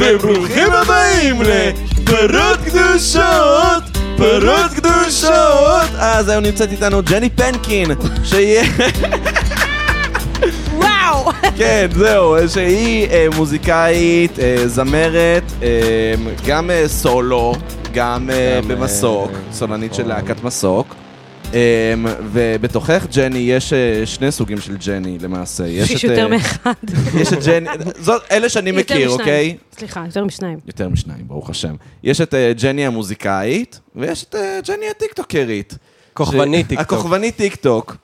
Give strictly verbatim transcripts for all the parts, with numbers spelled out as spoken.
וברוכים הבאים לפרות קדושות, פרות קדושות. אז היום נמצאת איתנו ג'ני פנקין, שיהיה... וואו! כן, זהו, שהיא אה, מוזיקאית, אה, זמרת, אה, גם אה, סולו, גם, אה, גם במסוק, אה, סולנית אה, של להקת מסוק. Um, ובתוכך ג'ני יש uh, שני סוגים של ג'ני למעשה. יש יותר מאחד. יש את ג'ני, זאת אלה שאני מכיר, אוקיי? סליחה, יותר משניים. יותר משניים, ברוך השם. יש את uh, ג'ני המוזיקאית, ויש את uh, ג'ני הטיקטוקרית. כוכבנית טיקטוק. הכוכבנית טיקטוק.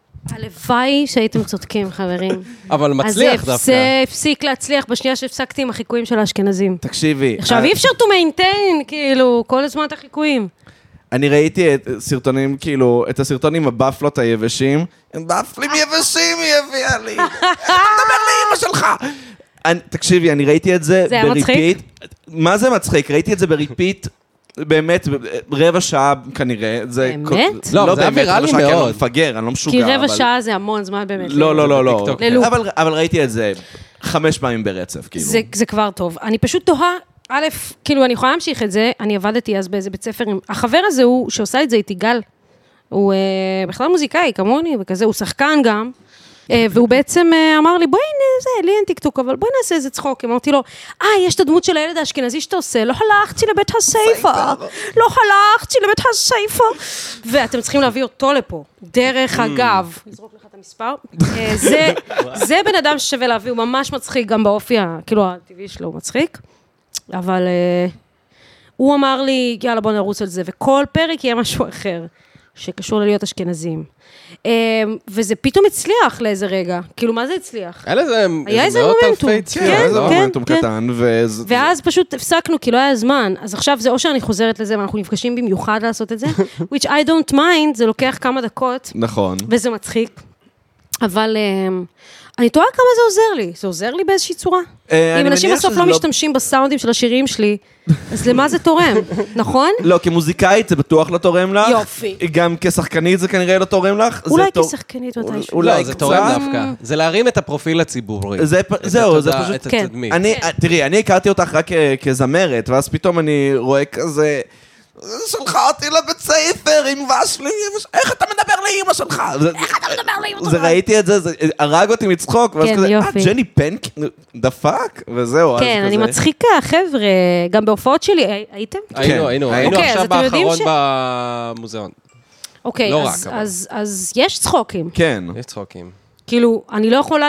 הלוואי שהייתם צודקים, חברים. אבל מצליח דווקא. אז זה הפסיק להצליח בשנייה שהפסקתי עם החיקויים של האשכנזים. תקשיבי. עכשיו אי אפשר to maintain, כאילו, כל הזמן את החיקויים. אני ראיתי את סרטונים, כאילו, את הסרטונים הבאפלות היבשים. הם באפלים יבשים, היא הביאה לי. איך אתה מדבר לאמא שלך? תקשיבי, אני ראיתי את זה בריפיט. מה זה מצחיק? ראיתי את זה בריפיט, באמת, רבע שעה כנראה. באמת? לא, זה ויראלי מאוד. אני לא מפגר, אני לא משוגע. כי רבע שעה זה המון זמן באמת. לא, לא, לא, לא. ללופ. אבל ראיתי את זה חמש פעמים ברצף, כאילו. זה כבר טוב. אני פשוט תוהה, א', כאילו, אני יכולה להמשיך את זה, אני עבדתי אז באיזה בית ספר, החבר הזה הוא, שעושה את זה איתי גל, הוא אה, בכלל מוזיקאי, כמוני, וכזה, הוא שחקן גם, אה, והוא בעצם אה, אמר לי, בואי, זה, לי אין טיקטוק, אבל בואי נעשה איזה צחוק, אמרתי לו, אה, יש את הדמות של הילד האשכנזי שאתה עושה, לא הלכתי לבית הספר, לא הלכתי לבית הספר, ואתם צריכים להביא אותו לפה, דרך אגב, נזרוק לך את המספר, אה, זה, זה בן אדם ששווה להביא, הוא ממש מצחיק, גם באופי, כאילו, הטבעי שלו הוא מצחיק, אבל uh, הוא אמר לי, יאללה בוא נרוץ על זה, וכל פרק יהיה משהו אחר, שקשור ללהיות אשכנזים. Um, וזה פתאום הצליח לאיזה רגע, כאילו מה זה הצליח? היה איזה מאות אלפי צפיות. כן, זה מומנטום קטן. ואז פשוט הפסקנו, כי לא היה זמן, אז עכשיו זה או שאני חוזרת לזה, ואנחנו נפגשים במיוחד לעשות את זה, which I don't mind, זה לוקח כמה דקות. נכון. וזה מצחיק. אבל... Um, אני תוהה כמה זה עוזר לי. זה עוזר לי באיזושהי צורה. אם אנשים בסוף לא משתמשים בסאונדים של השירים שלי, אז למה זה תורם? נכון? לא, כמוזיקאית זה בטוח לא תורם לך. יופי. גם כשחקנית זה כנראה לא תורם לך. אולי כשחקנית מתישהו. לא, זה תורם דווקא. זה להרים את הפרופיל הציבורי. זהו, זה פשוט... את התדמית. תראי, אני הכרתי אותך רק כזמרת, ואז פתאום אני רואה כזה... שלחה אותי לבית ספר עם ושלי, איך אתה מדבר לאמא שלך? איך אתה מדבר לאמא שלך? זה ראיתי את זה, זה הרג אותי מצחוק, ואז כזה, אה, ג'ני פנקין, דפק, וזהו. כן, אני מצחיקה, חבר'ה, גם בהופעות שלי, הייתם? היינו, היינו, היינו עכשיו באחרון במוזיאון. אוקיי, אז יש צחוקים. כן. יש צחוקים. כאילו, אני לא יכולה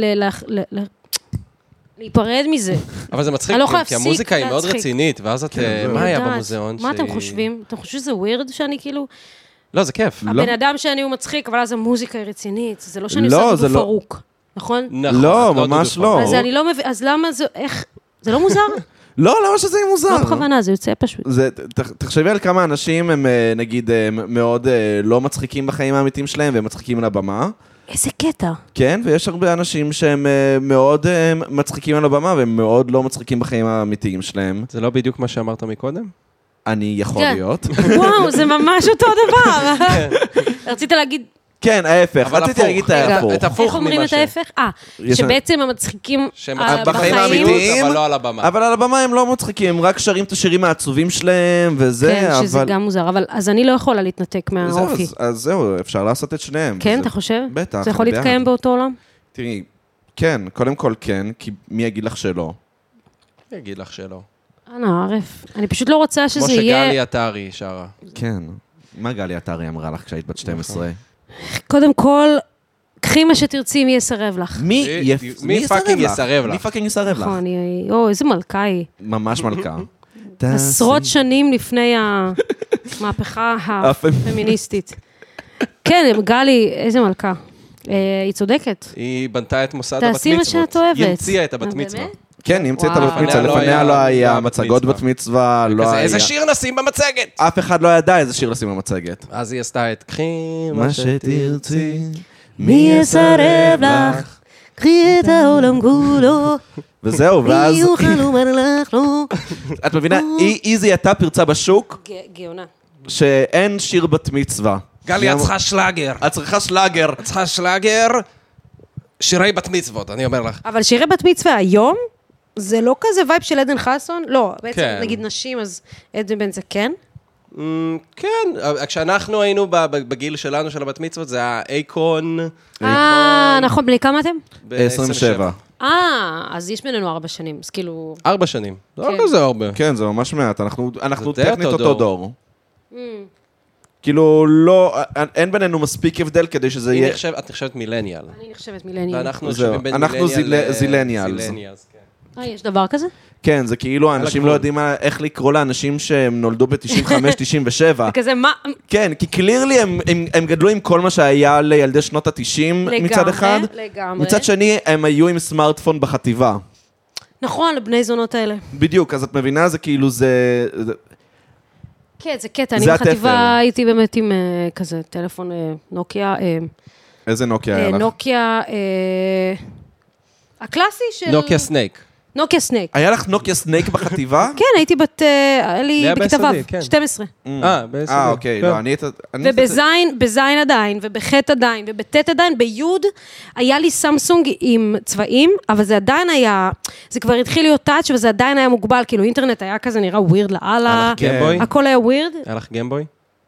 להיפרד מזה. אבל זה מצחיק, כי המוזיקה היא מאוד רצינית, ואז את, מה היה במוזיאון? מה אתם חושבים? אתם חושבים שזה ווירד שאני כאילו... לא, זה כיף. הבן אדם שאני הוא מצחיק, אבל אז המוזיקה היא רצינית, זה לא שאני עושה דו פרוק, נכון? לא, ממש לא. אז אני לא מבין, אז למה זה, איך, זה לא מוזר? לא, למה שזה יהיה מוזר? לא בכוונה, זה יוצא פשוט. תחשבי על כמה אנשים הם, נגיד, מאוד לא מצחיקים בחיים האמיתיים שלהם, והם מצחיקים על הבמה. איזה קטע. כן, ויש הרבה אנשים שהם מאוד מצחיקים על הבמה, והם מאוד לא מצחיקים בחיים האמיתיים שלהם. זה לא בדיוק מה שאמרת מקודם? אני יכול להיות. וואו, זה ממש אותו דבר. רצית להגיד... כן, ההפך. רציתי להגיד את ההפוך. איך אומרים את ההפך? אה, שבעצם המצחיקים בחיים האמיתיים, אבל לא על הבמה. אבל על הבמה הם לא מצחיקים, הם רק שרים את השירים העצובים שלהם, וזה, כן, שזה גם מוזר, אבל אז אני לא יכולה להתנתק מהאופי. אז זהו, אפשר לעשות את שניהם. כן, אתה חושב? בטח. זה יכול להתקיים באותו עולם? תראי, כן, קודם כל כן, כי מי יגיד לך שלא? מי יגיד לך שלא? אנא, ערף. אני פשוט לא רוצה שזה יהיה... כמו שגלי עטרי שרה. כן. מה גלי עטרי אמרה לך כשהיית בת שתים עשרה? קודם כל, קחי מה שתרצי, מי יסרב לך? מי פאקינג יסרב לך? מי פאקינג יסרב לך? נכון, או, איזה מלכה היא. ממש מלכה. עשרות שנים לפני המהפכה הפמיניסטית. כן, גלי, איזה מלכה. היא צודקת. היא בנתה את מוסד הבת מצוות. תעשי מה שאת אוהבת. היא המציאה את הבת מצווה. כן, היא המציאה את הבת מצווה. לפניה לא היה מצגות בת מצווה, לא היה... איזה שיר נשים במצגת? אף אחד לא ידע איזה שיר לשים במצגת. אז היא עשתה את קחי מה שתרצי, מי יסרב לך, קחי את העולם כולו. וזהו, ואז... מי יוכל לומר לך לא. את מבינה, היא זיהתה פרצה בשוק, גאונה. שאין שיר בת מצווה. גלי, את צריכה שלאגר. את צריכה שלאגר. את צריכה שלאגר, שירי בת מצוות, אני אומר לך. אבל שירי בת מצווה היום, זה לא כזה וייב של עדן חסון? לא, בעצם נגיד נשים, אז עדן בן זקן? כן, כשאנחנו היינו בגיל שלנו, של הבת מצוות, זה היה אייקון. אה, נכון, בלי כמה אתם? עשרים ושבע. אה, אז יש בינינו ארבע שנים, אז כאילו... ארבע שנים, זה לא כזה הרבה. כן, זה ממש מעט, אנחנו טכנית אותו דור. כאילו, לא, אין בינינו מספיק הבדל כדי שזה יהיה... את נחשבת מילניאל. אני נחשבת מילניאל. ואנחנו יושבים בין מילניאל אנחנו זילניאלס. אה, יש דבר כזה? כן, זה כאילו, האנשים לא יודעים איך לקרוא לאנשים שהם נולדו ב-תשעים וחמש תשעים ושבע. כזה מה... כן, כי קלירלי הם גדלו עם כל מה שהיה לילדי שנות ה-תשעים מצד אחד. לגמרי. מצד שני, הם היו עם סמארטפון בחטיבה. נכון, לבני זונות האלה. בדיוק, אז את מבינה, זה כאילו, זה... כן, זה קטע, אני בחטיבה הייתי באמת עם כזה טלפון נוקיה. איזה נוקיה היה לך? נוקיה, הקלאסי של... נוקיה סנייק. נוקיה סנייק. היה לך נוקיה סנייק בחטיבה? כן, הייתי בת... היה לי בכתביו, שתים עשרה. אה, ביסודי. אה, אוקיי, לא, אני... ובזין, בזין עדיין, ובחטא עדיין, ובטט עדיין, ביוד, היה לי סמסונג עם צבעים, אבל זה עדיין היה... זה כבר התחיל להיות טאץ' וזה עדיין היה מוגבל, כאילו אינטרנט היה כזה נראה ווירד לאללה. היה לך גיימבוי? הכל היה ווירד. היה לך גיימבוי?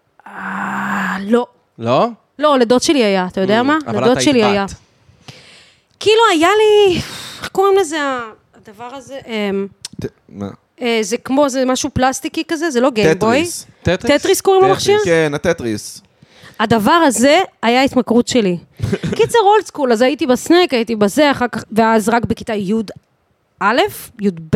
אה, לא. לא? לא, לדוד שלי היה, אתה יודע מה? לדוד שלי היה. כאילו היה לי... איך קוראים לזה? הדבר הזה... מה? זה כמו, זה משהו פלסטיקי כזה, זה לא גיימבוי. טטריס. טטריס קוראים למכשיר? כן, הטטריס. הדבר הזה היה התמכרות שלי. קיצר אולד סקול, אז הייתי בסנק, הייתי בזה, אחר כך, ואז רק בכיתה י' א', י' ב'.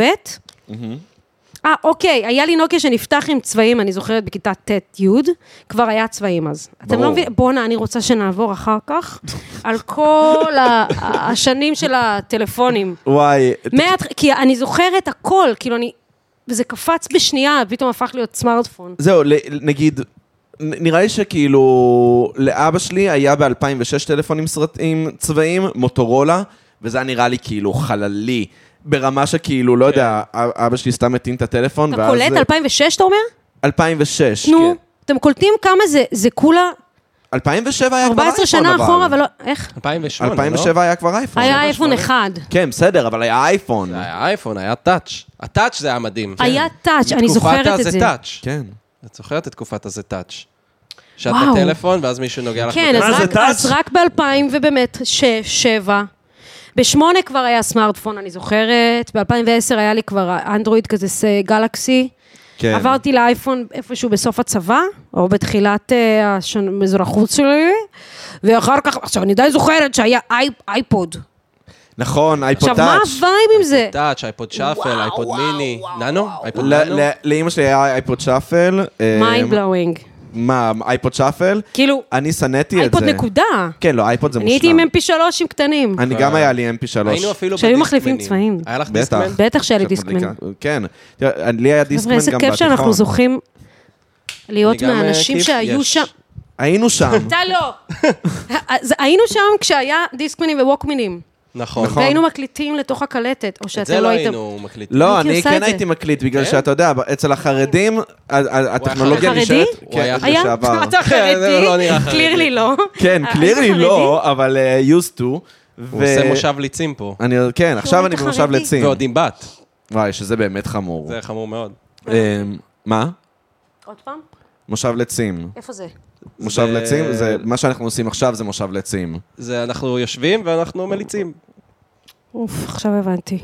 אה, אוקיי, היה לי נוקיה שנפתח עם צבעים, אני זוכרת בכיתה ט' י', כבר היה צבעים אז. אתם לא מבינים, בואנה, אני רוצה שנעבור אחר כך, על כל השנים של הטלפונים. וואי. כי אני זוכרת הכל, כאילו אני, וזה קפץ בשנייה, פתאום הפך להיות סמארטפון. זהו, נגיד, נראה לי שכאילו, לאבא שלי היה ב-אלפיים ושש טלפון עם צבעים, מוטורולה, וזה נראה לי כאילו חללי. ברמה שכאילו, לא יודע, אבא שלי סתם מתאים את הטלפון, אתה קולט אלפיים ושש, אתה אומר? אלפיים ושש, כן. נו, אתם קולטים כמה זה, זה כולה... אלפיים ושבע היה כבר אייפון, אבל... ארבע עשרה שנה אחורה, אבל לא... איך? אלפיים ושמונה, לא? אלפיים ושבע היה כבר אייפון. היה אייפון אחד. כן, בסדר, אבל היה אייפון. זה היה אייפון, היה טאץ'. הטאץ' זה היה מדהים. היה טאץ', אני זוכרת את זה. תקופת הזה טאץ'. כן. את זוכרת את תקופת הזה טאץ'. שאת בטלפון, ואז מישהו נוגע לך... כן, אז רק ב-אלפיים ובאמת, שש, שבע. בשמונה כבר היה סמארטפון, אני זוכרת. ב-אלפיים ועשר היה לי כבר אנדרואיד כזה גלקסי. כן. עברתי לאייפון איפשהו בסוף הצבא, או בתחילת האזרחות שלי, ואחר כך, עכשיו אני די זוכרת שהיה אייפוד. נכון, אייפוד טאץ'. עכשיו, מה הווייב עם זה? אייפוד טאץ', אייפוד שפל, אייפוד מיני. ננו? אייפוד ננו? לאמא שלי היה אייפוד שפל. מיינד בלואוינג. מה, אייפוד שפל? כאילו, אני סנאתי את זה. אייפוד נקודה. כן, לא, אייפוד זה מושלם. אני הייתי עם אם פי שלוש עם קטנים. אני גם היה לי אם פי שלוש. היינו אפילו שהיו מחליפים צבעים. היה לך דיסקמן? בטח שהיה לי דיסקמן. כן, לי היה דיסקמן גם בתיכון. איזה כיף שאנחנו זוכים להיות מהאנשים שהיו שם. היינו שם. אתה לא. היינו שם כשהיה דיסקמנים וווקמינים. נכון. והיינו מקליטים לתוך הקלטת, או שאתם לא הייתם... את זה לא היינו מקליטים. לא, אני כן הייתי מקליט, בגלל שאתה יודע, אצל החרדים, הטכנולוגיה נשארת... הוא היה חרדי? היה? אתה חרדי? קלירלי לא. כן, קלירלי לא, אבל used to. הוא עושה מושב ליצים פה. כן, עכשיו אני במושב ליצים. ועוד עם בת. וואי, שזה באמת חמור. זה חמור מאוד. מה? עוד פעם? מושב ליצים. איפה זה? מושב ליצים, מה שאנחנו עושים עכשיו זה מושב ליצים. זה אנחנו יושבים ואנחנו מליצים. אוף, עכשיו הבנתי.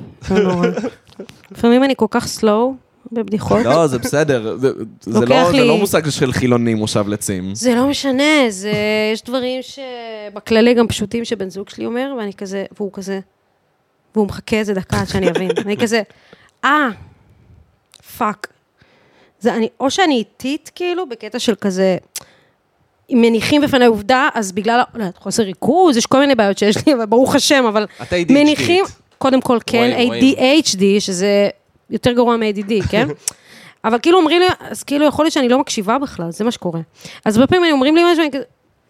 לפעמים אני כל כך סלואו בבדיחות. לא, זה בסדר. זה לא מושג של חילונים, מושב ליצים. זה לא משנה, יש דברים שבכללי גם פשוטים שבן זוג שלי אומר, ואני כזה, והוא כזה, והוא מחכה איזה דקה עד שאני אבין. אני כזה, אה, פאק. או שאני איטית, כאילו, בקטע של כזה... אם מניחים בפני עובדה, אז בגלל, לא, חוסר ריכוז, יש כל מיני בעיות שיש לי, אבל ברוך השם, אבל מניחים, קודם כל כן, איי די אייץ' די, שזה יותר גרוע מ-איי די די, כן? אבל כאילו אומרים לי, אז כאילו יכול להיות שאני לא מקשיבה בכלל, זה מה שקורה. אז בפעמים אני אומרים לי משהו, אני כזה...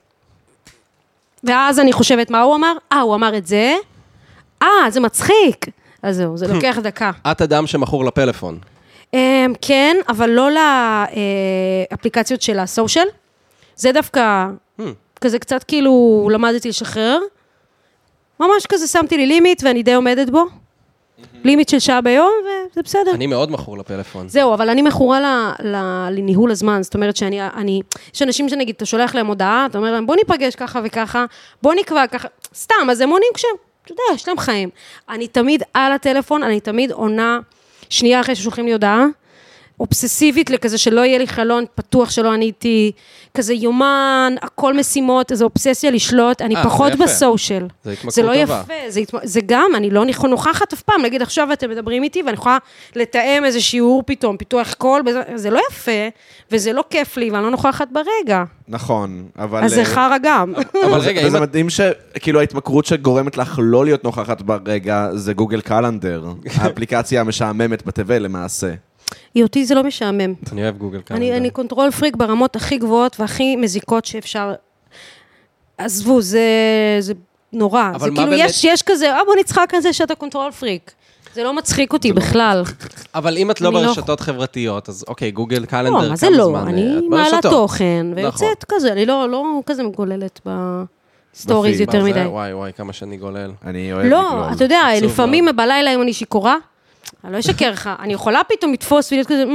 ואז אני חושבת, מה הוא אמר? אה, הוא אמר את זה? אה, זה מצחיק. אז זהו, זה לוקח דקה. את אדם שמכור לפלאפון. כן, אבל לא לאפליקציות של הסושיאל. זה דווקא, hmm. כזה קצת כאילו למדתי לשחרר. ממש כזה שמתי לי לימיט ואני די עומדת בו. לימיט של שעה ביום, וזה בסדר. אני מאוד מכור לפלאפון. זהו, אבל אני מכורה לניהול הזמן, זאת אומרת שאני, אני, יש אנשים שנגיד, אתה שולח להם הודעה, אתה אומר להם, בוא ניפגש ככה וככה, בוא נקבע ככה, סתם, אז הם עונים כשהם, אתה יודע, יש להם חיים. אני תמיד על הטלפון, אני תמיד עונה, שנייה אחרי ששולחים לי הודעה, אובססיבית לכזה שלא יהיה לי חלון פתוח שלא עניתי, כזה יומן, הכל משימות, איזו אובססיה לשלוט, אני 아, פחות בסושיאל. זה התמכרות זה לא טובה. יפה, זה, זה גם, אני לא נוכחת אף פעם, נגיד עכשיו אתם מדברים איתי, ואני יכולה לתאם איזה שיעור פתאום, פיתוח קול, זה לא יפה, וזה לא כיף לי, ואני לא נוכחת ברגע. נכון, אבל... אז זה חרה גם. אבל רגע, וזה מדהים שכאילו ההתמכרות שגורמת לך לא להיות נוכחת ברגע, זה גוגל קלנדר, האפליקציה המשעממת בתבל למעשה. אותי זה לא משעמם. אני אוהב גוגל קלנדר. אני, אני קונטרול פריק ברמות הכי גבוהות והכי מזיקות שאפשר. עזבו, זה, זה נורא. זה כאילו, באמת... יש, יש כזה, אה, בוא נצחק על זה שאתה קונטרול פריק. זה לא מצחיק אותי בכלל. אבל אם את לא ברשתות חברתיות, אז אוקיי, גוגל קלנדר, כמה זמן? לא, זה לא, אני מעלה תוכן, ויוצאת כזה, אני לא כזה מגוללת בסטוריז יותר מדי. וואי, וואי, כמה שאני גולל. אני אוהב לגלול. לא, אתה יודע, לפעמים בלילה אם אני שיכורה, אני לא אשקר לך, אני יכולה פתאום לתפוס ולהיות כזה,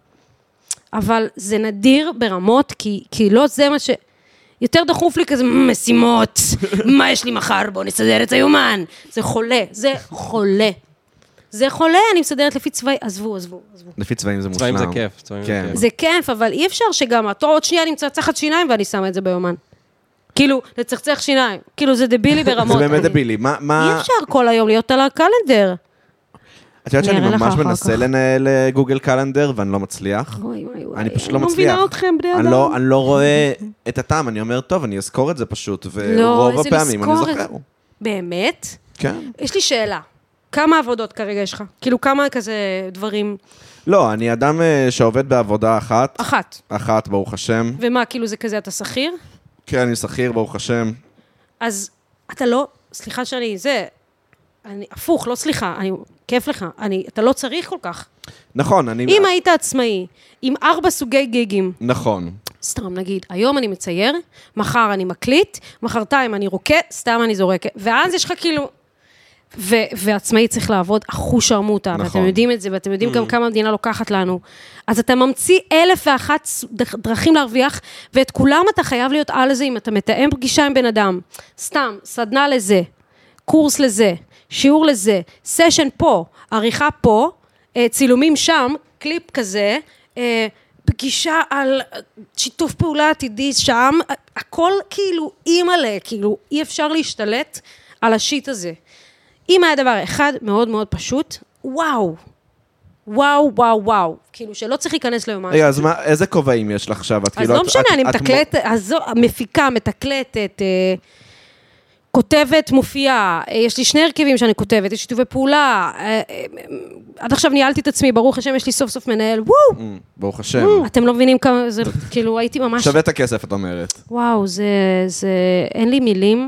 אבל זה נדיר ברמות, כי לא זה מה ש... יותר דחוף לי כזה, משימות, מה יש לי מחר, בוא נסדר את היומן. זה חולה, זה חולה. זה חולה, אני מסדרת לפי צבעים, עזבו, עזבו, עזבו. לפי צבעים זה מושלם. צבעים זה כיף, צבעים זה כיף. זה כיף, אבל אי אפשר שגם, התור עוד שנייה נמצא צחת שיניים, ואני שמה את זה ביומן. כאילו, לצחצח שיניים. כאילו, זה דבילי ברמות. זה באמת דבילי. אי אפשר כל היום להיות על הקלנדר. את יודעת שאני ממש מנסה לנהל גוגל קלנדר, ואני לא מצליח. וואי, וואי, וואי. אני פשוט לא מצליח. מצליח. אני לא מבינה אתכם, בני אדם. אני לא רואה את הטעם, אני אומר, טוב, אני אזכור את זה פשוט, ורוב הפעמים אני זוכר. באמת? כן. יש לי שאלה. כמה עבודות כרגע יש לך? כאילו, כמה כזה דברים? לא, אני אדם שעובד בעבודה אחת. אחת. אחת, ברוך השם. ומה, כאילו זה כזה, אתה שכיר? כן, אני שכיר, ברוך השם. אז אתה לא, סליחה שאני, זה, אני, הפוך, לא סליחה, אני, כיף לך, אני, אתה לא צריך כל כך. נכון, אני... אם היית עצמאי, עם ארבע סוגי גיגים. נכון. סתם, נגיד, היום אני מצייר, מחר אני מקליט, מחרתיים אני רוקד, סתם אני זורקת, ואז יש לך כאילו... ו- ועצמאי צריך לעבוד אחוש שרמוטה, נכון. ואתם יודעים את זה, ואתם יודעים mm. גם כמה המדינה לוקחת לנו. אז אתה ממציא אלף ואחת דרכים להרוויח, ואת כולם אתה חייב להיות על זה, אם אתה מתאם פגישה עם בן אדם. סתם, סדנה לזה, קורס לזה, שיעור לזה, סשן פה, עריכה פה, צילומים שם, קליפ כזה, פגישה על שיתוף פעולה עתידי שם, הכל כאילו אימאלה, כאילו אי אפשר להשתלט על השיט הזה. אם היה דבר אחד מאוד מאוד פשוט, וואו, וואו, וואו, וואו, כאילו שלא צריך להיכנס ליומן. רגע, אז מה, איזה כובעים יש לך עכשיו? אז לא משנה, אני מתקלטת, אז מפיקה, מתקלטת, כותבת, מופיעה, יש לי שני הרכבים שאני כותבת, יש שיתופי פעולה, עד עכשיו ניהלתי את עצמי, ברוך השם, יש לי סוף סוף מנהל, וואו! ברוך השם. אתם לא מבינים כמה, זה כאילו הייתי ממש... שווה את הכסף, את אומרת. וואו, זה, זה, אין לי מילים.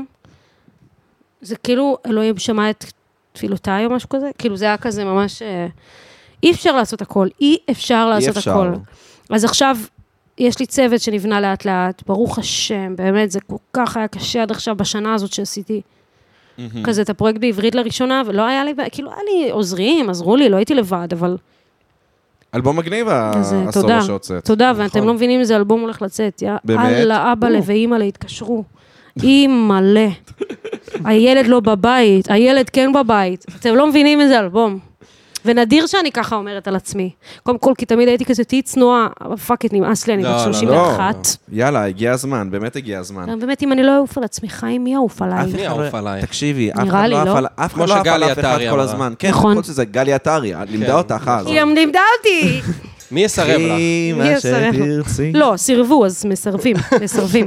זה כאילו, אלוהים שמע את תפילותיי או משהו כזה, כאילו זה היה כזה ממש, אי אפשר לעשות הכל, אי אפשר לעשות הכל. אז עכשיו, יש לי צוות שנבנה לאט לאט, ברוך השם, באמת זה כל כך היה קשה עד עכשיו בשנה הזאת שעשיתי, כזה את הפרויקט בעברית לראשונה, ולא היה לי, כאילו היה לי עוזרים, עזרו לי, לא הייתי לבד, אבל... אלבום מגניב הסולו שהוצאת. תודה, ואתם לא מבינים איזה אלבום הולך לצאת, אללה, אבא ואמא להתקשרו. אימא לה. הילד לא בבית, הילד כן בבית. אתם לא מבינים איזה אלבום. ונדיר שאני ככה אומרת על עצמי. קודם כל, כי תמיד הייתי כזה תהי צנועה, אבל פאקית, נמאס לי, אני בת שלושים ואחת. יאללה, הגיע הזמן, באמת הגיע הזמן. באמת, אם אני לא אעוף על עצמי, חיים, מי יעוף עליי? מי יעוף עליי? תקשיבי, אף אחד לא עף על אף אחד כל הזמן. כן, נכון שזה גלי עטרי, לימדה אותך אז. היא לימדה אותי. מי יסרב לך? מי יסרב לך? לא, סירבו, אז מסרבים, מסרבים.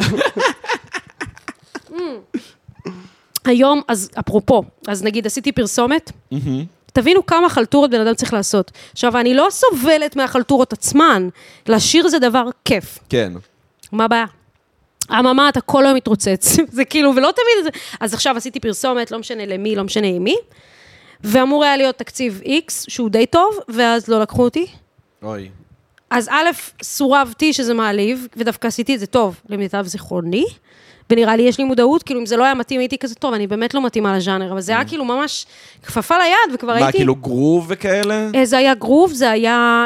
היום, אז אפרופו, אז נגיד עשיתי פרסומת, תבינו כמה חלטורות בן אדם צריך לעשות. עכשיו, אני לא סובלת מהחלטורות עצמן, לשיר זה דבר כיף. כן. מה הבעיה? הממה, אתה כל היום מתרוצץ. זה כאילו, ולא תמיד את זה. אז עכשיו עשיתי פרסומת, לא משנה למי, לא משנה עם מי, ואמור היה להיות תקציב X, שהוא די טוב, ואז לא לקחו אותי. אוי. אז א', סורבתי שזה מעליב, ודווקא עשיתי את זה טוב, למיטב זיכרוני, ונראה לי יש לי מודעות, כאילו אם זה לא היה מתאים, הייתי כזה טוב, אני באמת לא מתאימה לז'אנר, אבל זה היה כאילו ממש כפפה ליד, וכבר הייתי... מה, כאילו גרוב וכאלה? זה היה גרוב, זה היה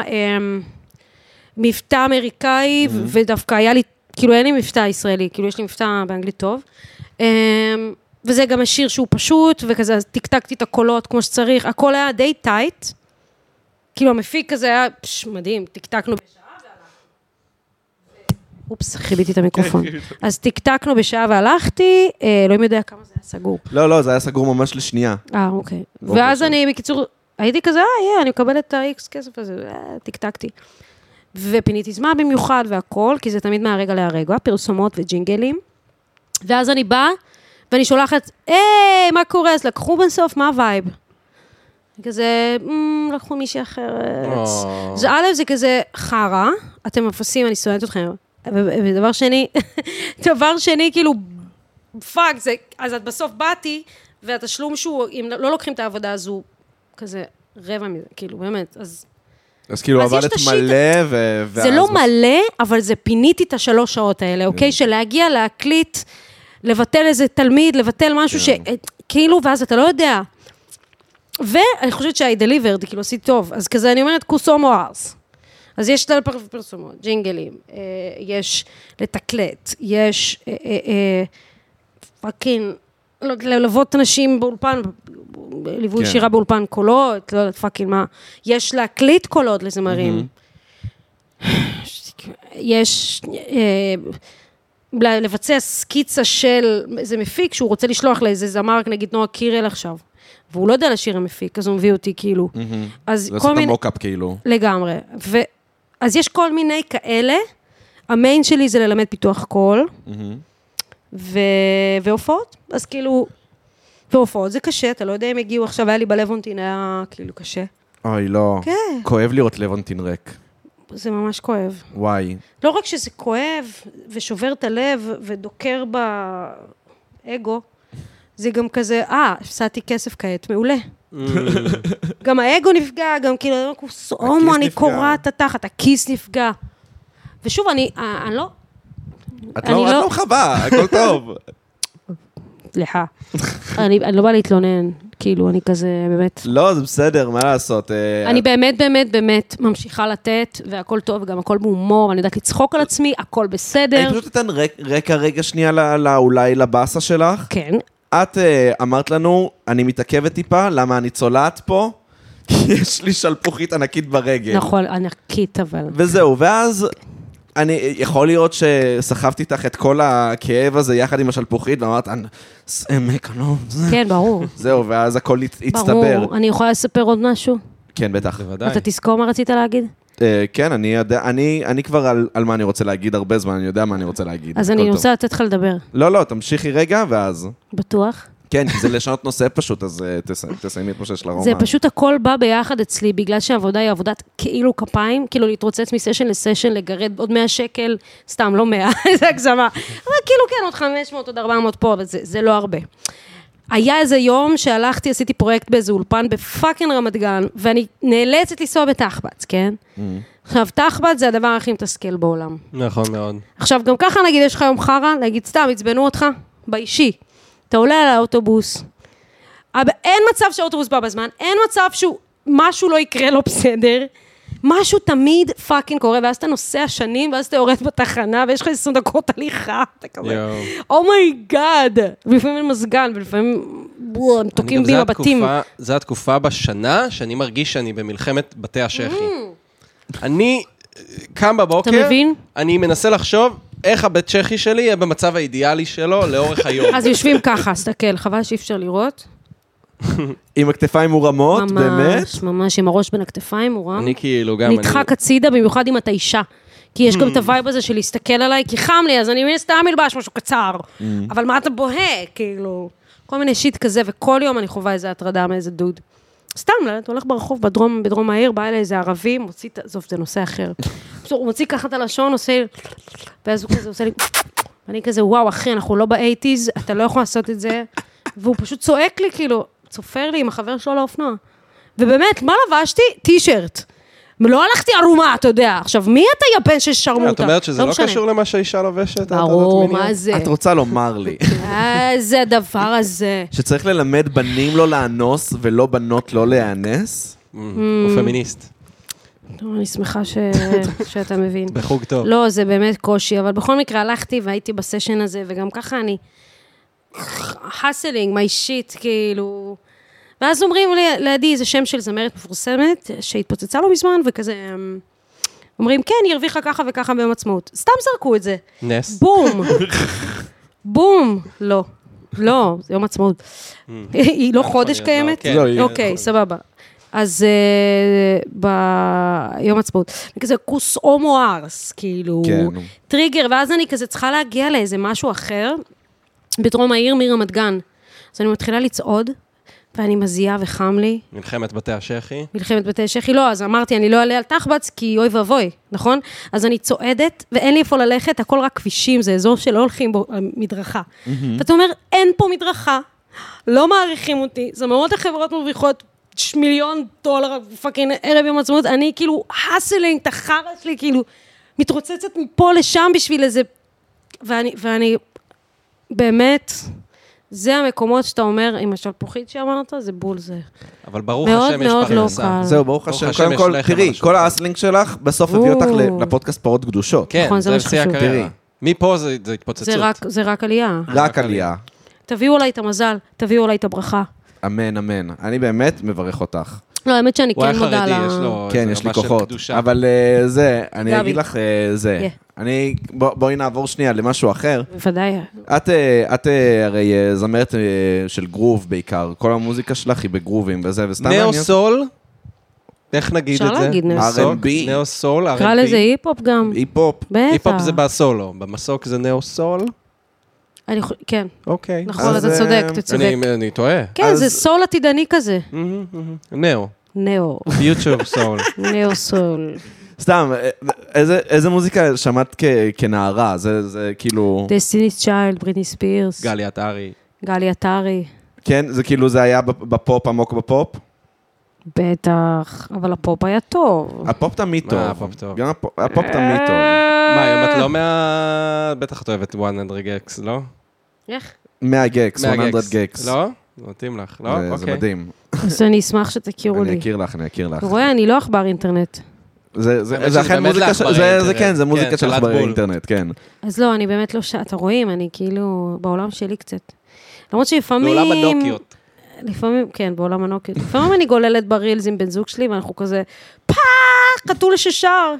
מבטא אמריקאי, ודווקא היה לי, כאילו אין לי מבטא ישראלי, כאילו יש לי מבטא באנגלית טוב, וזה גם השיר שהוא פשוט, וכזה תקתקתי את הקולות כמו שצריך, הכל היה די טייט, כאילו המפיק כזה היה, פש, מדהים, תקתקנו בשעה והלכתי. אופס, חיביתי את המיקרופון. אז תקתקנו בשעה והלכתי, לא יודע כמה זה היה סגור. לא, לא, זה היה סגור ממש לשנייה. אה, אוקיי. ואז אני, בקיצור, הייתי כזה, אה, יהיה, אני מקבלת את ה-X כסף הזה, תקתקתי. ופיניתי זמן במיוחד והכל, כי זה תמיד מהרגע להרגע, פרסומות וג'ינגלים. ואז אני באה, ואני שולחת, היי, מה קורה? אז לקחו בסוף, מה הווייב? כזה, לקחו מישהי אחרת. זה א', זה כזה חרה, אתם מפסים, אני סועדת אתכם. ודבר שני, דבר שני, כאילו, פאק, זה, אז את בסוף באתי, והתשלום שהוא, אם לא לוקחים את העבודה הזו, כזה רבע מזה, כאילו, באמת, אז... אז כאילו עבדת מלא, ו... זה לא מלא, אבל זה פיניתי את השלוש שעות האלה, אוקיי? שלהגיע, להקליט, לבטל איזה תלמיד, לבטל משהו ש... כאילו, ואז אתה לא יודע. ואני חושבת שהי דליברד, כאילו, עשית טוב. אז כזה אני אומרת, קוסומו ארס. אז יש תל פרסומות, ג'ינגלים, יש לתקלט, יש פאקינג, ללוות אנשים באולפן, ליווי שירה באולפן קולות, לא יודעת פאקינג מה, יש להקליט קולות לזמרים. יש לבצע סקיצה של איזה מפיק, שהוא רוצה לשלוח לאיזה זמר, נגיד נועה קירל עכשיו. והוא לא יודע לשיר המפיק, אז הוא מביא אותי כאילו. אז כל מיני... מוקאפ כאילו. לגמרי. ו... אז יש כל מיני כאלה, המיין שלי זה ללמד פיתוח קול, ו... והופעות, אז כאילו, והופעות זה קשה, אתה לא יודע אם הגיעו עכשיו, היה לי בלוונטין, היה כאילו קשה. אוי, לא. כן. כואב לראות לוונטין ריק. זה ממש כואב. וואי. לא רק שזה כואב, ושובר את הלב, ודוקר באגו, זה גם כזה, אה, הפסעתי כסף כעת, מעולה. גם האגו נפגע, גם כאילו, אומו, אני קוראת התחת, הכיס נפגע. ושוב, אני, אני לא... את לא חווה, הכל טוב. סליחה. אני לא באה להתלונן, כאילו, אני כזה, באמת... לא, זה בסדר, מה לעשות? אני באמת, באמת, באמת ממשיכה לתת, והכל טוב, וגם הכל בהומור, אני יודעת לצחוק על עצמי, הכל בסדר. אני פשוט אתן רקע רגע שנייה אולי לבאסה שלך. כן. את אמרת לנו, אני מתעכבת טיפה, למה אני צולעת פה? כי יש לי שלפוחית ענקית ברגל. נכון, ענקית אבל. וזהו, ואז אני יכול להיות שסחבתי איתך את כל הכאב הזה יחד עם השלפוחית, ואמרת, סמק, אני לא... כן, ברור. זהו, ואז הכל הצטבר. ברור, אני יכולה לספר עוד משהו? כן, בטח. בוודאי. אתה תזכור מה רצית להגיד? כן, אני יודע, אני, אני כבר על, על מה אני רוצה להגיד הרבה זמן, אני יודע מה אני רוצה להגיד. אז אני רוצה לתת לך לדבר. לא, לא, תמשיכי רגע, ואז... בטוח? כן, כי זה לשנות נושא פשוט, אז תסיימי את פושש לרומן. זה פשוט הכל בא ביחד אצלי, בגלל שהעבודה היא עבודת כאילו כפיים, כאילו להתרוצץ מסשן לסשן, לגרד עוד מאה שקל, סתם, לא מאה, זה הגזמה. אבל כאילו כן, עוד חמש מאות, עוד ארבע מאות פה, אבל זה, זה לא הרבה. היה איזה יום שהלכתי, עשיתי פרויקט באיזה אולפן בפאקינג רמת גן, ואני נאלצת לנסוע בתחבץ, כן? עכשיו, תחבץ זה הדבר הכי מתסכל בעולם. נכון מאוד. עכשיו, גם ככה נגיד, יש לך יום חרה, להגיד, סתם, הצבנו אותך, באישי. אתה עולה על האוטובוס, אין מצב שהאוטובוס בא בזמן, אין מצב שמשהו לא יקרה לו בסדר, משהו תמיד פאקינג קורה, ואז אתה נוסע שנים, ואז אתה יורד בתחנה, ויש לך עשרים דקות הליכה, אתה כזה, אומייגאד, ולפעמים אין מזגן, ולפעמים הם תוקעים בי בבתים. זו התקופה בשנה, שאני מרגיש שאני במלחמת בתי השכי. אני קם בבוקר, אני מנסה לחשוב, איך הבית צ'כי שלי יהיה במצב האידיאלי שלו לאורך היום. אז יושבים ככה, סתכל, חבל שאי אפשר לראות. עם הכתפיים מורמות, באמת? ממש, ממש, עם הראש בין הכתפיים מורם. אני כאילו גם... נדחק הצידה, במיוחד אם אתה אישה. כי יש גם את הווייב הזה של להסתכל עליי, כי חם לי, אז אני סתם מלבש משהו קצר. אבל מה אתה בוהה, כאילו? כל מיני שיט כזה, וכל יום אני חווה איזה הטרדה מאיזה דוד. סתם, אתה הולך ברחוב, בדרום, בדרום העיר, בא אלה איזה ערבי, מוציא, זוב, זה נושא אחר. הוא מוציא ככה את הלשון, עושה, ואז הוא כזה, עושה לי, ואני כזה, וואו, אחי, אנחנו לא באייטיז, אתה לא יכול לעשות את זה, והוא פשוט צועק לי, כאילו, צופר לי עם החבר שלו לאופנוע. ובאמת, מה לבשתי? טי-שירט. לא הלכתי ערומה, אתה יודע. עכשיו, מי אתה יפן ששרמוטה? את אומרת שזה לא קשור למה שהאישה לובשת? ברור, מה זה? את רוצה לומר לי. איזה הדבר הזה. שצריך ללמד בנים לא לאנוס ולא בנות לא להיאנס? הוא פמיניסט. אני שמחה שאתה מבין. בחוג טוב. לא, זה באמת קושי, אבל בכל מקרה הלכתי והייתי בסשן הזה, וגם ככה אני hustling, my shit, כאילו... ואז אומרים לידי איזה שם של זמרת מפורסמת, שהתפוצצה לו בזמן, וכזה... אומרים, כן, היא הרוויחה ככה וככה ביום עצמאות. סתם זרקו את זה. נס. בום. בום. לא. לא, זה יום עצמאות. היא לא חודש קיימת? אוקיי, סבבה. אז ביום עצמאות. כזה כוס הומו ארס, כאילו, טריגר, ואז אני כזה צריכה להגיע לאיזה משהו אחר, בדרום העיר מרמת גן. אז אני מתחילה לצעוד, ואני מזיעה וחם לי. מלחמת בתי השכי. מלחמת בתי השכי, לא, אז אמרתי, אני לא אעלה על תחבץ, כי אוי ואבוי, נכון? אז אני צועדת, ואין לי איפה ללכת, הכל רק כבישים, זה אזור שלא הולכים בו, מדרכה. ואתה אומר, אין פה מדרכה, לא מעריכים אותי, זה מאוד החברות מרוויחות מיליון דולר, פאקינג ערב יום עצמאות, אני כאילו, הסלינג, את החרא שלי, כאילו, מתרוצצת מפה לשם בשביל איזה, ואני, ואני, באמת, זה המקומות שאתה אומר, עם השלפוחית שאמרת, זה בול זה. אבל ברוך השם יש פרנסה. זהו, ברוך השם. קודם כל, תראי, כל האסלינג שלך, בסוף הביא אותך לפודקאסט פרות קדושות. כן, זה בשיא הקריירה. מפה זה התפוצצות. זה רק עלייה. רק עלייה. תביאו אליי את המזל, תביאו אליי את הברכה. אמן, אמן. אני באמת מברך אותך. לא, האמת שאני כן מודה לה. הוא היה חרדי, יש לו... כן, יש לי כוחות. אבל זה, אני אגיד לך זה. אני, בואי נעבור שנייה למשהו אחר. בוודאי. את, את הרי זמרת של גרוב בעיקר. כל המוזיקה שלך היא בגרובים וזה, וסתם נאו סול? איך נגיד את זה? אפשר להגיד נאו סול. אר אנד בי. נאו סול, אר אנד בי. קרא לזה היפ-הופ גם. היפ-הופ. בטח. היפ-הופ זה בסולו. במסוק זה נאו סול? אני, כן. אוקיי. נכון, אתה צודק, אתה צודק. אני טועה. כן, זה סול עתידני כזה. נאו. נאו. פיוטר סול. נאו סול. סתם, איזה מוזיקה שמעת כנערה? זה כאילו... דסטיניס צ'יילד, בריטני ספירס. גלי עטרי. גלי עטרי. כן, זה כאילו זה היה בפופ, עמוק בפופ? בטח, אבל הפופ היה טוב. הפופ תמיד טוב. הפופ טוב. גם הפופ תמיד טוב. מה, היום את לא מה... בטח את אוהבת מאה גקס, לא? איך? מאה גקס, מאה גקס. לא? מתאים לך, לא? אוקיי. זה מדהים. אז אני אשמח שתכירו לי. אני אכיר לך, אני אכיר לך. רואה, אני לא עכבר אינטרנט. זה אכן מוזיקה, זה כן, זה מוזיקה של עכבר אינטרנט, כן. אז לא, אני באמת לא ש... אתה רואים, אני כאילו בעולם שלי קצת. למרות שלפעמים... בעולם הנוקיות. לפעמים, כן, בעולם הנוקיות. לפעמים אני גוללת ברילס עם בן זוג שלי, ואנחנו כזה, פאק, חתול ששר.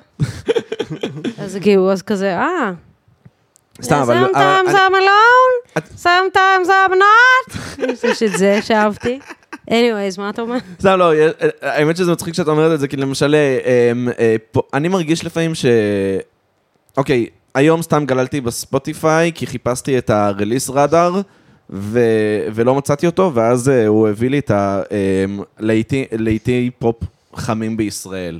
אז כאילו, אז כזה, אה. סתם, אבל... Sometimes I'm alone, sometimes I'm not. יש את זה שאהבתי. anyways, מה אתה אומר? סתם, לא, האמת שזה מצחיק שאתה אומרת את זה, כי למשל, אני מרגיש לפעמים ש... אוקיי, היום סתם גללתי בספוטיפיי, כי חיפשתי את הרליס רדאר, ולא מצאתי אותו, ואז הוא הביא לי את הלהיטי פופ חמים בישראל.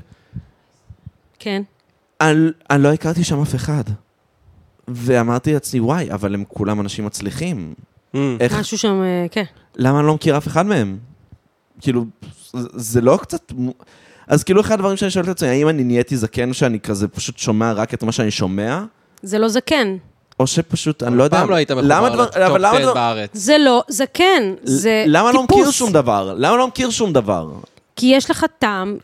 כן. אני לא הכרתי שם אף אחד. ואמרתי לעצמי, וואי, אבל הם כולם אנשים מצליחים. משהו שם, כן. למה אני לא מכיר אף אחד מהם? כאילו, זה לא קצת... אז כאילו, אחד הדברים שאני שואלת לעצמי, האם אני נהייתי זקן שאני כזה פשוט שומע רק את מה שאני שומע? זה לא זקן. או שפשוט, אני לא יודע... פעם לא היית מחובר לטופ עשר בארץ. זה לא זקן, זה טיפוס. למה לא מכיר שום דבר? למה לא מכיר שום דבר? כי יש לך טעם...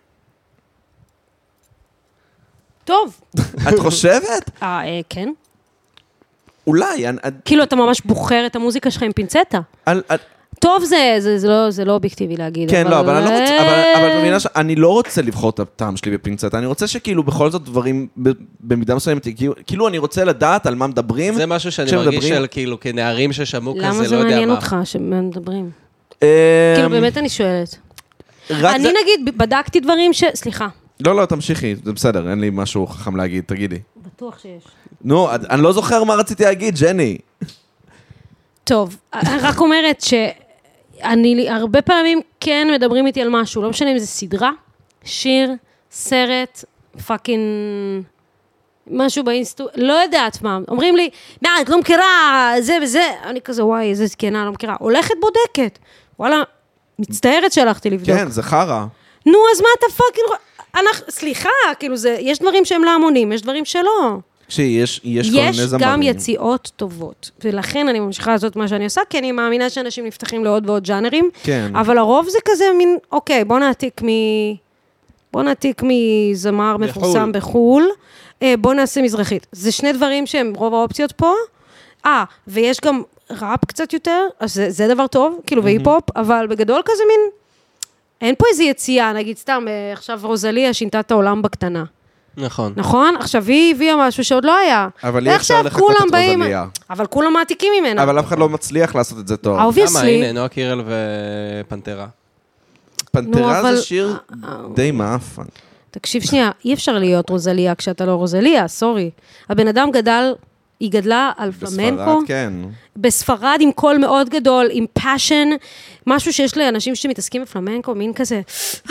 טוב. את חושבת? אה, כן. אולי. כאילו, אתה ממש בוחר את המוזיקה שלך עם פינצטה. טוב זה, זה לא, זה לא אובייקטיבי להגיד. כן, לא, אבל אני לא רוצה, אבל, אבל במינה שאני לא רוצה לבחור את הטעם שלי בפינצטה, אני רוצה שכאילו בכל זאת דברים, במידה מסוימת, כאילו אני רוצה לדעת על מה מדברים. זה משהו שאני מרגיש של כאילו כנערים ששמעו כזה, לא יודע מה. למה זה מעניין אותך שמה מדברים? כאילו באמת אני שואלת. אני נגיד, בדקתי דברים ש... סליחה. לא, לא, תמשיכי, זה בסדר, אין לי משהו חכם להגיד, תגידי. בטוח שיש. נו, אני לא זוכר מה רציתי להגיד, ג'ני. טוב, אני רק אומרת שאני הרבה פעמים כן מדברים איתי על משהו, לא משנה אם זה סדרה, שיר, סרט, פאקינג, משהו באינסטו, לא יודעת מה, אומרים לי, מה, את לא מכירה, זה וזה, אני כזה, וואי, איזה זקנה, לא מכירה, הולכת בודקת, וואלה, מצטערת שהלכתי לבדוק. כן, זה חרה. נו, אז מה אתה פאקינג... סליחה, כאילו, יש דברים שהם לא המונים, יש דברים שלא. שיש, יש כל מיני זמרים. יש גם יציאות טובות, ולכן אני ממשיכה לעשות מה שאני עושה, כי אני מאמינה שאנשים נפתחים לעוד ועוד ז'אנרים, כן. אבל הרוב זה כזה מין, אוקיי, בוא נעתיק מ... בוא נעתיק מזמר מפורסם בחול, בוא נעשה מזרחית. זה שני דברים שהם רוב האופציות פה. אה, ויש גם ראפ קצת יותר, אז זה, זה דבר טוב, כאילו, והיפ-הופ, אבל בגדול כזה מין, אין פה איזו יציאה, נגיד סתם, עכשיו רוזליה שינתה את העולם בקטנה. נכון. נכון? עכשיו היא הביאה משהו שעוד לא היה. אבל אי אפשר לחכות את רוזליה. אבל כולם מעתיקים ממנה. אבל אף אחד לא מצליח לעשות את זה טוב. Obviously. למה? הנה, נועה קירל ופנטרה. פנטרה זה שיר די מאפן. תקשיב שנייה, אי אפשר להיות רוזליה כשאתה לא רוזליה, סורי. הבן אדם גדל, היא גדלה על פלמנקו. בספרד, כן. בספרד עם קול מאוד גדול, עם פאשן, משהו שיש לאנשים שמתעסקים בפלמנקו, מין כזה,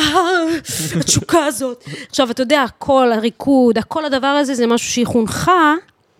התשוקה הזאת. עכשיו, אתה יודע, הקול, הריקוד, הכל הדבר הזה, זה משהו שהיא חונכה,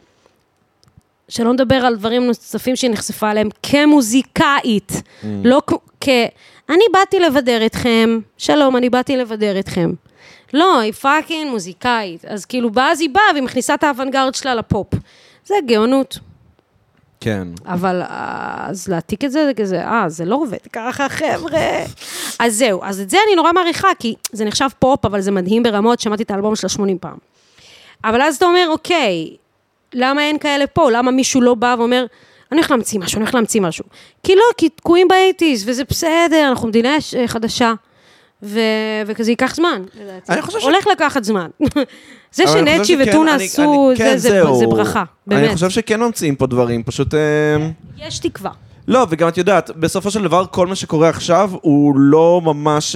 שלא נדבר על דברים נוספים שהיא נחשפה עליהם, כמוזיקאית, לא כ... אני באתי לבדר אתכם, שלום, אני באתי לבדר אתכם. לא, היא פאקינג מוזיקאית, אז כאילו, באז היא באה, והיא מכניסה את האוונגרד שלה לפופ. זה גאונות. כן. אבל אז להעתיק את זה, זה כזה, אה, זה לא עובד, ככה חבר'ה. אז זהו, אז את זה אני נורא מעריכה, כי זה נחשב פופ, אבל זה מדהים ברמות, שמעתי את האלבום של שמונים פעם. אבל אז אתה אומר, אוקיי, למה אין כאלה פה? למה מישהו לא בא ואומר, אני הולך להמציא משהו, אני הולך להמציא משהו. כי לא, כי תקועים באייטיז, וזה בסדר, אנחנו מדינה חדשה, וכזה ייקח זמן. הולך לקחת זמן. זה שנצ'י וטונה עשו, זה ברכה, באמת. אני חושב שכן ממציאים פה דברים, פשוט... יש תקווה. לא, וגם את יודעת, בסופו של דבר, כל מה שקורה עכשיו, הוא לא ממש...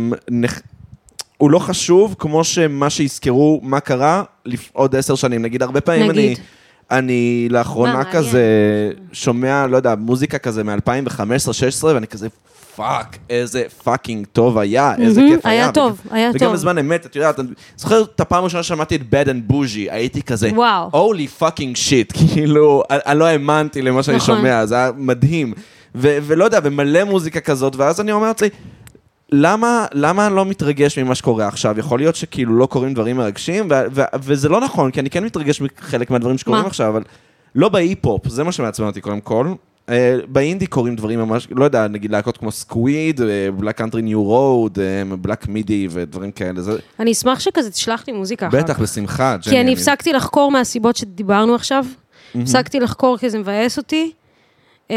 הוא לא חשוב, כמו שמה שיזכרו מה קרה עוד עשר שנים. נגיד, הרבה פעמים אני... אני לאחרונה כזה שומע, לא יודע, מוזיקה כזה מ-אלפיים וחמש עשרה שש עשרה, ואני כזה, פאק, איזה פאקינג טוב היה, איזה כיף היה. היה טוב, היה טוב. וגם בזמן אמת, את יודעת, אני זוכר את הפעם הראשונה שמעתי את Bad and Bougie, הייתי כזה, וואו. holy fucking shit, כאילו, אני לא האמנתי למה שאני שומע, זה היה מדהים. ולא יודע, ומלא מוזיקה כזאת, ואז אני אומרת לי, למה, למה אני לא מתרגש ממה שקורה עכשיו? יכול להיות שכאילו לא קוראים דברים מרגשים, ו- ו- וזה לא נכון, כי אני כן מתרגש מחלק מהדברים שקוראים מה? עכשיו, אבל לא בהיפ-הופ, זה מה שמעצבן אותי קודם כל. Uh, באינדי קוראים דברים ממש, לא יודע, נגיד להקות כמו סקוויד, בלק קאנטרי ניו רוד, בלק מידי ודברים כאלה. זה... אני אשמח שכזה תשלח לי מוזיקה אחת. בטח, בשמחה. כי אני, אני הפסקתי לחקור מהסיבות שדיברנו עכשיו, mm-hmm. הפסקתי לחקור כי זה מבאס אותי, um,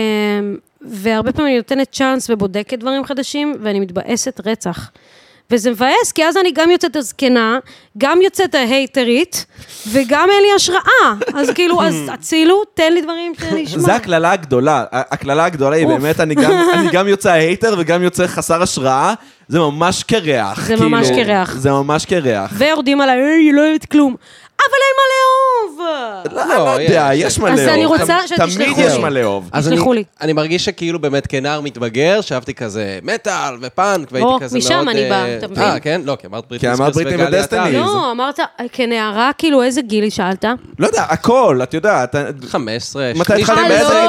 והרבה פעמים אני נותנת צ'אנס ובודקת דברים חדשים, ואני מתבאסת רצח. וזה מבאס, כי אז אני גם יוצאת הזקנה, גם יוצאת ההייטרית, וגם אין לי השראה. אז כאילו, אז הצילו, תן לי דברים שאני אשמע. זה הכללה הגדולה. הכללה הגדולה היא באמת, אני גם יוצא ההייטר, וגם יוצא חסר השראה. זה ממש קרח. זה ממש קרח. זה ממש קרח. ויורדים עליי, היא לא אוהבת כלום. אבל אין מה לאהוב. לא, לא יודע, יש מה לאהוב. אז אני רוצה שתשלחו לי. תמיד יש מה לאהוב. תשלחו לי. אני מרגיש שכאילו באמת כנער מתבגר, שאהבתי כזה מטל ופאנק, והייתי כזה מאוד... משם אני באה, אתה מבין? אה, כן? לא, כי אמרת בריטני ספירס וגלי עטר. לא, אמרת, כנערה, כאילו איזה גיל שאלת? לא יודע, הכל, את יודעת. חמש עשרה, מתי התחלת?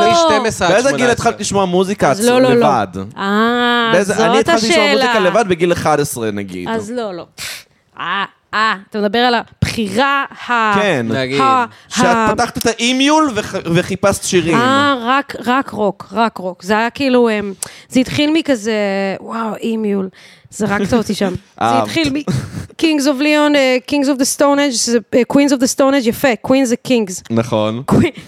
באיזה גיל התחלת לשמוע מוזיקה לבד? אה, זאת השאלה. אני התחלתי לשמוע מוזיקה לבד בגיל אחד עשרה נגיד. אז לא, לא. אה, אה, אתה מדבר על הבחירה ה... כן, שאת פתחת את האימיול וחיפשת שירים. אה, רק, רק רוק, רק רוק. זה היה כאילו, זה התחיל מכזה, וואו, אימיול. זרקת אותי שם. זה התחיל מ... Kings of Leon, Kings of the Stone Age, Queens of the Stone Age, יפה, Queens זה Kings. נכון.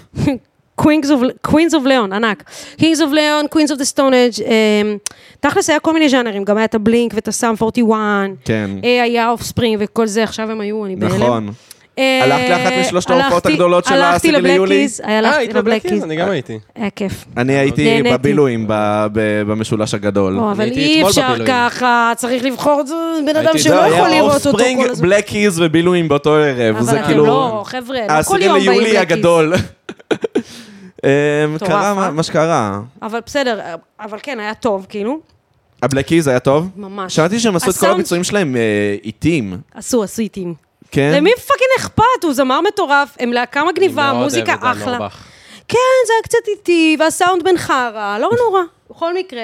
Queens of, Queens of Leon, ענק. Kings of Leon, Queens of the Stone Age, תכלס היה כל מיני ז'אנרים, גם היה את הבלינק ואת הסאם ארבעים ואחת, כן. היה אופספרינג וכל זה, עכשיו הם היו, אני בהלם. נכון. הלכת לאחת משלושת ההופעות הגדולות של העשירי ליולי? הלכתי לבלקיז. אני גם הייתי. היה כיף. אני הייתי בבילויים במשולש הגדול. אבל אי אפשר ככה, צריך לבחור בן אדם שלא יכול לראות אותו כל הזמן. בלקיז ובילויים באותו ערב. אבל אתם לא, חבר'ה, לא כל יום באים בלקיז. העשירי ליולי הגדול. קרה מה שקרה. אבל בסדר, אבל כן, היה טוב, כאילו. הבלקיז היה טוב? ממש. שמעתי שהם עשו את כל הביצועים שלהם איטים. עשו, עשו איטים. כן? למי פאקינג אכפת? הוא זמר מטורף, הם להקה מגניבה, מוזיקה אחלה. כן, זה היה קצת איטי, והסאונד בן חרה, לא נורא, בכל מקרה.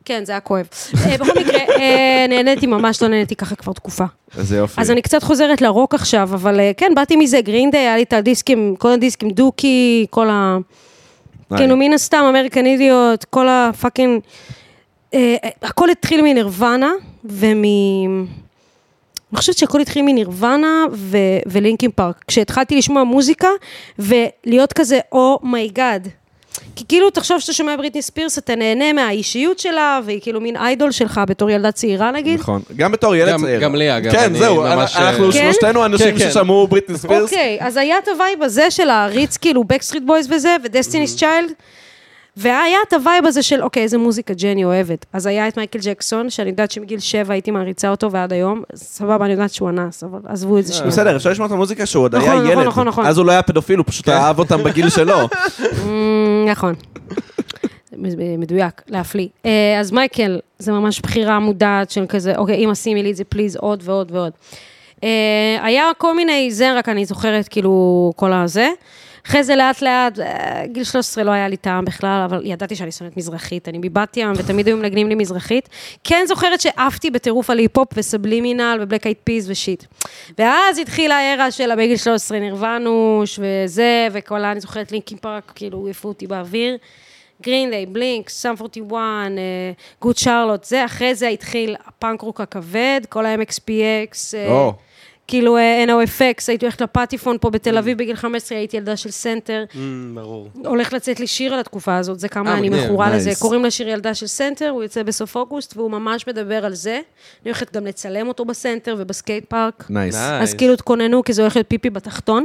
כן, זה היה כואב. בכל מקרה, נהניתי ממש, לא נהניתי ככה כבר תקופה. איזה יופי. אז אני קצת חוזרת לרוק עכשיו, אבל כן, באתי מזה, גרין דיי, היה לי את הדיסקים, כל הדיסקים, דוקי, כל ה... כאילו, מן הסתם, אמריקן אידיוט, כל הפאקינג... הכל התחיל מנירוונה, ומ... אני חושבת שהכל התחיל מנירוונה ולינקין פארק. כשהתחלתי לשמוע מוזיקה, ולהיות כזה, אומייגאד. כי כאילו, תחשוב שאתה שומע בריטני ספירס, אתה נהנה מהאישיות שלה, והיא כאילו מין איידול שלך בתור ילדה צעירה, נגיד. נכון. גם בתור ילד צעיר. גם לי, אגב. כן, זהו, אנחנו שלושתנו אנשים ששמעו בריטני ספירס. אוקיי, אז היה את הווייב הזה של הריץ, כאילו, בקסטריט בויז וזה, ודסטיניס צ'יילד, והיה את הווייב הזה של, אוקיי, איזה מוזיקה ג'ני אוהבת. אז היה את מייקל ג'קסון, שאני יודעת שמגיל שבע הייתי מעריצה אותו, ועד היום, סבבה, אני יודעת שהוא אנס, אבל עזבו את זה שנייה. בסדר, אפשר לשמוע את המוזיקה שהוא עוד היה ילד. נכון, נכון. אז הוא לא היה פדופיל, הוא פשוט אהב אותם בגיל שלו. נכון. מדויק, להפליא. אז מייקל, זה ממש בחירה מודעת של כזה, אוקיי, אמא שימי לי את זה פליז, עוד ועוד ועוד. היה כל מיני, זה רק אני זוכרת, כאילו, כל הזה. אחרי זה לאט לאט, גיל שלוש עשרה לא היה לי טעם בכלל, אבל ידעתי שאני שונאת מזרחית, אני מבת ים, ותמיד היו מנגנים לי מזרחית. כן זוכרת שאפתי בטירוף על היפ-הופ וסבלימינל ובלק אייד פיז ושיט. ואז התחילה הערה שלה בגיל שלוש עשרה, נירוונוש וזה, וכל אני זוכרת לינקין פארק, כאילו העיפו אותי באוויר. גרין דיי, בלינק, סאם פורטי וואן, גוד שרלוט, זה, אחרי זה התחיל הפאנק רוק הכבד, כל ה-אם אקס פי אקס, כאילו אן או אף אקס, הייתי הולכת לפטיפון פה בתל אביב בגיל חמש עשרה, הייתי ילדה של סנטר. ברור. הולך לצאת לי שיר על התקופה הזאת, זה כמה אני מכורה לזה. קוראים לשיר ילדה של סנטר, הוא יוצא בסוף אוגוסט, והוא ממש מדבר על זה. אני הולכת גם לצלם אותו בסנטר ובסקייט פארק. נייס. אז כאילו תכוננו, כי זה הולך להיות פיפי בתחתון.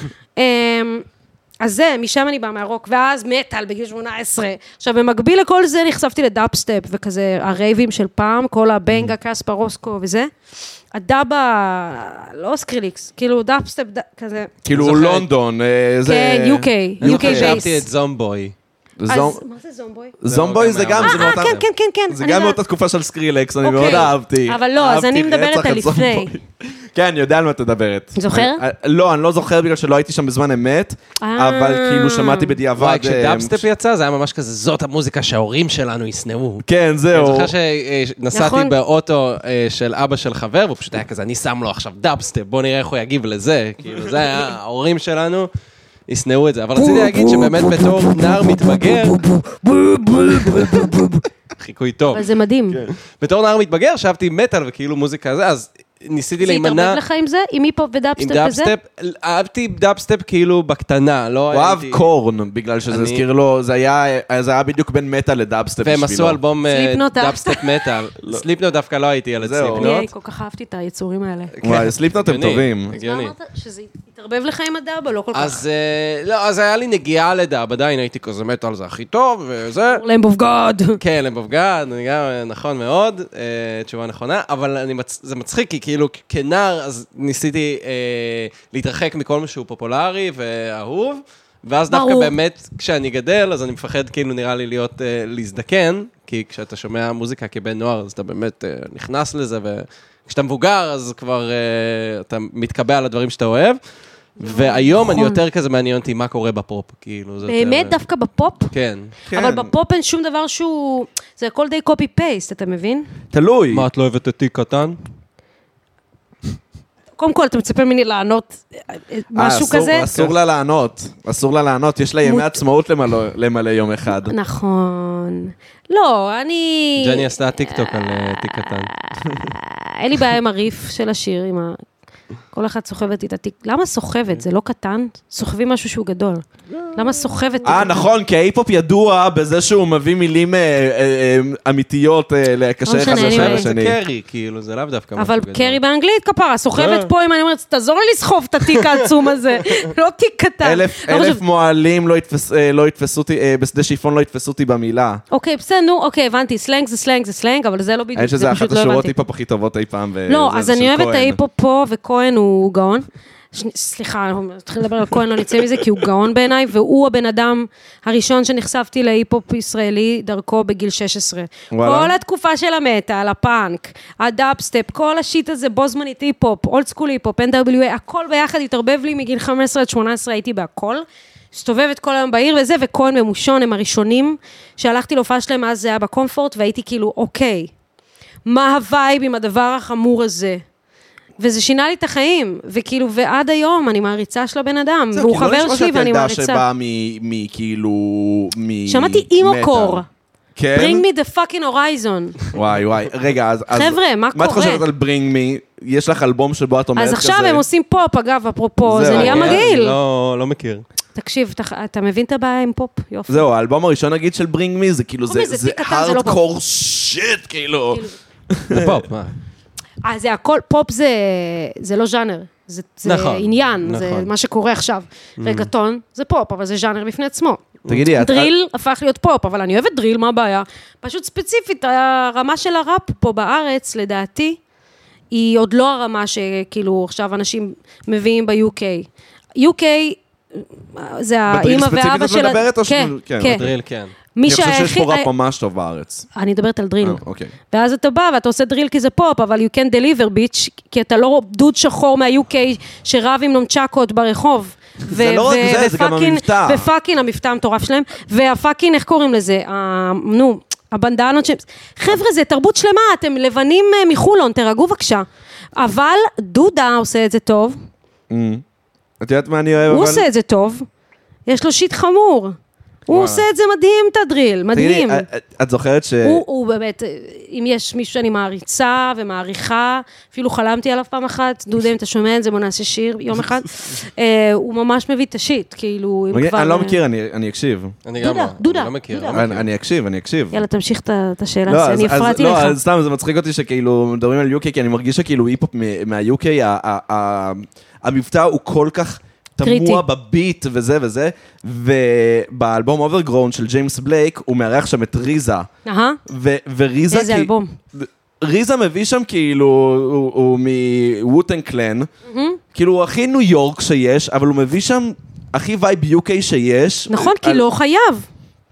אז זה, משם אני באה מהרוק, ואז מטל בגיל שמונה עשרה. עכשיו, במקביל לכל זה, נחשפתי לדאפסטפ, וכזה, הרייבים של פעם, כל הבנגה, קספה, רוסקו וזה. הדאבה, לא סקריליקס, כאילו דאפסטפ, כזה. כאילו לונדון, זה... כן, יו קיי, יו קיי בייס. חשבתי את זומבוי. אז מה זה זומבוי? זומבוי זה גם, זה מאותה... כן, כן, כן, כן. זה גם מאותה תקופה של סקרילקס, אני מאוד אהבתי. אבל לא, אז אני מדברת על לפני. כן, אני יודע על מה את מדברת. זוכר? לא, אני לא זוכר בגלל שלא הייתי שם בזמן אמת, אבל כאילו שמעתי בדיעבד... וואי, כשדאפסטפ יצא, זה היה ממש כזה, זאת המוזיקה שההורים שלנו יסנאו. כן, זהו. אני זוכר שנסעתי באוטו של אבא של חבר, והוא פשוט היה כזה, אני שם לו עכשיו דאפסטפ, בוא נראה איך הוא יגיב לזה. כאילו, זה היה ההורים שלנו. יסנאו את זה, אבל רציתי להגיד שבאמת בתור נער מתבגר, חיקוי טוב. אבל זה מדהים. בתור נער מתבגר, שבתי מטל וכאילו מוזיקה הזה, אז ניסיתי להימנע... זה התערבב לך עם זה? עם היפ-הופ ודאפסטפ וזה? אהבתי דאפסטפ כאילו בקטנה, לא הייתי... הוא אהב קורן, בגלל שזה הזכיר לו, זה היה בדיוק בין מטל לדאפסטפ בשבילו. והם עשו אלבום דאפסטפ מטל. סליפנוט דווקא לא הייתי ילד סליפנוט. אני כל כך אהבתי את היצורים האלה. וואי, סליפנוט הם טובים. אז מה אמרת? שזה התערבב לך עם הדאב, לא כל כך? אז לא, אז היה לי נגיעה לדאב, עדיין הייתי כזה מטל, זה הכי טוב, וזה... Lamb of God. כן, Lamb of God, נכון מאוד, תשובה נכונה, אבל זה מצחיק, כי כאילו כנער, אז ניסיתי אה, להתרחק מכל משהו פופולרי ואהוב, ואז דווקא ברור. באמת, כשאני גדל, אז אני מפחד כאילו נראה לי להיות, אה, להזדקן, כי כשאתה שומע מוזיקה כבן נוער, אז אתה באמת אה, נכנס לזה, וכשאתה מבוגר, אז כבר אה, אתה מתקבע על הדברים שאתה אוהב, והיום אני יותר כזה מעניין אותי מה קורה בפופ, כאילו. באמת דווקא בפופ? כן. אבל בפופ אין שום דבר שהוא, זה הכל די קופי-פייסט, אתה מבין? תלוי. מה, את לא אוהבת אותי קטן? קודם כל, אתה מצפה ממני לענות משהו כזה? אסור לה לענות, אסור לה לענות, יש לה ימי עצמאות למלא יום אחד. נכון. לא, אני... ג'ני עשתה טיקטוק על תיק קטן. אין לי בעיה עם הריף של השיר, עם ה... כל אחד סוחבת את התיק. למה סוחבת? זה לא קטן? סוחבים משהו שהוא גדול. למה סוחבת? אה, נכון, כי ההיפ-הופ ידוע בזה שהוא מביא מילים אמיתיות לקשר אחד לשני. זה קרי, כאילו, זה לאו דווקא משהו גדול. אבל קרי באנגלית כפרה, סוחבת פה, אם אני אומרת, תעזור לי לסחוב את התיק העצום הזה. לא תיק קטן. אלף מועלים לא יתפסו אותי, בשדה שיפון לא יתפסו אותי במילה. אוקיי, בסדר, נו, אוקיי, הבנתי, סלנג זה סלנג זה סלנג, אבל זה לא בדיוק, זה פשוט לא הבנתי. הכי טובות אי פעם. לא, אז אני אוהבת את ההיפ-הופ פה, וכהן הוא גאון. סליחה, אנחנו מתחילים לדבר על כהן, לא נצא מזה, כי הוא גאון בעיניי, והוא הבן אדם הראשון שנחשפתי להיפ-הופ ישראלי דרכו בגיל שש עשרה. כל התקופה של המטל, הפאנק, הדאפסטפ, כל השיט הזה, בו זמנית היפ-הופ, אולד סקול היפ-הופ, אן דאבליו איי, הכל ביחד התערבב לי מגיל חמש עשרה עד שמונה עשרה, הייתי בהכל. מסתובבת כל היום בעיר וזה, וכהן ממושון הם הראשונים, שהלכתי להופעה שלהם, אז זה היה בקומפורט, והייתי כאילו, אוקיי, מה הווייב עם הדבר החמור הזה? וזה שינה לי את החיים, וכאילו, ועד היום אני מעריצה של הבן אדם, והוא חבר שלי ואני מעריצה. זה כאילו לא שבאה מכאילו... שמעתי אימו קור. כן? Bring me the fucking horizon. וואי וואי, רגע, אז... חבר'ה, מה קורה? מה את חושבת על Bring me? יש לך אלבום שבו את אומרת כזה... אז עכשיו הם עושים פופ, אגב, אפרופו, זה נהיה מגעיל. לא מכיר. תקשיב, אתה מבין את הבעיה עם פופ? יופי. זהו, האלבום הראשון נגיד של Bring me, זה כאילו, זה הארדקור שיט, כאילו. זה פופ, מה? אה, זה הכל, פופ זה לא ז'אנר, זה עניין, זה מה שקורה עכשיו. רגטון זה פופ, אבל זה ז'אנר בפני עצמו. תגידי, את... דריל הפך להיות פופ, אבל אני אוהבת דריל, מה הבעיה? פשוט ספציפית, הרמה של הראפ פה בארץ, לדעתי, היא עוד לא הרמה שכאילו עכשיו אנשים מביאים ב-יו קיי. יו קיי זה האמא ואבא של... בדריל ספציפית את מדברת או ש... כן. בדריל, כן. אני חושב שיש פה ראפ ממש טוב בארץ. אני מדברת על דריל. אוקיי. ואז אתה בא ואתה עושה דריל כי זה פופ, אבל you can deliver bitch, כי אתה לא דוד שחור מה-יו קיי שרב עם נונצ'קות ברחוב. זה לא רק זה, זה גם המבטא. ופאקינג המבטא המטורף שלהם, והפאקינג, איך קוראים לזה? נו, הבנדנות שהם... חבר'ה, זה תרבות שלמה, אתם לבנים מחולון, תרגעו בבקשה. אבל דודה עושה את זה טוב. את יודעת מה אני אוהב? הוא עושה את זה טוב. יש לו שיט חמור. הוא עושה את זה מדהים, את הדריל, מדהים. את זוכרת ש... הוא באמת, אם יש מישהו שאני מעריצה ומעריכה, אפילו חלמתי עליו פעם אחת, דודה, אם אתה שומע את זה, בוא נעשה שיר יום אחד, הוא ממש מביא את השיט, כאילו, אם כבר... אני לא מכיר, אני אקשיב. אני גם לא, דודה, אני לא מכיר. אני אקשיב, אני אקשיב. יאללה, תמשיך את השאלה, אני הפרעתי לך. לא, סתם, זה מצחיק אותי שכאילו, מדברים על יו קיי, כי אני מרגיש שכאילו היפ-הופ מה-יו קיי, המבטא הוא כל כך... תמוע בביט וזה וזה, ובאלבום אוברגראונד של ג'יימס בלייק, הוא מארח שם את ריזה. וריזה... איזה אלבום? ריזה מביא שם כאילו, הוא מווטן קלן, כאילו הוא הכי ניו יורק שיש, אבל הוא מביא שם הכי וייב יו קיי שיש. נכון, כי לא חייב.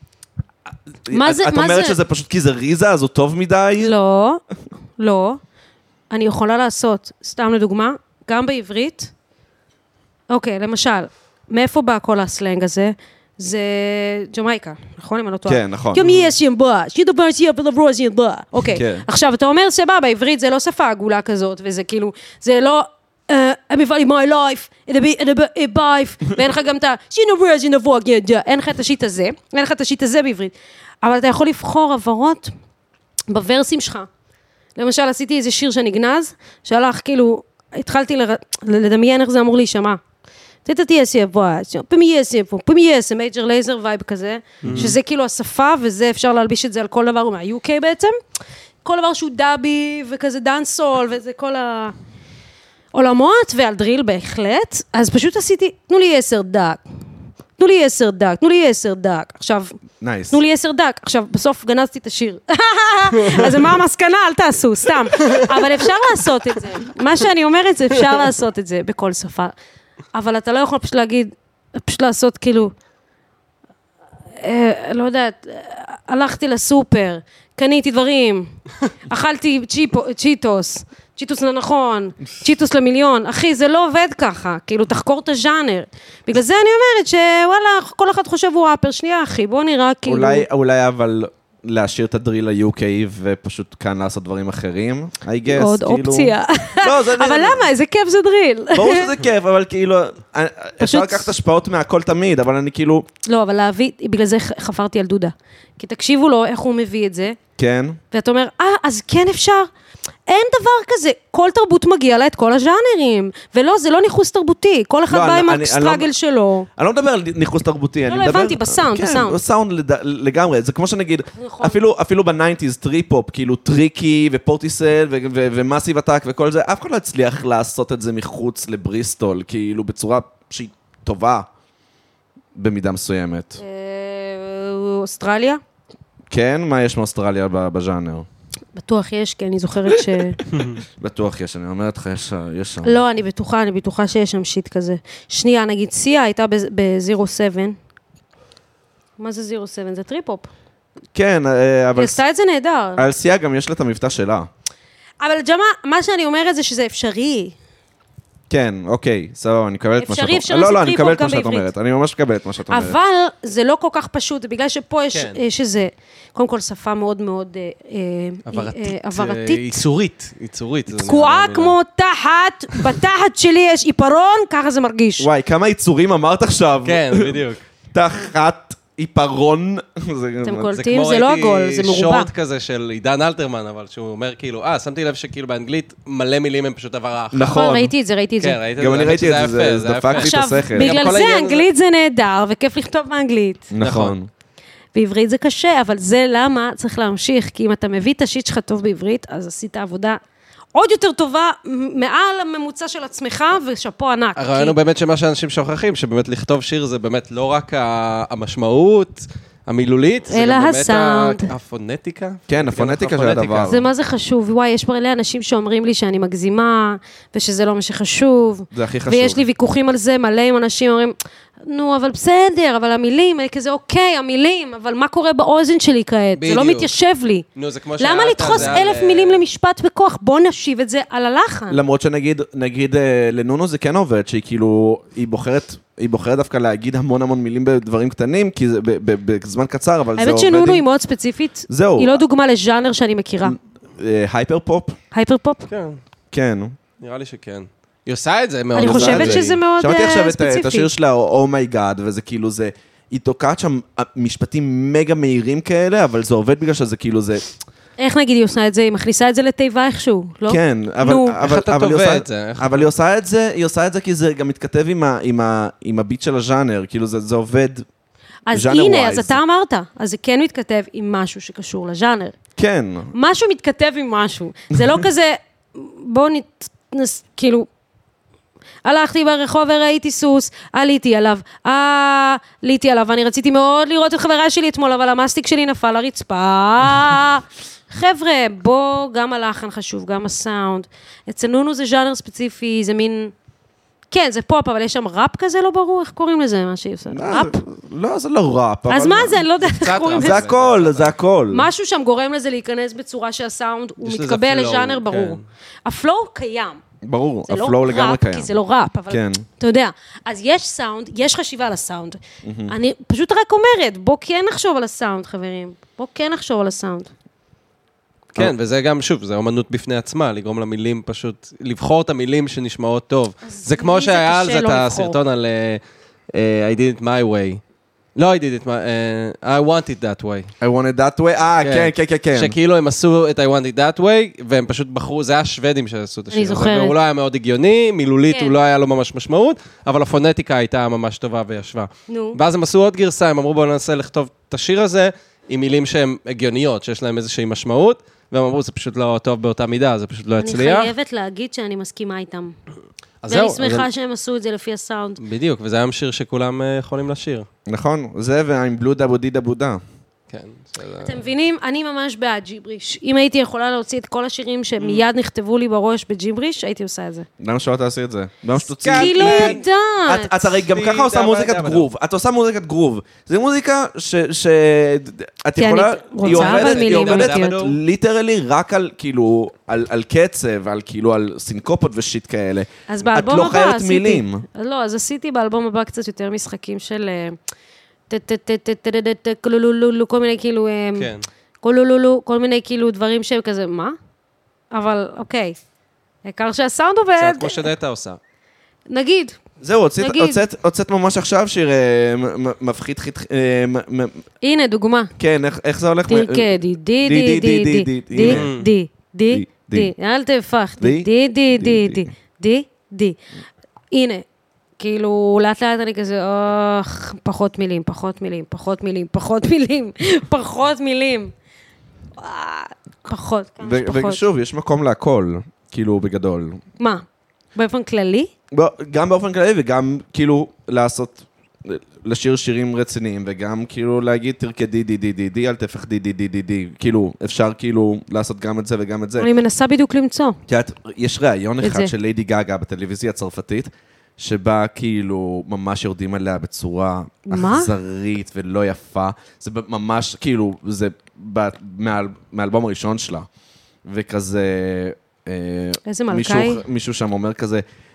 מה זה? את אומרת שזה פשוט כי זה ריזה, אז הוא טוב מדי? לא, לא. אני יכולה לעשות, סתם לדוגמה, גם בעברית, אוקיי, למשל, מאיפה בא כל הסלנג הזה? זה ג'מייקה, נכון? אם אני לא טועה. כן, נכון. כמו יש שם בא, שידבר שיהיה ולברוז שיהיה בא. אוקיי, עכשיו, אתה אומר סבבה, בעברית זה לא שפה עגולה כזאת, וזה כאילו, זה לא, I'm in my life, in a life, ואין לך גם את ה, שידבר שידבר, אין לך את השיט הזה, אין לך את השיט הזה בעברית, אבל אתה יכול לבחור עברות בוורסים שלך. למשל, עשיתי איזה שיר שנגנז, שהלך כאילו, התחלתי לדמיין איך זה אמור להישמע. תתתי אסי אבואה, פמי אסי אבואה, פמי אסי, מייג'ר לייזר וייב כזה, שזה כאילו השפה, וזה אפשר להלביש את זה על כל דבר, מה-יו קיי בעצם, כל דבר שהוא דאבי, וכזה דאנסול, וזה כל העולמות, ועל דריל בהחלט, אז פשוט עשיתי, תנו לי עשר דק, תנו לי עשר דק, תנו לי עשר דק, עכשיו, תנו לי עשר דק, עכשיו, בסוף גנזתי את השיר. אז מה המסקנה? אל תעשו, סתם. אבל אפשר לעשות את זה. מה שאני אומרת זה, אפשר לעשות את זה בכל שפה. אבל אתה לא יכול פשוט להגיד, פשוט לעשות כאילו, לא יודעת, הלכתי לסופר, קניתי דברים, אכלתי צ'יטוס, צ'יטוס לנכון, צ'יטוס למיליון, אחי, זה לא עובד ככה, כאילו, תחקור את הז'אנר. בגלל זה אני אומרת שוואלה, כל אחד חושב הוא ראפר, שנייה, אחי, בוא נראה כאילו... אולי, אולי אבל להשאיר את הדריל ל-יו קיי ופשוט כאן לעשות דברים אחרים, I guess, עוד כאילו... אופציה. לא, זה... אבל למה? איזה כיף זה דריל. ברור שזה כיף, אבל כאילו, אפשר לקחת השפעות מהכל תמיד, אבל אני כאילו... לא, אבל להביא, בגלל זה חפרתי על דודה. כי תקשיבו לו איך הוא מביא את זה. כן. ואתה אומר, אה, אז כן אפשר. אין דבר כזה, כל תרבות מגיע לה את כל הז'אנרים, ולא, זה לא ניחוס תרבותי, כל אחד בא עם הסטרגל שלו. אני לא מדבר על ניחוס תרבותי, לא, לא, הבנתי, בסאונד, בסאונד. כן, בסאונד לגמרי, זה כמו שנגיד, אפילו בניינטיז, טריפ-הופ, כאילו טריקי ופורטיסל ומאסיב אטאק וכל זה, אף אחד לא הצליח לעשות את זה מחוץ לבריסטול, כאילו בצורה שהיא טובה, במידה מסוימת. אוסטרליה? כן, מה יש מאוסטרליה בז'אנר? בטוח יש, כי אני זוכרת ש... בטוח יש, אני אומרת לך, יש שם. לא, אני בטוחה, אני בטוחה שיש שם שיט כזה. שנייה, נגיד, סיה הייתה ב-זירו סבן. מה זה זירו סבן? זה טריפ-הופ. כן, אבל... היא עשתה את זה נהדר. על סיה גם יש לה את המבטא שלה. אבל ג'מה, מה שאני אומרת זה שזה אפשרי. כן, אוקיי, סבבה, אני מקבל את מה שאת אומרת. אפשרי, אפשר לא, לא, לעשות אני מקבל ריפ-הופ את מה גם שאת בעברית. אומרת. אני ממש מקבל את מה שאת אומרת. אבל זה לא כל כך פשוט, בגלל שפה יש, כן. יש איזה, קודם כל שפה מאוד מאוד אה, עברתית. אה, עברתית. ייצורית, ייצורית. תקועה כמו תחת, בתחת שלי יש עיפרון, ככה זה מרגיש. וואי, כמה יצורים אמרת עכשיו. כן, בדיוק. תחת עיפרון. אתם קולטים? זה לא עגול, זה מרובע. זה כמו ראיתי שורט כזה של עידן אלתרמן, אבל שהוא אומר כאילו, אה, שמתי לב שכאילו באנגלית מלא מילים הם פשוט עברה אחת. נכון. ראיתי את זה, ראיתי את זה. כן, ראיתי את זה. גם אני ראיתי את זה, זה דפק לי את עכשיו, השכל. בגלל זה אנגלית זה נהדר, וכיף לכתוב באנגלית. נכון. בעברית זה קשה, אבל זה למה צריך להמשיך, כי אם אתה מביא את השיט שלך טוב בעברית, אז עשית עבודה עוד יותר טובה, מעל הממוצע של עצמך, ושפו ענק. הרעיון הוא באמת שמה שאנשים שוכחים, שבאמת לכתוב שיר זה באמת לא רק המשמעות המילולית, זה גם באמת הפונטיקה. כן, הפונטיקה של הדבר. זה מה זה חשוב. וואי, יש פה אלה אנשים שאומרים לי שאני מגזימה, ושזה לא מה שחשוב. זה הכי חשוב. ויש לי ויכוחים על זה, מלא עם אנשים אומרים, נו, אבל בסדר, אבל המילים, כזה אוקיי, המילים, אבל מה קורה באוזן שלי כעת? זה לא מתיישב לי. נו, זה כמו למה לדחוס אלף מילים למשפט בכוח? בוא נשיב את זה על הלחן. למרות שנגיד, נגיד לנונו זה כן עובד, שהיא כאילו, היא בוחרת, היא בוחרת דווקא להגיד המון המון מילים בדברים קטנים, כי זה בזמן קצר, אבל זה עובד. האמת שנונו היא מאוד ספציפית. זהו. היא לא דוגמה לז'אנר שאני מכירה. הייפר פופ? הייפר פופ? כן. כן. נראה לי שכן. היא עושה את זה מאוד. אני חושבת שזה מאוד ספציפי. שמעתי עכשיו את השיר שלה, אומייגאד, וזה כאילו זה, היא תוקעת שם משפטים מגה מהירים כאלה, אבל זה עובד בגלל שזה כאילו זה... איך נגיד היא עושה את זה? היא מכניסה את זה לתיבה איכשהו, לא? כן, אבל... איך אתה תובע את זה? אבל היא עושה את זה, היא עושה את זה כי זה גם מתכתב עם הביט של הז'אנר, כאילו זה עובד אז הנה, אז אתה אמרת, אז זה כן מתכתב עם משהו שקשור לז'אנר. כן. משהו מתכתב עם משהו. זה לא כזה, בואו נס... כאילו... הלכתי ברחוב וראיתי סוס, עליתי עליו, אה, עליתי עליו, אני רציתי מאוד לראות את חברה שלי אתמול, אבל המסטיק שלי נפל לרצפה. חבר'ה, בוא, גם הלחן חשוב, גם הסאונד. אצל נונו זה ז'אנר ספציפי, זה מין... כן, זה פופ, אבל יש שם ראפ כזה, לא ברור, איך קוראים לזה, מה שהיא עושה? ראפ? לא, זה לא ראפ. אז מה זה? אני לא יודעת איך קוראים לזה. זה הכל, זה הכל. משהו שם גורם לזה להיכנס בצורה שהסאונד, הוא מתקבל לז'אנר ברור. הפלואו קיים. ברור, הפלואו לגמרי קיים. כי זה לא ראפ, אבל כן. אתה יודע. אז יש סאונד, יש חשיבה על הסאונד. אני פשוט רק אומרת, בוא כן נחשוב על הסאונד, חברים. בוא כן נחשוב על הסאונד. כן, וזה גם, שוב, זה אומנות בפני עצמה, לגרום למילים פשוט, לבחור את המילים שנשמעות טוב. זה כמו שהיה על זה את הסרטון על I did it my way. לא I did it my... I want it that way. I want it that way? אה, כן, כן, כן, כן. שכאילו הם עשו את I want it that way, והם פשוט בחרו, זה היה השוודים שעשו את השיר. אני זוכרת. והוא לא היה מאוד הגיוני, מילולית הוא לא היה לו ממש משמעות, אבל הפונטיקה הייתה ממש טובה וישבה. נו. ואז הם עשו עוד גרסה, הם אמרו בואו ננסה לכתוב את השיר הזה, עם מילים שהן הגיוניות, שיש להם איזושהי משמעות, והם אמרו, זה פשוט לא טוב באותה מידה, זה פשוט לא הצליח. אני חייבת להגיד שאני מסכימה איתם. אז זהו. ואני שמחה שהם עשו את זה לפי הסאונד. בדיוק, וזה היה שיר שכולם יכולים לשיר. נכון, זה ועם בלו דבודי דבודה. כן. אתם מבינים? אני ממש בעד ג'יבריש. אם הייתי יכולה להוציא את כל השירים שמיד נכתבו לי בראש בג'יבריש, הייתי עושה את זה. למה שלא תעשי את זה? למה שתוציא? כי לא יודעת. את הרי גם ככה עושה מוזיקת גרוב. את עושה מוזיקת גרוב. זו מוזיקה שאת יכולה... היא עובדת ליטרלי רק על כאילו, על קצב, על כאילו, על סינקופות ושיט כאלה. אז באלבום הבא עשיתי. לא, אז עשיתי באלבום הבא קצת יותר משחקים של... כל מיני כאילו, כל מיני כאילו דברים שהם כזה, מה? אבל אוקיי, העיקר שהסאונד עובד. קצת כמו שדאטה עושה. נגיד. זהו, הוצאת ממש עכשיו שיר מפחיד חיט... הנה, דוגמה. כן, איך זה הולך? תרקדי, די, די, די, די, די, די, די, די, אל תפח, די, די, די, די, די, די, די. הנה. כאילו, לאט לאט אני כזה, אוח, פחות מילים, פחות מילים, פחות מילים, פחות מילים, פחות מילים. פחות, כמה שפחות. ושוב, יש מקום להכל, כאילו, בגדול. מה? באופן כללי? גם באופן כללי, וגם, כאילו, לעשות, לשיר שירים רציניים, וגם, כאילו, להגיד, תרקדי די די די די, אל תפח די די די די די. כאילו, אפשר, כאילו, לעשות גם את זה וגם את זה. אני מנסה בדיוק למצוא. יש ראיון אחד של ליידי גאגה בטלוויזיה הצרפתית, שבה כאילו ממש יורדים עליה בצורה אכזרית ולא יפה. זה ממש, כאילו, זה מהאלבום הראשון שלה. וכזה... איזה מלכאי? מישהו שם אומר כזה,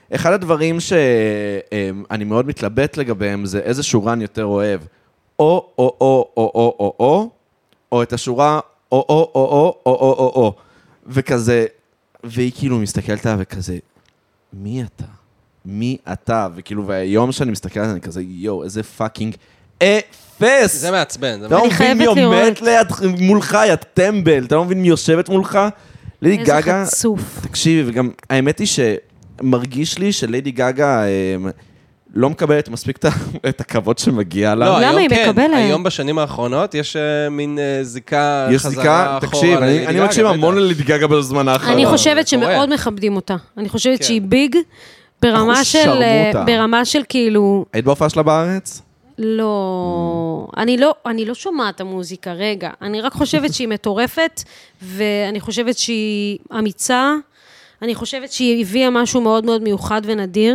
אחד הדברים שאני מאוד מתלבט לגביהם, זה איזה שורה אני יותר אוהב. או, או, או, או, או, או, או, או את השורה, או, או, או, או, או, או, או, או. וכזה, והיא כאילו מסתכלת וכזה, מי אתה? מי אתה? וכאילו, והיום שאני מסתכל על זה, אני כזה, יו, איזה פאקינג אפס. זה מעצבן. אתה לא מבין מי עומד מולך, יא טמבל, אתה לא מבין מי יושבת מולך? לידי גגה... איזה חצוף. תקשיבי, וגם האמת היא שמרגיש לי שלידי גגה לא מקבלת מספיק את הכבוד שמגיע לה. לא, למה היא מקבלת? היום בשנים האחרונות יש מין זיקה יש זיקה, תקשיב, אני מקשיב המון ללידי גגה בזמן האחרון. אני חושבת שמאוד מכבדים אותה. אני חושבת שהיא ביג ברמה של... ברמה של כאילו... היית בהופעה שלה בארץ? לא, אני לא, אני לא שומעת את המוזיקה, רגע. אני רק חושבת שהיא מטורפת, ואני חושבת שהיא אמיצה, אני חושבת שהיא הביאה משהו מאוד מאוד מיוחד ונדיר.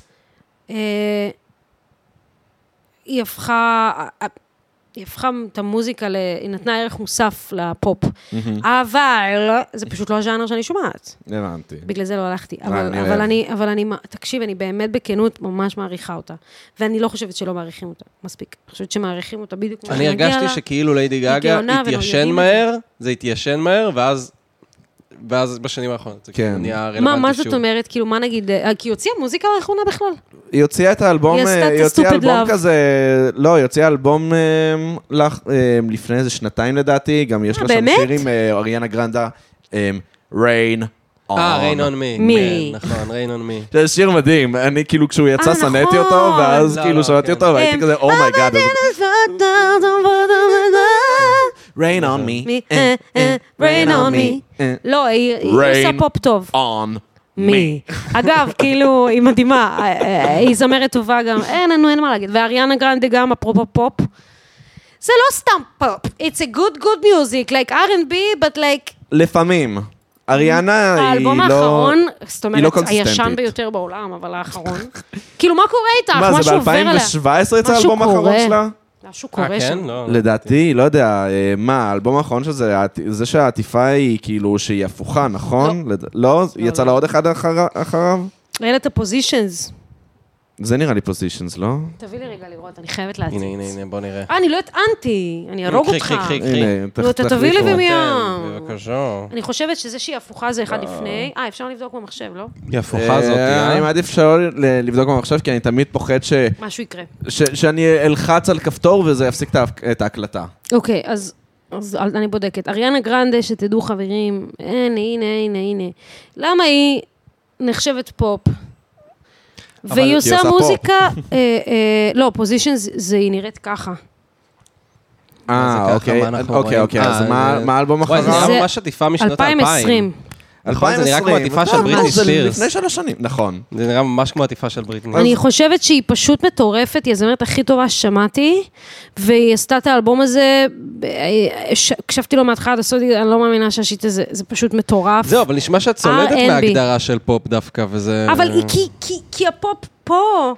היא הפכה, היא הפכה את המוזיקה, היא נתנה ערך מוסף לפופ. אבל זה פשוט לא הז'אנר שאני שומעת. הבנתי. בגלל זה לא הלכתי. אבל אני, אבל אני, תקשיב, אני באמת בכנות ממש מעריכה אותה. ואני לא חושבת שלא מעריכים אותה. מספיק. אני חושבת שמעריכים אותה בדיוק. אני הרגשתי שכאילו לידי גגה התיישן מהר, זה התיישן מהר, ואז... ואז בשנים האחרונות, זה כאילו נהיה רלוונטי שוב. מה זאת אומרת? כאילו, מה נגיד? כי היא הוציאה מוזיקה האחרונה בכלל? היא הוציאה את האלבום, היא הוציאה אלבום כזה, לא, היא הוציאה אלבום לפני איזה שנתיים לדעתי, גם יש לה שם שיר עם אריאנה גרנדה, Rain On. אה, Rain On Me. מי? נכון, Rain On Me. זה שיר מדהים, אני כאילו כשהוא יצא שנאתי אותו, ואז כאילו שמעתי אותו, והייתי כזה, אומייגאד. Rain on me, rain on me. לא, היא עושה פופ טוב. on me. אגב, כאילו, היא מדהימה, היא זמרת טובה גם, אין לנו, אין מה להגיד. ואריאנה גרנדה גם, אפרופו פופ. זה לא סתם פופ, it's a good, good music, like אר אנד בי, but like... לפעמים. אריאנה היא לא... האלבום האחרון, זאת אומרת, הישן ביותר בעולם, אבל האחרון. כאילו, מה קורה איתך? מה, זה ב-אלפיים ושבע עשרה יצא האלבום האחרון שלה? משהו קורה שם. לדעתי, לא יודע, מה, האלבום האחרון שזה, זה שהעטיפה היא כאילו, שהיא הפוכה, נכון? לא? יצא לה עוד אחד אחריו? ראילה את הפוזישנס. זה נראה לי פוזישנס, לא? תביא לי רגע לראות, אני חייבת להציץ. הנה, הנה, הנה, בוא נראה. אה, אני לא הטענתי, אני ארוג אותך. חיק, חיק, חיק. אתה תביא לי במיום. בבקשה. אני חושבת שזה שהיא הפוכה זה אחד לפני. אה, אפשר לבדוק במחשב, לא? היא הפוכה זאת, אה? אני מעדיף אפשר לבדוק במחשב, כי אני תמיד פוחד ש... משהו יקרה. שאני אלחץ על כפתור וזה יפסיק את ההקלטה. אוקיי, אז... אז אני בודקת. אריאנה גרנדה, שתדעו חברים, הנה, הנה, הנה, הנה. למה היא נחשבת פופ? והיא עושה מוזיקה, לא, פוזישן זה היא נראית ככה. אה, אוקיי, אוקיי, אוקיי, אז מה האלבום אחריו? זה נראה ממש עטיפה משנות אלפיים. אלפיים ועשרים. נכון, זה נראה כמו עטיפה של בריטני ספירס. זה לפני שלוש שנים, נכון. זה נראה ממש כמו עטיפה של בריטני. אני חושבת שהיא פשוט מטורפת, היא הזמרת הכי טובה ששמעתי, והיא עשתה את האלבום הזה, הקשבתי לו מהתחלת הסודי, אני לא מאמינה שהשיט הזה, זה פשוט מטורף. זהו, אבל נשמע שאת צולדת מההגדרה של פופ דווקא, וזה... אבל כי הפופ פה...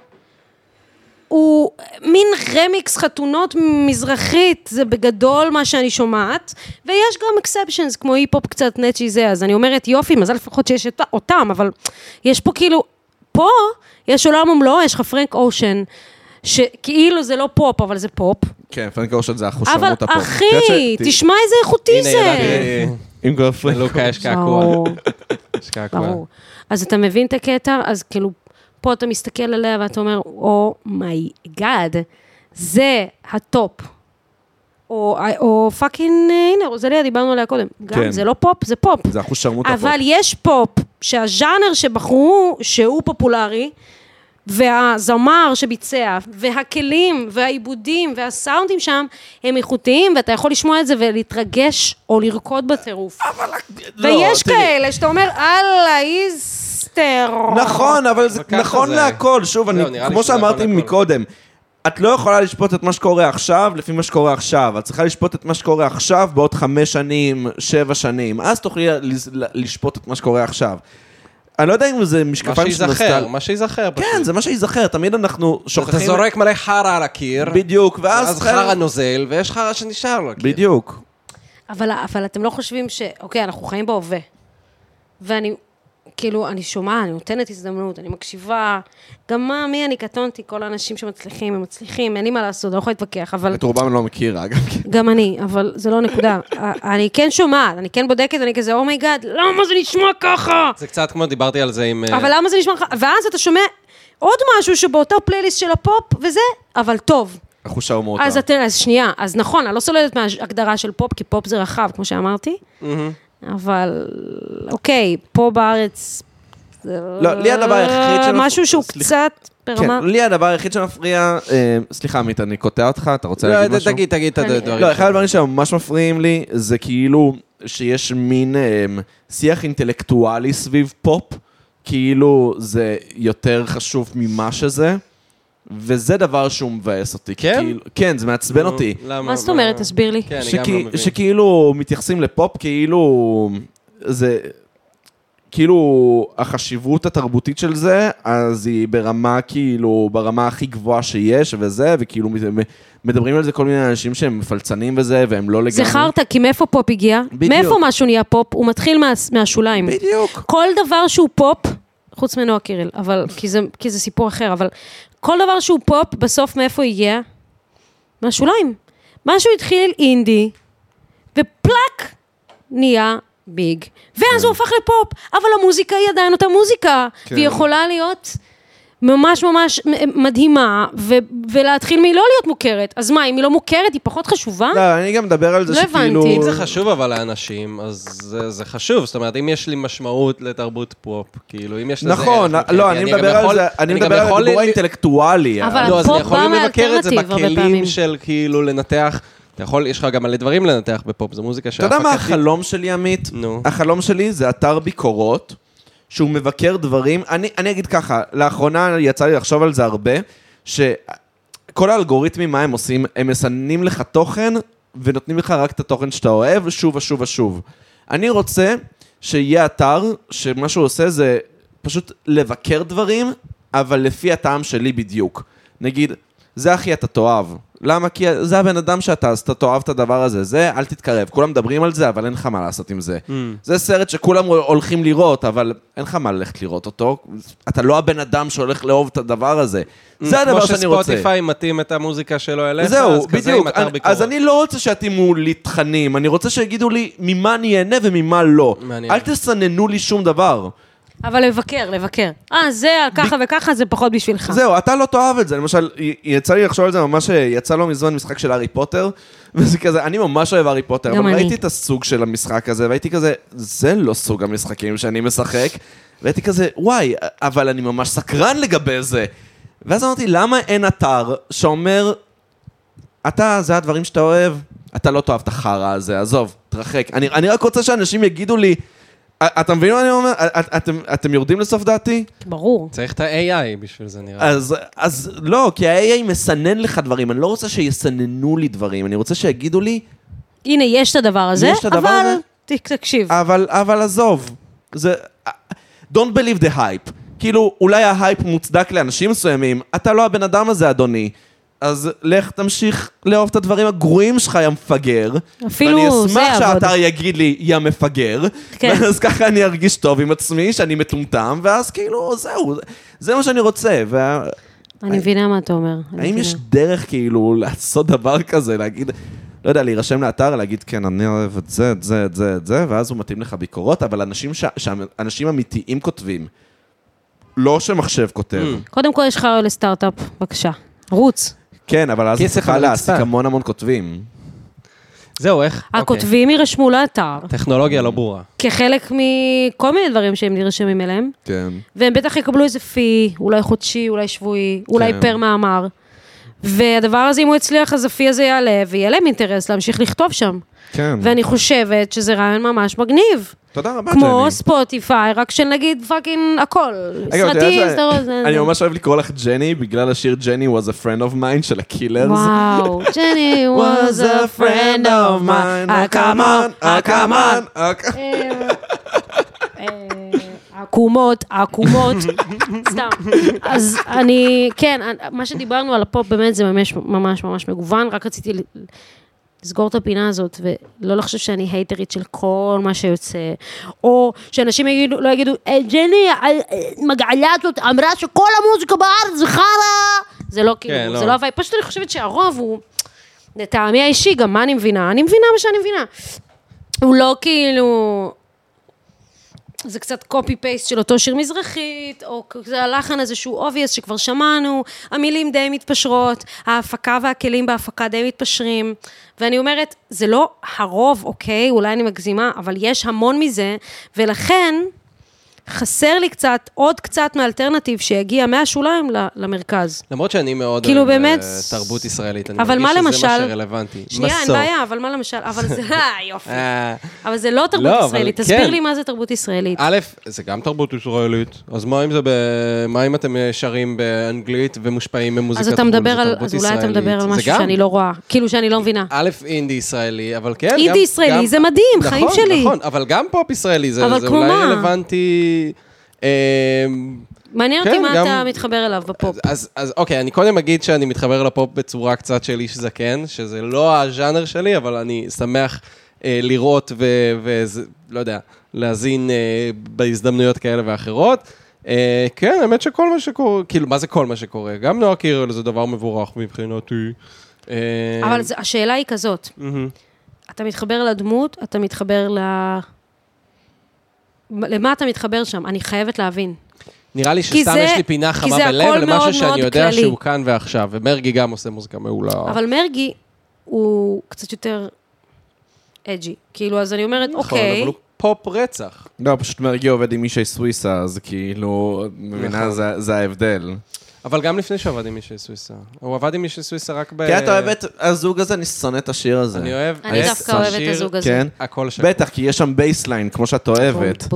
הוא מין רמיקס חתונות מזרחית, זה בגדול מה שאני שומעת, ויש גם אקספשנס, כמו היפ-הופ קצת נצ'י זה, אז אני אומרת יופי, מזל לפחות שיש אותם, אבל יש פה כאילו, פה יש עולם ומלואו, יש לך פרנק אושן, שכאילו זה לא פופ, אבל זה פופ. כן, פרנק אושן זה אחושרמות הפופ. אבל אחי, תשמע איזה איכותי זה. אם כבר פרנק אושן. לוקה יש קעקוע. ברור. אז אתה מבין את הקטע, אז כאילו, פה אתה מסתכל עליה ואתה אומר, או מי גאד, זה הטופ. או, או פאקינג, הנה, רוזליה, דיברנו עליה קודם. גם זה לא פופ, זה פופ. זה אחושרמות הפופ. אבל יש פופ, שהז'אנר שבחרו, שהוא פופולרי, והזמר שביצע, והכלים, והעיבודים, והסאונדים שם, הם איכותיים, ואתה יכול לשמוע את זה ולהתרגש, או לרקוד בטירוף. ויש כאלה שאתה אומר, אללה, איז... נכון, אבל זה נכון להכל. שוב, כמו שאמרתי מקודם, את לא יכולה לשפוט את מה שקורה עכשיו לפי מה שקורה עכשיו. את צריכה לשפוט את מה שקורה עכשיו בעוד חמש שנים, שבע שנים. אז תוכלי לשפוט את מה שקורה עכשיו. אני לא יודע אם זה משקפיים של נוסטל. מה שיזכר. כן, זה מה שיזכר. תמיד אנחנו שוכחים... אתה זורק מלא חרה על הקיר. בדיוק, ואז... ואז חרה נוזל, ויש חרה שנשאר לו. בדיוק. אבל אתם לא חושבים ש... אוקיי, אנחנו חיים בהווה. ואני... כאילו, אני שומעה, אני נותנת הזדמנות, אני מקשיבה, גם מה, מי אני קטונתי, כל האנשים שמצליחים, הם מצליחים, אין לי מה לעשות, אני לא יכולה להתווכח, אבל... את רובם לא מכירה, גם כן. גם אני, אבל זה לא נקודה. אני כן שומעת, אני כן בודקת, אני כזה, אומייגאד, למה זה נשמע ככה? זה קצת כמו, דיברתי על זה עם... אבל למה זה נשמע ככה? ואז אתה שומע עוד משהו שבאותו פלייליסט של הפופ, וזה, אבל טוב. החוש ההומור. אז, אז שנייה, אז נכון, אני לא סולדת מההגדרה של פופ, כי פופ זה רחב, כמו שאמרתי, אבל, אוקיי, פה בארץ... לא, לי הדבר היחיד שמפריע... משהו שהוא קצת ברמה... כן, לי הדבר היחיד שמפריע... סליחה, עמית, אני קוטע אותך, אתה רוצה להגיד משהו? תגיד, תגיד את הדברים. לא, אחד הדברים שממש מפריעים לי, זה כאילו שיש מין שיח אינטלקטואלי סביב פופ, כאילו זה יותר חשוב ממה שזה, וזה דבר שהוא מבאס אותי. כן? כן, זה מעצבן אותי. מה זאת אומרת? תסביר לי. כן, אני גם לא מבין. שכאילו מתייחסים לפופ, כאילו זה... כאילו החשיבות התרבותית של זה, אז היא ברמה כאילו, ברמה הכי גבוהה שיש וזה, וכאילו מדברים על זה כל מיני אנשים שהם מפלצנים וזה, והם לא לגמרי. זה חרטה, כי מאיפה פופ הגיע? בדיוק. מאיפה משהו נהיה פופ? הוא מתחיל מה, מהשוליים. בדיוק. כל דבר שהוא פופ, חוץ מנועה קירל, אבל, כי זה, כי זה סיפור אחר, אבל כל דבר שהוא פופ, בסוף מאיפה הגיע? מהשוליים. משהו התחיל אינדי, ופלק נהיה ביג. ואז הוא הופך לפופ, אבל המוזיקה היא עדיין אותה מוזיקה, והיא יכולה להיות ממש ממש מדהימה, ולהתחיל מלא להיות מוכרת. אז מה, אם היא לא מוכרת, היא פחות חשובה? לא, אני גם מדבר על זה שכאילו... אם זה חשוב אבל לאנשים, אז זה חשוב. זאת אומרת, אם יש לי משמעות לתרבות פופ, כאילו, אם יש לזה... נכון, לא, אני מדבר על זה, אני מדבר על הדיבור האינטלקטואלי. אבל פופ בא מאלטרנטיב הרבה פעמים. בכלים של כאילו לנתח... אתה יכול, יש לך גם מלא דברים לנתח בפופ, זו מוזיקה שאף אתה יודע מה החלום שלי, עמית? החלום שלי זה אתר ביקורות, שהוא מבקר דברים, אני, אני אגיד ככה, לאחרונה יצא לי לחשוב על זה הרבה, שכל האלגוריתמים, מה הם עושים? הם מסננים לך תוכן, ונותנים לך רק את התוכן שאתה אוהב, שוב ושוב ושוב. אני רוצה שיהיה אתר, שמה שהוא עושה זה פשוט לבקר דברים, אבל לפי הטעם שלי בדיוק. נגיד, זה הכי אתה תאהב. למה? כי זה הבן אדם שאתה, אז אתה תאהב את הדבר הזה. זה, אל תתקרב. כולם מדברים על זה, אבל אין לך מה לעשות עם זה. Mm. זה סרט שכולם הולכים לראות, אבל אין לך מה ללכת לראות אותו. אתה לא הבן אדם שהולך לאהוב את הדבר הזה. Mm. זה הדבר שאני רוצה. כמו שספוטיפיי מתאים את המוזיקה שלו אליך, זהו, אז כזה בדיוק. עם אתר ביקורת. אז אני לא רוצה שיתאימו לי תכנים. אני רוצה שיגידו לי ממה אני אהנה וממה לא. מעניין. אל תסננו לי שום דבר. אבל לבקר, לבקר. אה, זה ככה וככה, זה פחות בשבילך. זהו, אתה לא תאהב את זה. למשל, יצא לי לחשוב על זה ממש, יצא לו מזמן משחק של הארי פוטר, וזה כזה, אני ממש אוהב הארי פוטר, אבל אני. ראיתי את הסוג של המשחק הזה, והייתי כזה, זה לא סוג המשחקים שאני משחק, והייתי כזה, וואי, אבל אני ממש סקרן לגבי זה. ואז אמרתי, למה אין אתר שאומר, אתה, זה הדברים שאתה אוהב, אתה לא תאהב את החרא הזה, עזוב, תרחק. אני, אני רק רוצה שאנשים יגידו לי, אתה מבינים מה אני אומר? אתם, אתם יורדים לסוף דעתי? ברור. צריך את ה-איי איי בשביל זה נראה. אז, אז לא, כי ה-איי איי מסנן לך דברים. אני לא רוצה שיסננו לי דברים. אני רוצה שיגידו לי... הנה, יש את הדבר הזה, יש את הדבר אבל... הזה? תקשיב. אבל, אבל עזוב. זה... Don't believe the hype. כאילו, אולי ההייפ מוצדק לאנשים מסוימים. אתה לא הבן אדם הזה, אדוני. אז לך תמשיך לאהוב את הדברים הגרועים שלך, יא מפגר. אפילו זה יעבוד. ואני אשמח שהאתר יגיד לי, יא מפגר. כן. ואז ככה אני ארגיש טוב עם עצמי, שאני מטומטם, ואז כאילו, זהו, זה מה שאני רוצה. וה... אני מבינה מה אתה אומר. האם יש דרך כאילו לעשות דבר כזה, להגיד, לא יודע, להירשם לאתר, להגיד, כן, אני אוהב את זה, את זה, את זה, את זה, ואז הוא מתאים לך ביקורות, אבל אנשים, ש... אנשים אמיתיים כותבים, לא שמחשב כותב. קודם כל יש לך לסטארט-אפ, בבקשה. רוץ. כן, אבל אז צריכה להעסיק המון המון כותבים. זהו, איך? הכותבים יירשמו לאתר. טכנולוגיה לא ברורה. כחלק מכל מיני דברים שהם נרשמים אליהם. כן. והם בטח יקבלו איזה פי, אולי חודשי, אולי שבועי, אולי פר מאמר. והדבר הזה, אם הוא הצליח, אז הפי הזה יעלה, ויהיה להם אינטרס להמשיך לכתוב שם. כן. ואני חושבת שזה רעיון ממש מגניב. תודה רבה, ג'ני. כמו ספוטיפיי, רק שנגיד פאקינג הכל. סרטים, סדרות. אני ממש אוהב לקרוא לך ג'ני, בגלל השיר ג'ני was a friend of mine של הקילרס. וואו, ג'ני was a friend of mine. Ah, come on, ah, come on. עקומות, עקומות. סתם. אז אני, כן, מה שדיברנו על הפופ, באמת זה ממש ממש ממש מגוון, רק רציתי לסגור את הפינה הזאת, ולא לחשוב שאני הייטרית של כל מה שיוצא, או שאנשים יגידו, לא יגידו, ג'ני, מגעלה הזאת אמרה שכל המוזיקה בארץ זה חרא, זה לא כאילו, זה לא הווי, פשוט אני חושבת שהרוב הוא, לטעמי האישי, גם מה אני מבינה? אני מבינה מה שאני מבינה. הוא לא כאילו, זה קצת קופי פייסט של אותו שיר מזרחית, או זה הלחן הזה שהוא אובייס שכבר שמענו, המילים די מתפשרות, ההפקה והכלים בהפקה די מתפשרים, ואני אומרת, זה לא הרוב, אוקיי, אולי אני מגזימה, אבל יש המון מזה, ולכן חסר לי קצת, עוד קצת מאלטרנטיב שיגיע מהשוליים למרכז. למרות שאני מאוד כאילו באמת, תרבות ישראלית, אני אבל מרגיש מה שזה למשל, מה שרלוונטי. שנייה, אין בעיה, אבל מה למשל, אבל זה, יופי. אבל זה לא תרבות ישראלית, תסביר לי מה זה תרבות ישראלית. א', זה גם תרבות ישראלית, אז מה אם זה, מה אם אתם שרים באנגלית ומושפעים ממוזיקת חו"ל, זה תרבות ישראלית. אז אולי אתה מדבר על משהו שאני לא רואה, כאילו שאני לא מבינה. א', אינדי ישראלי, אבל כן, אינדי ישראלי, זה מדהים, חיים שלי. נכון, אבל גם פופ ישראלי, זה אולי רלוונטי. מעניין אותי מה אתה מתחבר אליו בפופ. אז אוקיי, אני קודם אגיד שאני מתחבר לפופ בצורה קצת של איש זקן, שזה לא הז'אנר שלי, אבל אני שמח לראות ולא יודע, להזין בהזדמנויות כאלה ואחרות. כן, האמת שכל מה שקורה, כאילו, מה זה כל מה שקורה? גם נועה קירל זה דבר מבורך מבחינתי. אבל השאלה היא כזאת, אתה מתחבר לדמות, אתה מתחבר ל... למה אתה מתחבר שם? אני חייבת להבין. נראה לי שסתם יש לי פינה חמה בלב, למשהו שאני יודע שהוא כאן ועכשיו, ומרגי גם עושה מוזיקה מעולה. אבל מרגי הוא קצת יותר אג'י, כאילו, אז אני אומרת, אוקיי. נכון, אבל הוא פופ רצח. לא, פשוט מרגי עובד עם מישהי סוויסה, אז כאילו, מבינה, זה ההבדל. אבל גם לפני שעבד עם מישהי סוויסה. הוא עבד עם מישהי סוויסה רק ב... כי אתה אוהב את הזוג הזה, אני שונא את השיר הזה. אני אוהב... אני דווקא אוהב את הזוג הזה. כן? הכל שקור. בטח, כי יש שם בייסליין, כמו שאת אוהבת.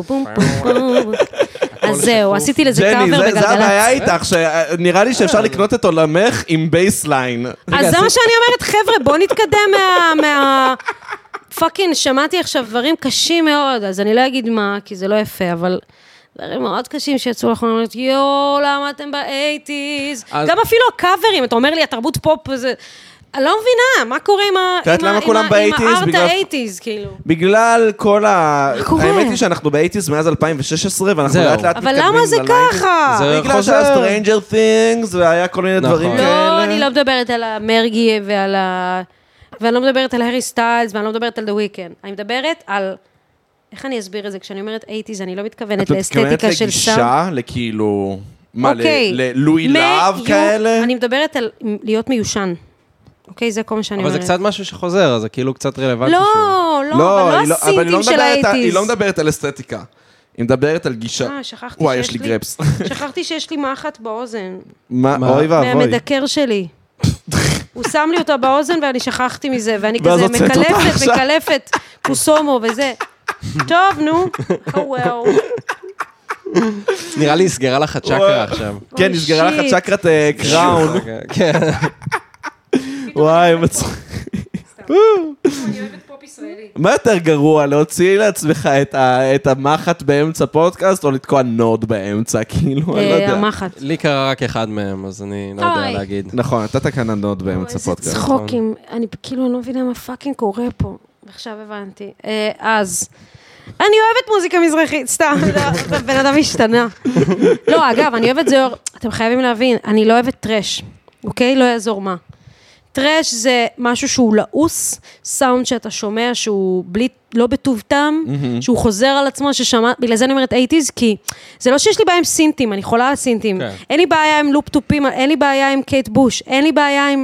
אז זהו, עשיתי לזה קאבר בגלגלצ. ג'ני, זה הבעיה איתך, שנראה לי שאפשר לקנות את עולמך עם בייסליין. אז זה מה שאני אומרת, חבר'ה, בוא נתקדם מה... פאקינג, שמעתי עכשיו דברים קשים מאוד, אז אני לא אגיד מה, כי זה לא יפה, אבל... דברים מאוד קשים שיצאו לכם, אומרת, יואו, למה אתם ב-אייטיז? גם אפילו הקאברים, אתה אומר לי, התרבות פופ, זה... אני לא מבינה, מה קורה עם הארט האייטיז, כאילו? בגלל כל ה... האמת היא שאנחנו ב-אייטיז מאז אלפיים ושש עשרה, ואנחנו לאט לאט מתקדמים. אבל למה זה ככה? בגלל שה-Stranger Things, והיה כל מיני דברים כאלה. לא, אני לא מדברת על המרגי ועל ה... ואני לא מדברת על הארי סטיילס, ואני לא מדברת על The Weeknd. אני מדברת על... איך אני אסביר את זה? כשאני אומרת אייטיז, אני לא מתכוונת לאסתטיקה של סאונד. את מתכוונת לגישה, לכאילו... מה, ללואי להב כאלה? אני מדברת על להיות מיושן. אוקיי, זה כל מה שאני אומרת. אבל זה קצת משהו שחוזר, אז זה כאילו קצת רלוונטי. לא, לא, אבל לא הסינטים של האייטיז. היא לא מדברת על אסתטיקה. היא מדברת על גישה. אה, שכחתי וואי, יש לי גרפס. שכחתי שיש לי מחט באוזן. מה? אוי ואבוי. מהמדקר שלי. הוא שם לי אותה באוזן ואני שכחתי מזה, ואני כזה מקלפת, מקלפת, קוסומו וזה. טוב, נו. Oh well. נראה לי הסגרה לך הצ'קרה עכשיו. כן, הסגרה לך הצ'קרת קראון. כן. וואי, מצחיק. אני אוהבת פופ ישראלי. מה יותר גרוע, להוציא לעצמך את המחט באמצע פודקאסט, או לתקוע נוד באמצע, כאילו, אני לא יודע. המחט. לי קרה רק אחד מהם, אז אני לא יודע להגיד. נכון, אתה תקנה נוד באמצע פודקאסט. איזה צחוקים, אני כאילו לא מבינה מה פאקינג קורה פה. עכשיו הבנתי. אז... אני אוהבת מוזיקה מזרחית, סתם, בן אדם השתנה. לא, אגב, אני אוהבת זוהר, אתם חייבים להבין, אני לא אוהבת טרש, אוקיי? לא יעזור מה. טרש זה משהו שהוא לעוס, סאונד שאתה שומע שהוא בלי, לא בטוב טעם, שהוא חוזר על עצמו, ששמע, בגלל זה אני אומרת אייטיז, כי זה לא שיש לי בעיה עם סינטים, אני חולה על סינטים. אין לי בעיה עם לופ טופים, אין לי בעיה עם קייט בוש, אין לי בעיה עם...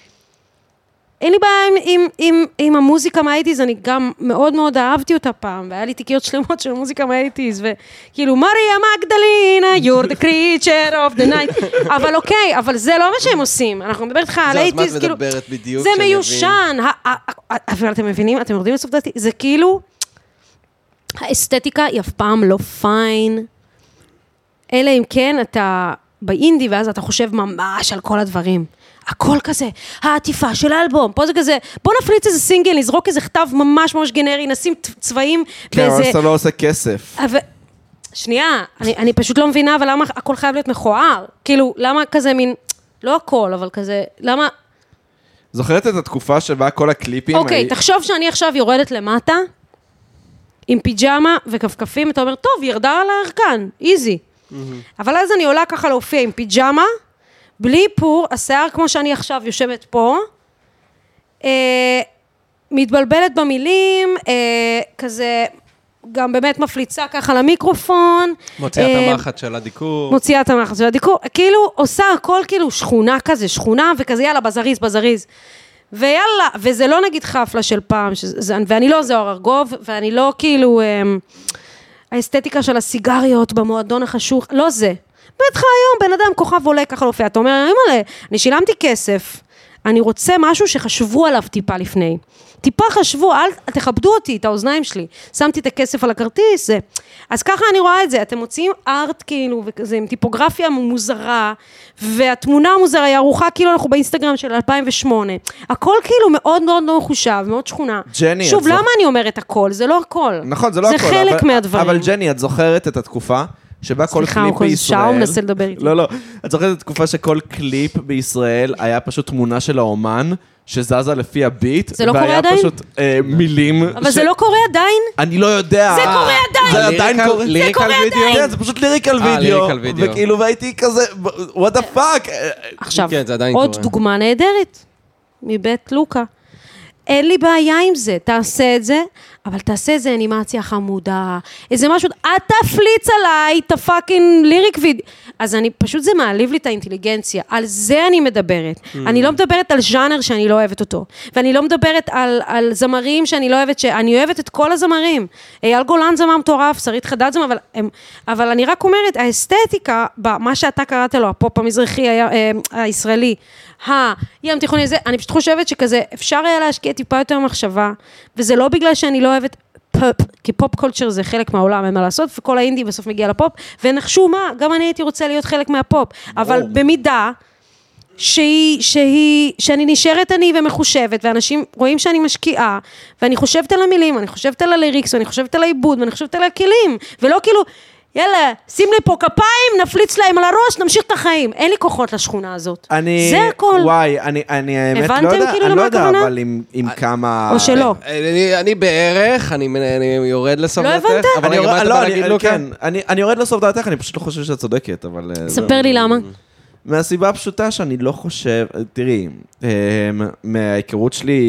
אין לי בעיה עם, עם, עם, עם המוזיקה מהאייטיז, אני גם מאוד מאוד אהבתי אותה פעם, והיה לי תיקיות שלמות של מוזיקה מהאייטיז, וכאילו, מריה מגדלינה, you're the creature of the night, אבל אוקיי, אבל זה לא מה שהם עושים, אנחנו מדברת לך על אייטיז, כאילו, זה מיושן, אבל אתם מבינים, אתם יורדים לסוף דעתי, זה כאילו, האסתטיקה היא אף פעם לא פיין, אלא אם כן אתה באינדי, ואז אתה חושב ממש על כל הדברים, הכל כזה, העטיפה של האלבום, פה זה כזה, בוא נפליץ איזה סינגל, נזרוק איזה כתב ממש ממש גנרי, נשים צבעים, כן, אבל אתה לא עושה כסף. שנייה, אני, אני פשוט לא מבינה, אבל למה הכל חייב להיות מכוער? כאילו, למה כזה מין, לא הכל, אבל כזה, למה... זוכרת את התקופה שבה כל הקליפים... אוקיי, תחשוב שאני עכשיו יורדת למטה, עם פיג'מה וכפכפים, אתה אומר, טוב, ירדה על הערכן, איזי. אבל אז אני עולה ככה להופיע עם פיג'מה, בלי פור, השיער כמו שאני עכשיו יושבת פה, מתבלבלת במילים, כזה... גם באמת מפליצה ככה למיקרופון. מוציאה את המחט של הדיקור. מוציאה את המחט של הדיקור. כאילו עושה הכל כאילו שכונה כזה, שכונה וכזה יאללה, בזריז, בזריז. ויאללה, וזה לא נגיד חפלה של פעם, שזה, ואני לא זוהר ארגוב, ואני לא כאילו, האסתטיקה של הסיגריות במועדון החשוך, לא זה. בטח היום בן אדם כוכב עולה ככה להופיע, אתה אומר, אימא'לה, אני שילמתי כסף, אני רוצה משהו שחשבו עליו טיפה לפני. טיפה חשבו, אל תכבדו אותי, את האוזניים שלי. שמתי את הכסף על הכרטיס, זה. אז ככה אני רואה את זה, אתם מוצאים ארט כאילו, וכזה, עם טיפוגרפיה מוזרה, והתמונה המוזרה היא ערוכה כאילו אנחנו באינסטגרם של אלפיים ושמונה. הכל כאילו מאוד מאוד לא מחושב, מאוד שכונה. ג'ני, שוב, למה אני אומרת הכל? זה לא הכל. נכון, זה לא הכל. זה חלק מהדברים. אבל ג'ני, את זוכרת את התקופה שבה כל קליפ בישראל... סליחה, הוא מנסה לדבר איתי. לא, לא. את זוכרת את התקופה שכל קליפ בישראל היה פשוט תמונה של האומן, שזזה לפי הביט, זה לא קורה עדיין? והיה פשוט אה, מילים... אבל ש... זה לא קורה עדיין? אני לא יודע. זה קורה עדיין! זה עדיין קורה. זה קורה עדיין! כן, זה פשוט ליריקל וידאו. וכאילו, והייתי כזה, what the fuck? עכשיו, כן, עוד קורה. דוגמה נהדרת, מבית לוקה. אין לי בעיה עם זה, תעשה את זה, אבל תעשה איזה אנימציה חמודה, איזה משהו, את תפליץ עליי, את הפאקינג ליריק וידאו. אז אני, פשוט זה מעליב לי את האינטליגנציה, על זה אני מדברת. Mm. אני לא מדברת על ז'אנר שאני לא אוהבת אותו, ואני לא מדברת על, על זמרים שאני לא אוהבת, שאני אוהבת את כל הזמרים. אייל גולן זמר מטורף, שרית חדד זמר, אבל, הם, אבל אני רק אומרת, האסתטיקה, מה שאתה קראת לו, הפופ המזרחי ה, הישראלי, הים תיכוני הזה, אני פשוט חושבת שכזה, אפשר היה להשקיע טיפה יותר מחשבה, וזה לא בגלל שאני לא אוהבת פופ, כי פופ קולצ'ר זה חלק מהעולם, אין מה לעשות, וכל האינדי בסוף מגיע לפופ, ונחשו מה, גם אני הייתי רוצה להיות חלק מהפופ, אבל במידה שהיא, שהיא, שאני נשארת אני ומחושבת, ואנשים רואים שאני משקיעה, ואני חושבת על המילים, אני חושבת על הליריקס, ואני חושבת על העיבוד, ואני חושבת על הכלים, ולא כאילו, יאללה, שים לי פה כפיים, נפליץ להם על הראש, נמשיך את החיים. אין לי כוחות לשכונה הזאת. אני... זה הכל. וואי, אני, אני האמת לא יודע, כאילו אני לא יודע, הכוונה? אבל עם, עם כמה... או שלא. אני, אני בערך, אני, אני יורד לסוף לא דעתך. הבנת? אבל אני אני יורד, גם לא, מה אתה אני, להגיד, אני, לוקה? כן, אני, אני יורד לסוף דעתך, אני פשוט לא חושב שאת צודקת, אבל... ספר לי למה. מהסיבה הפשוטה שאני לא חושב, תראי, מההיכרות שלי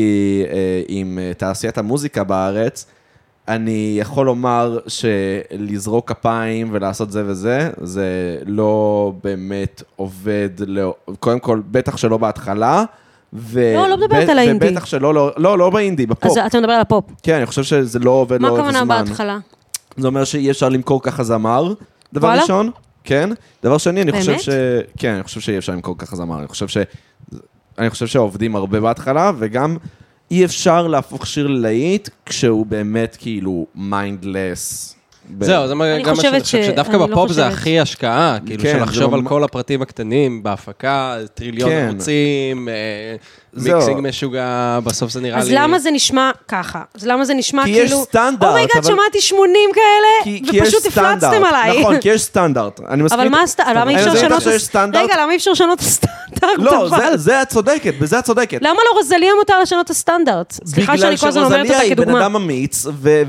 עם תעשיית המוזיקה בארץ, אני יכול לומר שלזרוק כפיים ולעשות זה וזה, זה לא באמת עובד, לא, קודם כל, בטח שלא בהתחלה, ו... לא, לא מדברת על האינדי. ובטח שלא, לא, לא, לא באינדי, בפופ. אז אתה מדבר על הפופ. כן, אני חושב שזה לא עובד לאורך הזמן. מה הכוונה בהתחלה? זה אומר שאי אפשר למכור ככה זמר, דבר וואלה? ראשון, כן. דבר שני, אני חושב באמת? ש... כן, אני חושב שאי אפשר למכור ככה זמר, אני חושב ש... אני חושב שעובדים הרבה בהתחלה, וגם אי אפשר להפוך שיר ללהיט, כשהוא באמת כאילו מיינדלס. זהו, זה גם מה שאני חושב, שדווקא בפופ זה הכי השקעה, כאילו של לחשוב על כל הפרטים הקטנים, בהפקה, טריליון ערוצים, מיקסינג משוגע, בסוף זה נראה לי... אז למה זה נשמע ככה? אז למה זה נשמע כאילו... כי יש סטנדרט. אומייגאד, שמעתי שמונים כאלה, ופשוט הפלצתם עליי. נכון, כי יש סטנדרט. אבל מה הסטנדרט? למה אי אפשר לשנות... רגע, למה אי אפשר לשנות את הסטנדרט? לא, זה את צודקת, בזה את צודקת. למה לא רוזליה מותר לשנות את הסטנדרט? סליחה שאני כל הזמן אומרת אותה כדוגמה. בגלל שרוזליה היא בן אדם אמיץ,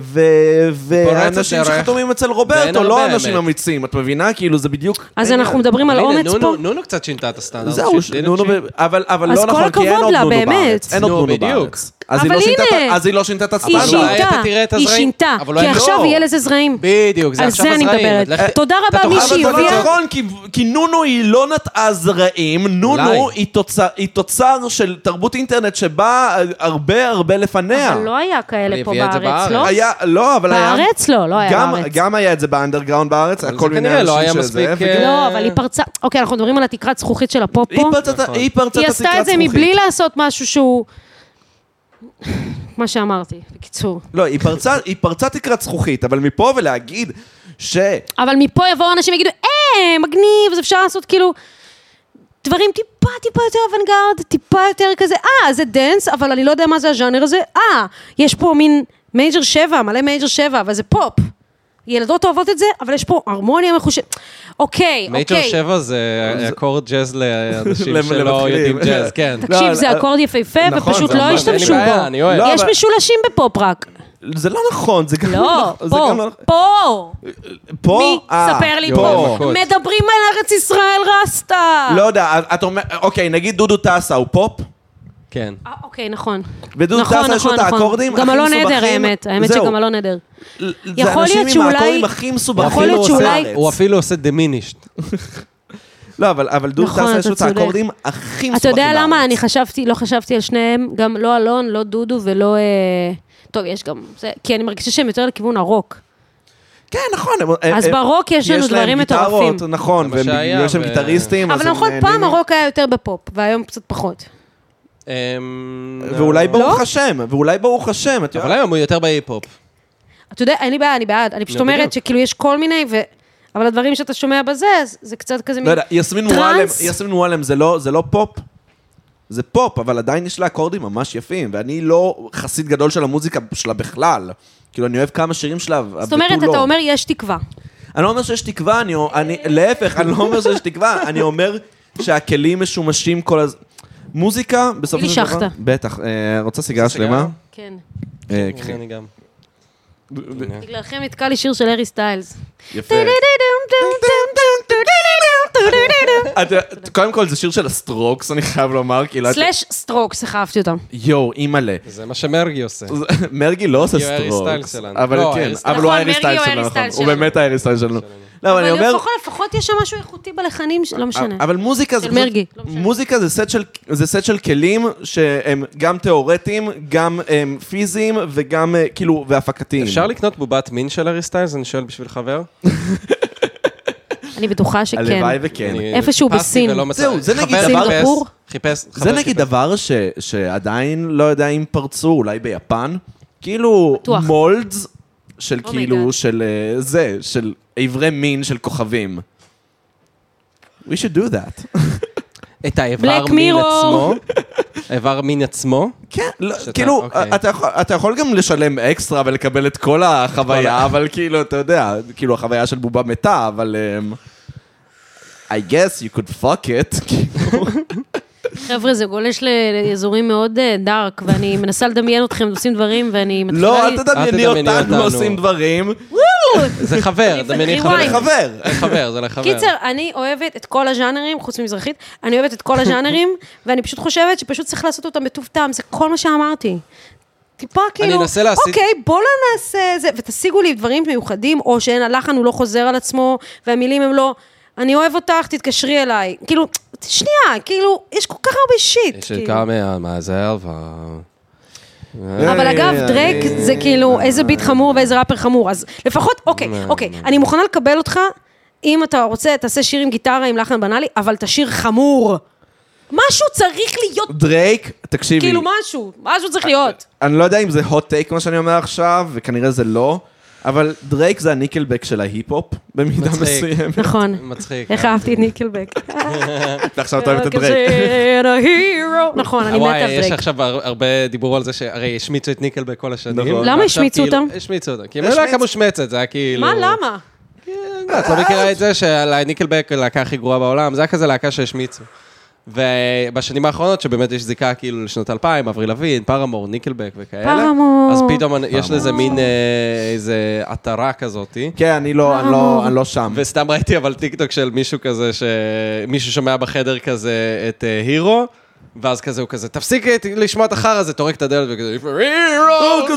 ואנשים שחתומים אצל רוברטו, לא אנשים אמיצים, את מבינה? כאילו זה בדיוק... אז אנחנו מדברים על אומץ פה. נונו קצת שינתה את הסטנדרט. זהו, נונו, אבל לא נכון, כי אין עוד נונו בארץ. אין עוד נונו בארץ. אז היא לא שינתה את הסטנדרט. היא שינתה, היא שינתה, כי עכשיו יהיה לזה זרעים. בדיוק, זה עכשיו הזרעים. על זה אני מדברת. תודה רבה מי שהביאה. אבל זה נכון, כי נונו היא לא נטעה זרעים, נונו היא תוצר של תרבות אינטרנט שבאה הרבה הרבה לפניה. אבל לא היה כאלה פה בארץ, לא? לא, אבל היה... בארץ לא, לא היה בארץ. גם היה את זה באנדרגראונד בארץ, הכל מיני אנשים לא היה מספיק... לא, אבל היא פרצה... אוקיי, אנחנו מדברים על התקרת זכוכית של הפופ פה. היא פרצה את התקרת זכוכית. היא עשתה את זה מבלי לעשות משהו שהוא... מה שאמרתי, בקיצור. לא, היא פרצה, היא פרצה תקרת זכוכית, אבל מפה ולהגיד ש... אבל מפה יבואו אנשים ויגידו, אה, מגניב, אז אפשר לעשות כאילו דברים טיפה, טיפה יותר אוונגרד, טיפה יותר כזה, אה, זה דנס, אבל אני לא יודע מה זה הז'אנר הזה, אה, יש פה מין מייג'ר שבע, מלא מייג'ר שבע, אבל זה פופ. ילדות אוהבות את זה, אבל יש פה הרמוניה מחושב. אוקיי, מייג'ור אוקיי. שבע זה אקורד ג'אז לאנשים שלא יודעים ג'אז, כן. תקשיב, זה אקורד יפהפה, ופשוט לא השתמשו בו. אני אוהב. יש משולשים בפופ רק. זה לא נכון, זה גם... לא, פה, פה. פה? מי? ספר לי פה. מדברים על ארץ ישראל רסטה. לא יודע, את אומר, אוקיי, נגיד דודו טסה הוא פופ? כן. אוקיי, נכון. ודודו טסה יש לו את האקורדים הכי מסובכים. גם אלון נדר, האמת. האמת שגם אלון נדר. יכול להיות זה אנשים עם האקורדים הכי מסובכים בארץ. הוא אפילו עושה דמינישט. לא, אבל דודו טסה יש לו את האקורדים הכי מסובכים בארץ. אתה יודע למה? אני חשבתי, לא חשבתי על שניהם, גם לא אלון, לא דודו ולא... טוב, יש גם... כי אני מרגישה שהם יותר לכיוון הרוק. כן, נכון. אז ברוק יש לנו דברים מטורפים. יש להם נכון, ויש להם גיטריסטים. אבל נכון, פעם הרוק היה יותר בפופ, והיום קצת פחות. ואולי ברוך השם, ואולי ברוך השם. אבל היום הוא יותר בהיפ-הופ. אתה יודע, אני בעד, אני בעד. אני פשוט אומרת שכאילו יש כל מיני, אבל הדברים שאתה שומע בזה, זה קצת כזה מין טרנס. יסמין מועלם זה לא פופ? זה פופ, אבל עדיין יש לה אקורדים ממש יפים, ואני לא חסיד גדול של המוזיקה שלה בכלל. כאילו, אני אוהב כמה שירים שלה, זאת אומרת, אתה אומר, יש תקווה. אני לא אומר שיש תקווה, אני, להפך, אני לא אומר שיש תקווה, אני אומר שהכלים משומשים כל הז... מוזיקה, בסוף של דבר... בטח, רוצה סיגרה שלמה? כן. קחי. אני גם. בגללכם נתקע לי שיר של ארי סטיילס. יפה. קודם כל זה שיר של הסטרוקס, אני חייב לומר. סלש סטרוקס, החפתי אותם. יואו, אימא'לה. זה מה שמרגי עושה. מרגי לא עושה סטרוקס. אבל כן, אבל הוא הארי סטייל שלנו. הוא באמת הארי סטייל שלנו. אבל לפחות יש שם משהו איכותי בלחנים, לא משנה. אבל מוזיקה זה... מוזיקה זה סט של כלים שהם גם תיאורטיים, גם פיזיים וגם כאילו, והפקתיים. אפשר לקנות בובת מין של הארי סטיילס? אני שואל בשביל חבר. אני בטוחה שכן. הלוואי וכן. איפשהו בסין. זהו, זה נגיד דבר... זה נגיד דבר שעדיין לא יודע אם פרצו, אולי ביפן. כאילו מולדס של כאילו, של זה, של עברי מין של כוכבים. We should do that. את האיבר מין עצמו? האיבר מין עצמו? כן, כאילו, אתה יכול גם לשלם אקסטרה ולקבל את כל החוויה, אבל כאילו, אתה יודע, כאילו החוויה של בובה מתה, אבל... I guess you could fuck it. חבר'ה, זה גולש לאזורים מאוד דארק, ואני מנסה לדמיין אתכם עושים דברים, ואני מתחילה... לא, אל תדמייני אותנו עושים דברים. זה חבר, דמייני חבר. זה לחבר. זה לחבר, זה לחבר. קיצר, אני אוהבת את כל הז'אנרים, חוץ ממזרחית, אני אוהבת את כל הז'אנרים, ואני פשוט חושבת שפשוט צריך לעשות אותם בטוב טעם, זה כל מה שאמרתי. טיפה כאילו, אוקיי, בוא לא נעשה זה, ותשיגו לי דברים מיוחדים, או שאין הלחן, הוא לא חוזר על עצמו, והמילים הם לא... אני אוהב אותך, תתקשרי אליי. כאילו, שנייה, כאילו, יש כל כך הרבה שיט. יש כמה מהזל ו... אבל אגב, דרייק זה כאילו איזה ביט חמור ואיזה ראפר חמור. אז לפחות, אוקיי, אוקיי, אני מוכנה לקבל אותך, אם אתה רוצה, תעשה שיר עם גיטרה, עם לחן בנאלי, אבל תשיר חמור. משהו צריך להיות... דרייק, תקשיבי. כאילו משהו, משהו צריך להיות. אני לא יודע אם זה hot take מה שאני אומר עכשיו, וכנראה זה לא. אבל דרייק זה הניקלבק של ההיפ-הופ, במידה מסוימת. נכון. מצחיק. איך אהבתי את ניקלבק. עכשיו אתה אוהבת את דרייק. נכון, אני מתה על דרייק. יש עכשיו הרבה דיבור על זה שהרי השמיצו את ניקלבק כל השנים. למה השמיצו אותם? השמיצו אותם. כי הם לא כמה שמצת, זה היה כאילו... מה, למה? את לא מכירה את זה שהניקלבק להקה הכי גרועה בעולם, זה היה כזה להקה שהשמיצו. ובשנים האחרונות שבאמת יש זיקה כאילו לשנות אלפיים, אברי לוין, פארמור, ניקלבק וכאלה. פארמור. אז פתאום יש לזה מין איזה עטרה כזאת. כן, אני לא, אני לא, אני לא שם. וסתם ראיתי אבל טיקטוק של מישהו כזה, שמישהו שומע בחדר כזה את הירו, ואז כזה הוא כזה, תפסיק לשמוע את החר הזה, תורק את הדלת וכזה, הירו,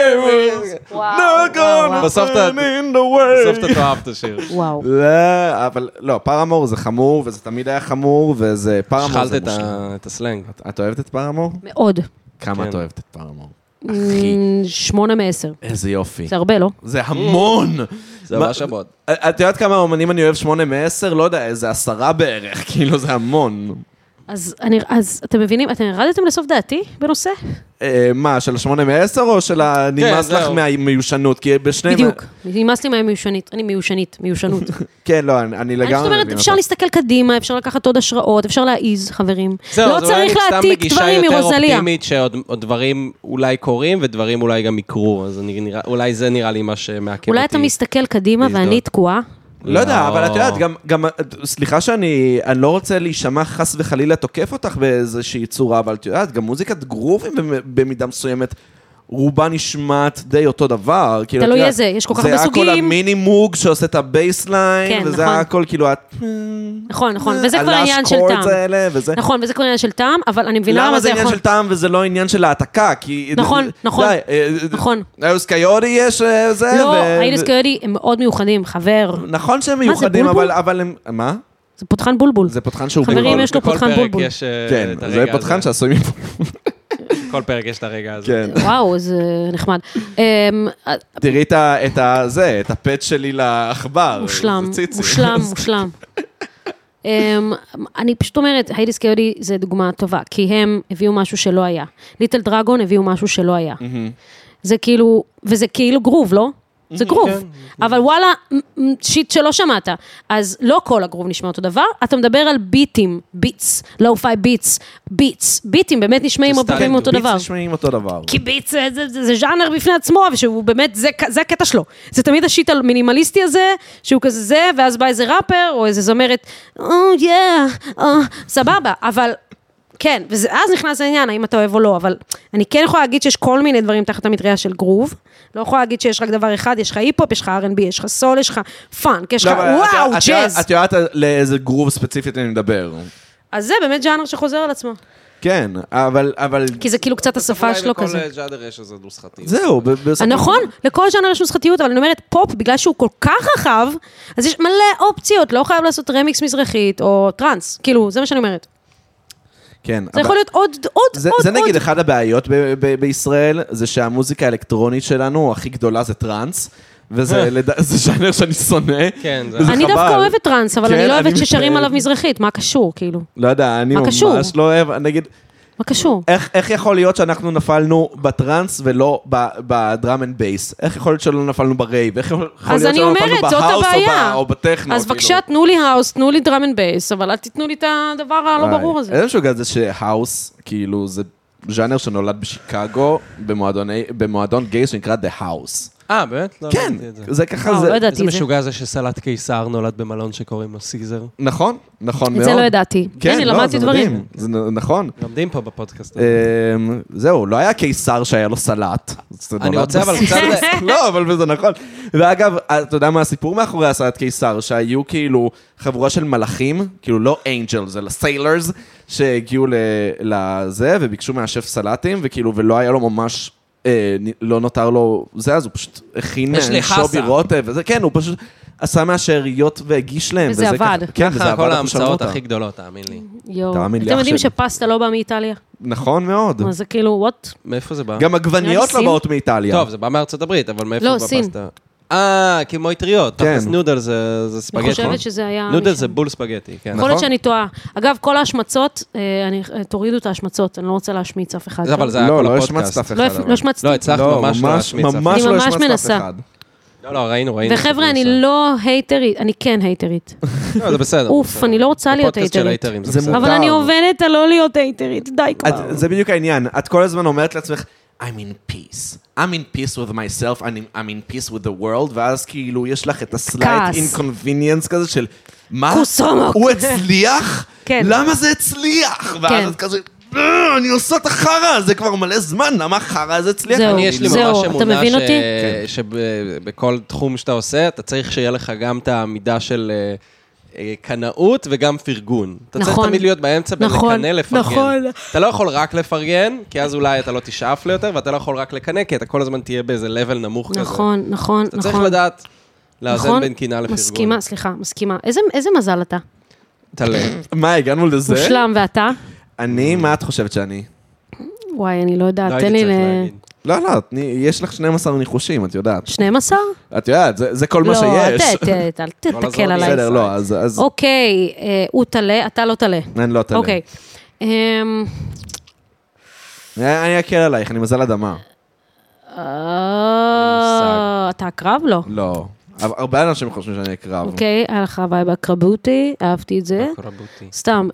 בסוף אתה תאהב את השיר. וואו. אבל לא, פארמור זה חמור, וזה תמיד היה חמור, וזה פארמור זה מושלם. שחלת את הסלנג. את אוהבת את פארמור? מאוד. כמה את אוהבת את פארמור? שמונה מעשר. איזה יופי. זה הרבה, לא? זה המון. זה ממש המון. את יודעת כמה אומנים אני אוהב שמונה מעשר? לא יודע, איזה עשרה בערך, כאילו זה המון. אז, אני, אז אתם מבינים, אתם הרדתם לסוף דעתי בנושא? מה, של השמונה מעשר או של הנמאס לך מהמיושנות? כי בשניהם... בדיוק, נמאס לי מהמיושנית, אני מיושנית, מיושנות. כן, לא, אני לגמרי... זאת אומרת, אפשר להסתכל קדימה, אפשר לקחת עוד השראות, אפשר להעיז, חברים. לא צריך להעתיק דברים מרוזליה. יותר אופטימית שעוד דברים אולי קורים, ודברים אולי גם יקרו, אז אולי זה נראה לי מה שמעכב אותי. אולי אתה מסתכל קדימה ואני תקועה. לא יודע, אבל את יודעת, גם, סליחה שאני לא רוצה להישמע חס וחלילה תוקף אותך באיזושהי צורה, אבל את יודעת, גם מוזיקת גרובים במידה מסוימת, רובה נשמעת די אותו דבר. תלוי איזה, יש כל כך הרבה סוגים. זה הכל המינימוג שעושה את הבייסליין, וזה הכל כאילו... נכון, נכון, וזה כבר עניין של טעם. נכון, וזה כבר עניין של טעם, אבל אני מבינה למה זה עניין של טעם וזה לא עניין של העתקה, כי... נכון, נכון, נכון. איילס קויוטי יש זה... לא, איילס קויוטי הם מאוד מיוחדים, חבר. נכון שהם מיוחדים, אבל הם... מה? זה פותחן בולבול. זה פותחן שהוא... חברים, יש לו פותחן בולבול. כן, זה פותחן שעשוי מפה. כל פרק יש את הרגע הזה. וואו, זה נחמד. תראי את זה, את הפט שלי לעכבר. מושלם, מושלם, מושלם. אני פשוט אומרת, היידיס קויוטי זה דוגמה טובה, כי הם הביאו משהו שלא היה. ליטל דרגון הביאו משהו שלא היה. זה כאילו, וזה כאילו גרוב, לא? זה גרוב, אבל וואלה, שיט שלא שמעת, אז לא כל הגרוב נשמע אותו דבר, אתה מדבר על ביטים, ביטס, לואו-פיי ביטס, ביטס, ביטים באמת נשמעים אותו דבר. ביטס נשמעים אותו דבר. כי ביטס זה ז'אנר בפני עצמו, ושהוא באמת, זה הקטע שלו. זה תמיד השיט המינימליסטי הזה, שהוא כזה זה, ואז בא איזה ראפר, או איזה זמרת, או יא, סבבה, אבל... כן, ואז נכנס העניין, האם אתה אוהב או לא, אבל אני כן יכולה להגיד שיש כל מיני דברים תחת המטריה של גרוב, לא יכולה להגיד שיש רק דבר אחד, יש לך היפ-הופ, יש לך אר אנד בי, יש לך סול, יש לך פאנק, יש לך וואו, ג'אז. את יודעת לאיזה גרוב ספציפית אני מדבר. אז זה באמת ז'אנר שחוזר על עצמו. כן, אבל... כי זה כאילו קצת השפה שלו כזה. לכל ז'אנר יש איזה נוסחתיות. זהו. נכון, לכל ז'אנר יש נוסחתיות, אבל אני אומרת, פופ, בגלל שהוא כל כך רחב, אז יש מלא אופציות, לא חייב לעשות רמיקס מזרחית או טרנס, כאילו, זה מה שאני אומרת. כן. זה יכול להיות עוד, עוד, זה, עוד. זה נגיד אחד הבעיות ב- ב- בישראל, זה שהמוזיקה האלקטרונית שלנו, הכי גדולה זה טרנס, וזה זה ז'אנר שאני שונא. כן, זה... אני דווקא אוהבת טרנס, אבל אני לא אוהבת ששרים עליו מזרחית, מה קשור, כאילו? לא יודע, אני ממש לא אוהב, נגיד... מה קשור? איך, איך יכול להיות שאנחנו נפלנו בטרנס ולא בדראם אנד בייס? איך יכול להיות שלא נפלנו ברייב? איך יכול להיות שלא נפלנו בהאוס או בטכנו? אז בבקשה, תנו לי האוס, תנו לי דראם אנד בייס, אבל אל תיתנו לי את הדבר הלא ברור הזה. אין משהו כזה שהאוס, כאילו, זה ז'אנר שנולד בשיקגו, במועדון גייס שנקרא The House. אה, באמת? כן, זה ככה זה... איזה משוגע זה שסלט קיסר נולד במלון שקוראים לו סיזר. נכון, נכון מאוד. את זה לא ידעתי. כן, אני למדתי דברים. זה נכון. לומדים פה בפודקאסט. זהו, לא היה קיסר שהיה לו סלט. אני רוצה אבל קצת... לא, אבל זה נכון. ואגב, אתה יודע מה הסיפור מאחורי הסלט קיסר? שהיו כאילו חבורה של מלאכים, כאילו לא אנג'לס, אלא סיילרס, שהגיעו לזה וביקשו מהשף סלטים, וכאילו, ולא היה לו ממש... לא נותר לו זה, אז הוא פשוט הכין שובי רוטב, וזה, כן, הוא פשוט עשה מהשאריות והגיש להם. וזה עבד. כן, וזה עבד. כל ההמצאות הכי גדולות, תאמין לי. יואו, אתם יודעים שפסטה לא באה מאיטליה? נכון מאוד. אז זה כאילו, וואט? מאיפה זה בא? גם עגבניות לא באות מאיטליה. טוב, זה בא מארצות הברית, אבל מאיפה לא, בפסטה? אה, כמו אטריות. כן. נודל זה ספגטי. אני חושבת שזה היה... נודל זה בול ספגטי, כן. יכול להיות שאני טועה. אגב, כל ההשמצות, תורידו את ההשמצות, אני לא רוצה להשמיץ אף אחד. אבל זה היה כל הפודקאסט. לא, לא השמצת אף אחד. לא השמצתי. לא, הצלחת ממש לא להשמיץ אף אחד. ממש לא השמצת מנסה. אף אחד. לא, לא, ראינו, ראינו. וחבר'ה, אני לא הייטרית, אני כן הייטרית. לא, זה בסדר. אוף, אני לא רוצה להיות הייטרית. אבל אני עובדת על לא להיות הייטרית, די כבר. זה בדיוק העניין. את כל הזמן אומרת לעצמך, I'm in peace. I'm in peace with myself, I'm, I'm in peace with the world, ואז כאילו יש לך את ה-slight inconvenience כזה של, מה? הוא הצליח? כן. למה זה הצליח? ואז את כזה, אני עושה את החרה, זה כבר מלא זמן, למה החרה הזה הצליח? זהו, יש לי זהו, ממש אתה מבין אמונה אותי? שבכל תחום שאתה עושה, אתה צריך שיהיה לך גם את העמידה של... קנאות וגם פרגון. אתה צריך תמיד להיות באמצע בין לקנה לפרגן. אתה לא יכול רק לפרגן, כי אז אולי אתה לא תשאף ליותר, ואתה לא יכול רק לקנה, כי אתה כל הזמן תהיה באיזה level נמוך כזה. נכון, נכון, נכון. אתה צריך לדעת לאזן בין קינה לפרגון. מסכימה, סליחה, מסכימה. איזה מזל אתה? תלה. מה, הגענו לזה? מושלם, ואתה? אני, מה את חושבת שאני? וואי, אני לא יודעת, לא תן הייתי לי צריך ל... להגיד. לא, לא, יש לך שנים עשר ניחושים, את יודעת. שנים עשר? את יודעת, זה כל מה שיש. לא, אל תתקל עליי. בסדר, לא, אז... אוקיי, הוא תלה, אתה לא תלה. אני לא תלה. אוקיי. אני אקל עלייך, אני מזל אדמה. אתה הקרב? לא. לא. הרבה אנשים חושבים שאני אקרב. אוקיי, היה לך וייב הקרבותי, אהבתי את זה. סתם.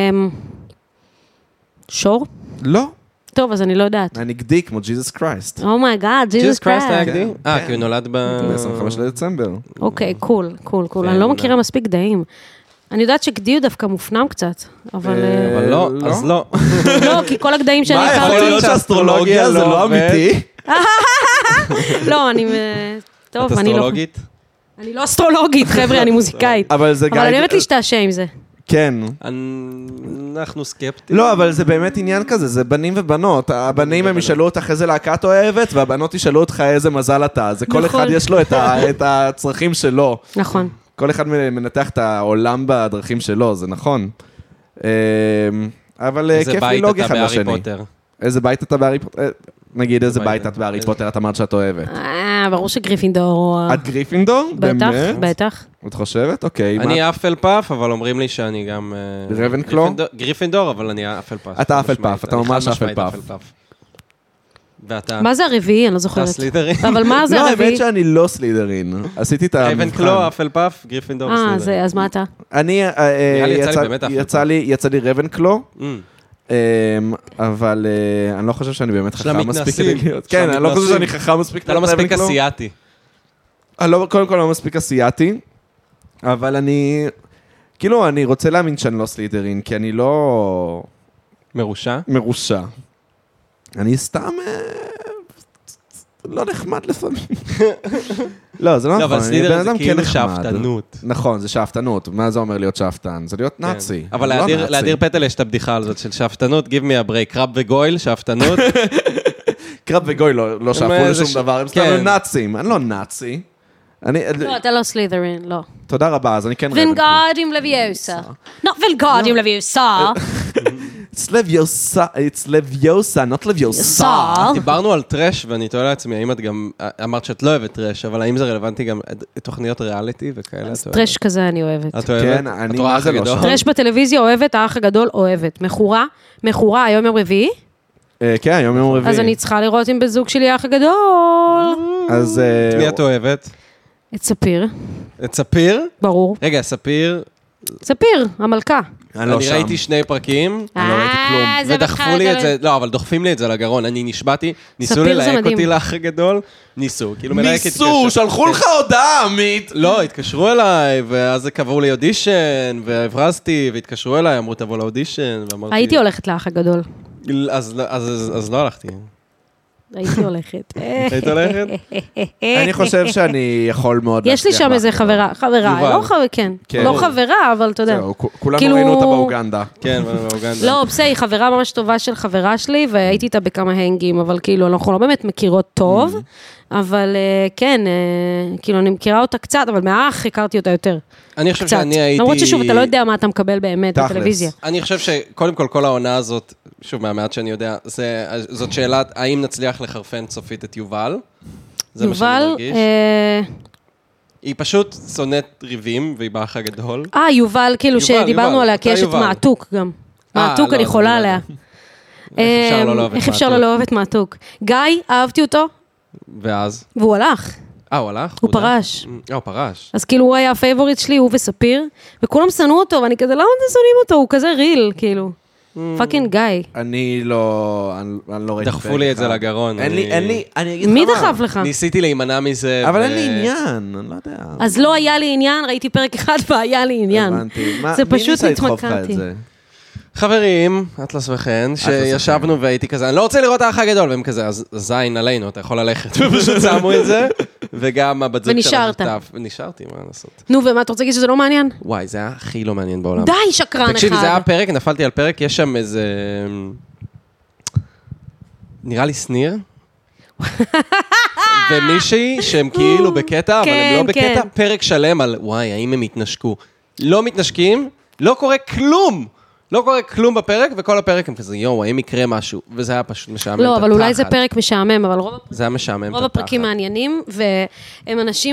שור? לא. טוב, אז אני לא יודעת. אני גדי כמו ג'יזוס קרייסט. אומייגאד, ג'יזוס קרייסט. היה גדי? אה, כי הוא נולד ב-עשרים וחמישה לדצמבר. אוקיי, קול, קול, קול. אני לא מכירה מספיק גדיים. אני יודעת שגדי הוא דווקא מופנם קצת, אבל... אבל לא, אז לא. לא, כי כל הגדיים שאני הכרתי... מה, יכול להיות שאסטרולוגיה זה לא אמיתי? לא, אני... טוב, אני לא... את אסטרולוגית? אני לא אסטרולוגית, חבר'ה, אני מוזיקאית. אבל אני באמת להשתעשע עם זה. כן. אנחנו סקפטים. לא, אבל זה באמת עניין כזה, זה בנים ובנות. הבנים הם ישאלו אותך איזה להקה את אוהבת, והבנות ישאלו אותך איזה מזל אתה. זה כל אחד יש לו את הצרכים שלו. נכון. כל אחד מנתח את העולם בדרכים שלו, זה נכון. אבל כיף ללוג אחד לשני. איזה בית אתה בהארי פוטר? נגיד איזה בית את בהארי פוטר, את אמרת שאת אוהבת. אה, ברור שגריפינדור. את גריפינדור? בטח, בטח. את חושבת? אוקיי. אני אפל פאף, אבל אומרים לי שאני גם... רבנקלו? גריפינדור, אבל אני אפל פאף. אתה אפל פאף, אתה ממש אפל פאף. ואתה... מה זה הרביעי? אני לא זוכרת. אתה סלידרין. אבל מה זה הרביעי? לא, האמת שאני לא סלידרין. עשיתי את המבחן. רבנקלו, אפל פאף, גריפינדור, סלידרין. אה, אז מה אתה? אני... יצא לי רבנקלו. אבל אני לא חושב שאני באמת חכם מספיק כדי להיות. כן, אני לא חושב שאני חכם מספיק. אתה לא מספיק אסיאתי. קודם כל לא מספיק אסיאתי, אבל אני... כאילו, אני רוצה להאמין שאני לא סלידרין, כי אני לא... מרושע? מרושע. אני סתם... לא נחמד לפעמים. לא, זה לא נכון. אבל סלידרין זה כאילו שאפתנות. נכון, זה שאפתנות. מה זה אומר להיות שאפתן? זה להיות נאצי. אבל להדיר פטל יש את הבדיחה על זאת של שאפתנות, give me a break, קרב וגויל, שאפתנות. קרב וגויל לא שאפו לשום דבר, הם סתם נאצים. אני לא נאצי. לא, אתה לא סלידרין, לא. תודה רבה, אז אני כן... וינגרדיום לוויוסה. not וינגרדיום לוויוסה. It's Leviosa, it's Leviosa, not Leviosa. דיברנו על טרש, ואני תוהה לעצמי, האם את גם, אמרת שאת לא אוהבת טרש, אבל האם זה רלוונטי גם תוכניות ריאליטי וכאלה? טרש כזה אני אוהבת. את אוהבת? כן, אני מה זה לא שם. טרש בטלוויזיה אוהבת, האח הגדול אוהבת. מחורה, מחורה, היום יום רביעי? כן, היום יום רביעי. אז אני צריכה לראות עם בזוג שלי האח הגדול. אז... מי את אוהבת? את ספיר. את ספיר? ברור. רגע, ספיר... ספיר, המלכה. אני ראיתי שני פרקים, אני לא ראיתי כלום. ודחפו לי את זה, לא, אבל דוחפים לי את זה לגרון, אני נשבעתי, ניסו ללהק אותי לאח הגדול, ניסו, כאילו מלהק התקשר. ניסו, שלחו לך הודעה, עמית. לא, התקשרו אליי, ואז קבעו לי אודישן, והברזתי, והתקשרו אליי, אמרו תבוא לאודישן, ואמרתי... הייתי הולכת לאח הגדול. אז לא הלכתי. הייתי הולכת. היית הולכת? אני חושב שאני יכול מאוד... יש לי שם איזה חברה, חברה, לא חברה, כן. לא חברה, אבל אתה יודע. כולנו ראינו אותה באוגנדה. כן, באוגנדה. לא, בסדר, היא חברה ממש טובה של חברה שלי, והייתי איתה בכמה הנגים, אבל כאילו, אנחנו לא באמת מכירות טוב, אבל כן, כאילו, אני מכירה אותה קצת, אבל מהאח הכרתי אותה יותר. אני חושב שאני הייתי... למרות ששוב, אתה לא יודע מה אתה מקבל באמת בטלוויזיה. אני חושב שקודם כל, כל העונה הזאת, שוב, מהמעט שאני יודע, זאת שאלה, האם נצליח לחרפן סופית את יובל? זה מה שאני מרגיש. היא פשוט שונאת ריבים, והיא באח הגדול. אה, יובל, כאילו שדיברנו עליה, כי יש את מעתוק גם. מעתוק, אני חולה עליה. איך אפשר לא לאהוב את מעתוק? גיא, אהבתי אותו. ואז? והוא הלך. אה, הוא הלך? הוא פרש. אה, הוא פרש. אז כאילו הוא היה הפייבוריט שלי, הוא וספיר, וכולם שנאו אותו, ואני כזה, למה אתם שונאים אותו? הוא כזה ריל, כאילו. פאקינג גיא. אני לא, אני לא ראיתי. דחפו לי את זה לגרון. אין לי, אין לי, אני אגיד לך מה. מי דחף לך? ניסיתי להימנע מזה. אבל אין לי עניין, אני לא יודע. אז לא היה לי עניין, ראיתי פרק אחד והיה לי עניין. הבנתי. זה פשוט התמקרתי. חברים, אטלס וחן, שישבנו והייתי כזה, אני לא רוצה לראות האח הגדול, והם כזה, אז זין עלינו, אתה יכול ללכת, ופשוט שמו את זה, וגם הבת זוג שלה שותף. ונשארתי, מה לעשות? נו, ומה, אתה רוצה להגיד שזה לא מעניין? וואי, זה היה הכי לא מעניין בעולם. די, שקרן אחד. תקשיבי, זה היה פרק, נפלתי על פרק, יש שם איזה... נראה לי snare. ומישהי שהם כאילו בקטע, אבל הם לא בקטע, פרק שלם על, וואי, האם הם התנשקו. לא מתנשקים, לא קורה כלום. לא קורה כלום בפרק, וכל הפרק הם כזה, יואו, האם יקרה משהו, וזה היה פשוט משעמם. לא, אבל אולי זה פרק משעמם, אבל רוב זה היה משעמם. רוב הפרקים מעניינים, והם אנשים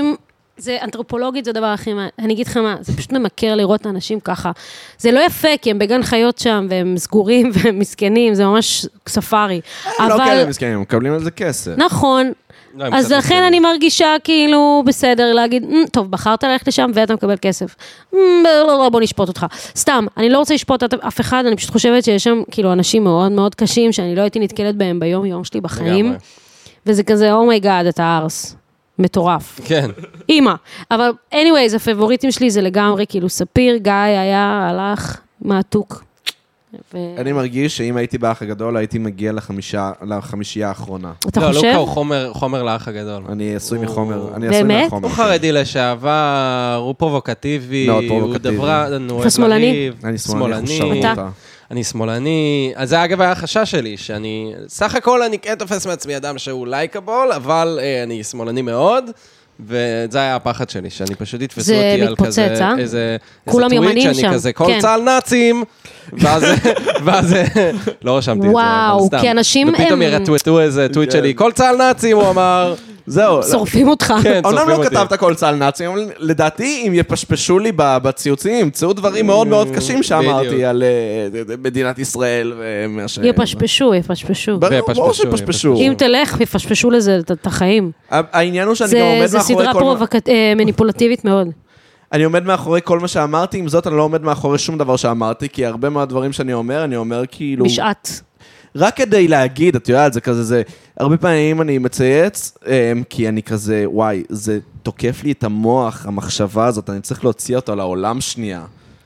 זה אנתרופולוגית, זה הדבר הכי, אני אגיד לך מה, זה פשוט ממכר לראות אנשים ככה. זה לא יפה, כי הם בגן חיות שם, והם סגורים והם מסכנים, זה ממש ספארי. הם לא כאלה מסכנים, הם מקבלים על זה כסף. נכון. אז לכן אני מרגישה כאילו בסדר להגיד, טוב, בחרת ללכת לשם ואתה מקבל כסף. בוא נשפוט אותך. סתם, אני לא רוצה לשפוט אף אחד, אני פשוט חושבת שיש שם כאילו אנשים מאוד מאוד קשים, שאני לא הייתי נתקלת בהם ביום יום שלי בחיים. וזה כזה, אומייגאד, אתה ארס. מטורף. כן. אימא. אבל anyways, הפבוריטים שלי זה לגמרי, כאילו ספיר, גיא היה, הלך, מעתוק. אני מרגיש שאם הייתי באח הגדול, הייתי מגיע לחמישייה האחרונה. אתה חושב? לא, לוקה הוא חומר לאח הגדול. אני עשוי מחומר. באמת? הוא חרדי לשעבר, הוא פרובוקטיבי, הוא דברן, הוא שמאלני? אני שמאלני. אני שמאלני, אז זה אגב היה החשש שלי, שאני, סך הכל אני כן תופס מעצמי אדם שהוא לייקבול, אבל אה, אני שמאלני מאוד, וזה היה הפחד שלי, שאני פשוט יתפסו אותי על כזה, מתפוצץ, אה? איזה, כולם איזה טוויט, שאני שם. כזה, כל כן. צהל נאצים, ואז, ואז, לא רשמתי את זה, וואו, כי אנשים ופתאום הם... ירטווטו איזה טוויט שלי, כל צהל נאצים, הוא אמר, זהו. שורפים אותך. כן, אומנם שורפים לא אותי. כתבת כל צהל נאצים, אבל לדעתי, אם יפשפשו לי בציוצים, ימצאו דברים מאוד מאוד קשים שאמרתי על מדינת ישראל ומה ש... יפשפשו, יפשפשו. ברור שיפשפשו. אם תלך, יפשפשו לזה את החיים. העניין הוא שאני גם עומד זה מאחורי סדרה כל... פרובוקט... מניפולטיבית מאוד. אני עומד מאחורי כל מה שאמרתי, עם זאת אני לא עומד מאחורי שום דבר שאמרתי, כי הרבה מהדברים שאני אומר, אני אומר כאילו... בשעת. רק כדי להגיד, את יודעת, זה כזה, זה... הרבה פעמים אני מצייץ, כי אני כזה, וואי, זה תוקף לי את המוח, המחשבה הזאת, אני צריך להוציא אותו לעולם שנייה.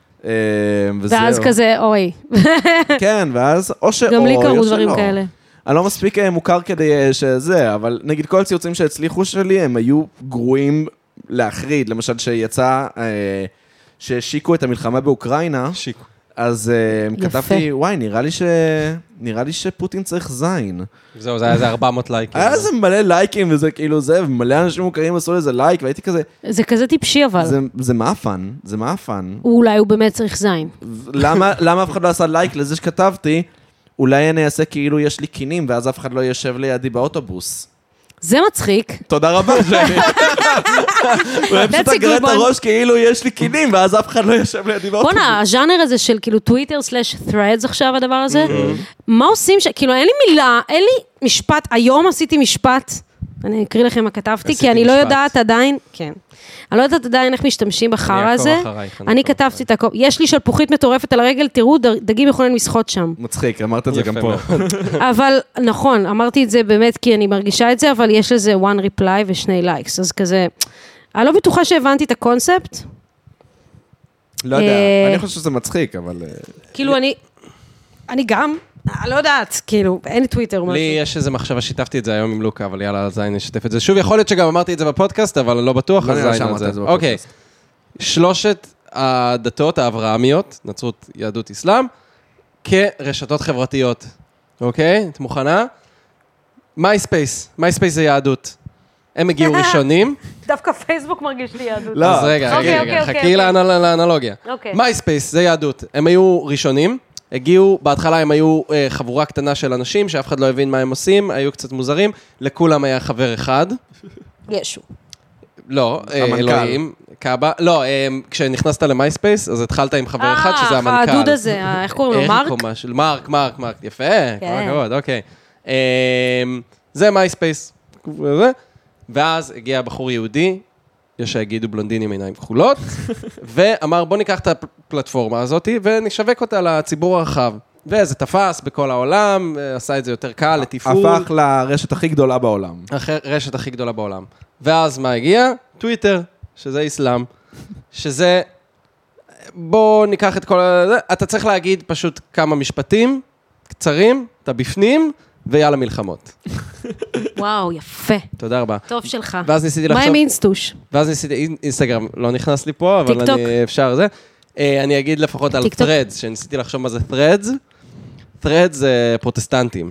ואז כזה, אוי. כן, ואז, או שאוי, גם לי קראו דברים כאלה. אני לא מספיק מוכר כדי שזה, אבל נגיד כל הציוצים שהצליחו שלי, הם היו גרועים להחריד. למשל, שיצא, שהשיקו את המלחמה באוקראינה, שיקו. אז כתבתי, וואי, נראה לי ש... נראה לי שפוטין צריך זין. זהו, זה היה איזה ארבע מאות לייקים. היה איזה מלא לייקים, וזה כאילו זה, ומלא אנשים מוכרים עשו לזה לייק, והייתי כזה... זה כזה טיפשי, אבל. זה מאפן, זה מאפן. אולי הוא באמת צריך זין. למה אף אחד לא עשה לייק לזה שכתבתי, אולי אני אעשה כאילו יש לי קינים, ואז אף אחד לא יושב לידי באוטובוס. זה מצחיק. תודה רבה, ג'ני. אולי פשוט אגרה את הראש כאילו יש לי קינים, ואז אף אחד לא יושב לידי באוטובוס. בונה, הז'אנר הזה של כאילו טוויטר סלש threads עכשיו הדבר הזה, מה עושים ש... כאילו אין לי מילה, אין לי משפט, היום עשיתי משפט, אני אקריא לכם מה כתבתי, כי אני לא יודעת עדיין, כן. אני לא יודעת עדיין איך משתמשים בחרה הזה. אני כתבתי את הכל. יש לי שלפוחית מטורפת על הרגל, תראו, דגים יכולים לשחות שם. מצחיק, אמרת את זה גם פה. אבל, נכון, אמרתי את זה באמת כי אני מרגישה את זה, אבל יש לזה one reply ושני לייקס. אז כזה, אני לא בטוחה שהבנתי את הקונספט. לא יודע, אני חושב שזה מצחיק, אבל... כאילו, אני... אני גם... אני לא יודעת, כאילו, אין לי טוויטר או משהו. לי יש איזה מחשבה, שיתפתי את זה היום עם לוקה, אבל יאללה, אז אני אשתף את זה. שוב, יכול להיות שגם אמרתי את זה בפודקאסט, אבל לא בטוח, אז זין על זה. אוקיי, שלושת הדתות האברהמיות, נצרות, יהדות, אסלאם, כרשתות חברתיות. אוקיי? את מוכנה? מייספייס. מייספייס זה יהדות. הם הגיעו ראשונים. דווקא פייסבוק מרגיש לי יהדות. לא. אז רגע, רגע, חכי לאנלוגיה. מייספייס זה יהדות. הם היו ראשונים. הגיעו, בהתחלה הם היו אה, חבורה קטנה של אנשים, שאף אחד לא הבין מה הם עושים, היו קצת מוזרים, לכולם היה חבר אחד. ישו. לא, אה, אלוהים, קאבה, לא, אה, כשנכנסת למייספייס, אז התחלת עם חבר אחד, שזה המנכ"ל. אה, הדוד הזה, איך קוראים לו, מרק? מרק, מרק, מרק, יפה, כל כן. הכבוד, אוקיי. אה, זה מייספייס. ואז הגיע בחור יהודי, יש שיגידו בלונדין עם עיניים כחולות, ואמר בוא ניקח את הפלטפורמה הזאת ונשווק אותה לציבור הרחב. וזה תפס בכל העולם, עשה את זה יותר קל לתפעול. הפך לרשת הכי גדולה בעולם. הרשת הכי גדולה בעולם. ואז מה הגיע? טוויטר, שזה אסלאם, שזה, בוא ניקח את כל זה, אתה צריך להגיד פשוט כמה משפטים קצרים, אתה בפנים, ויאללה מלחמות. וואו, יפה. תודה רבה. טוב שלך. ואז ניסיתי לחשוב... מה עם אינסטוש? ואז ניסיתי, אינסטגרם לא נכנס לי פה, אבל אני אפשר זה. אני אגיד לפחות על threads, שניסיתי לחשוב מה זה threads. threads זה פרוטסטנטים,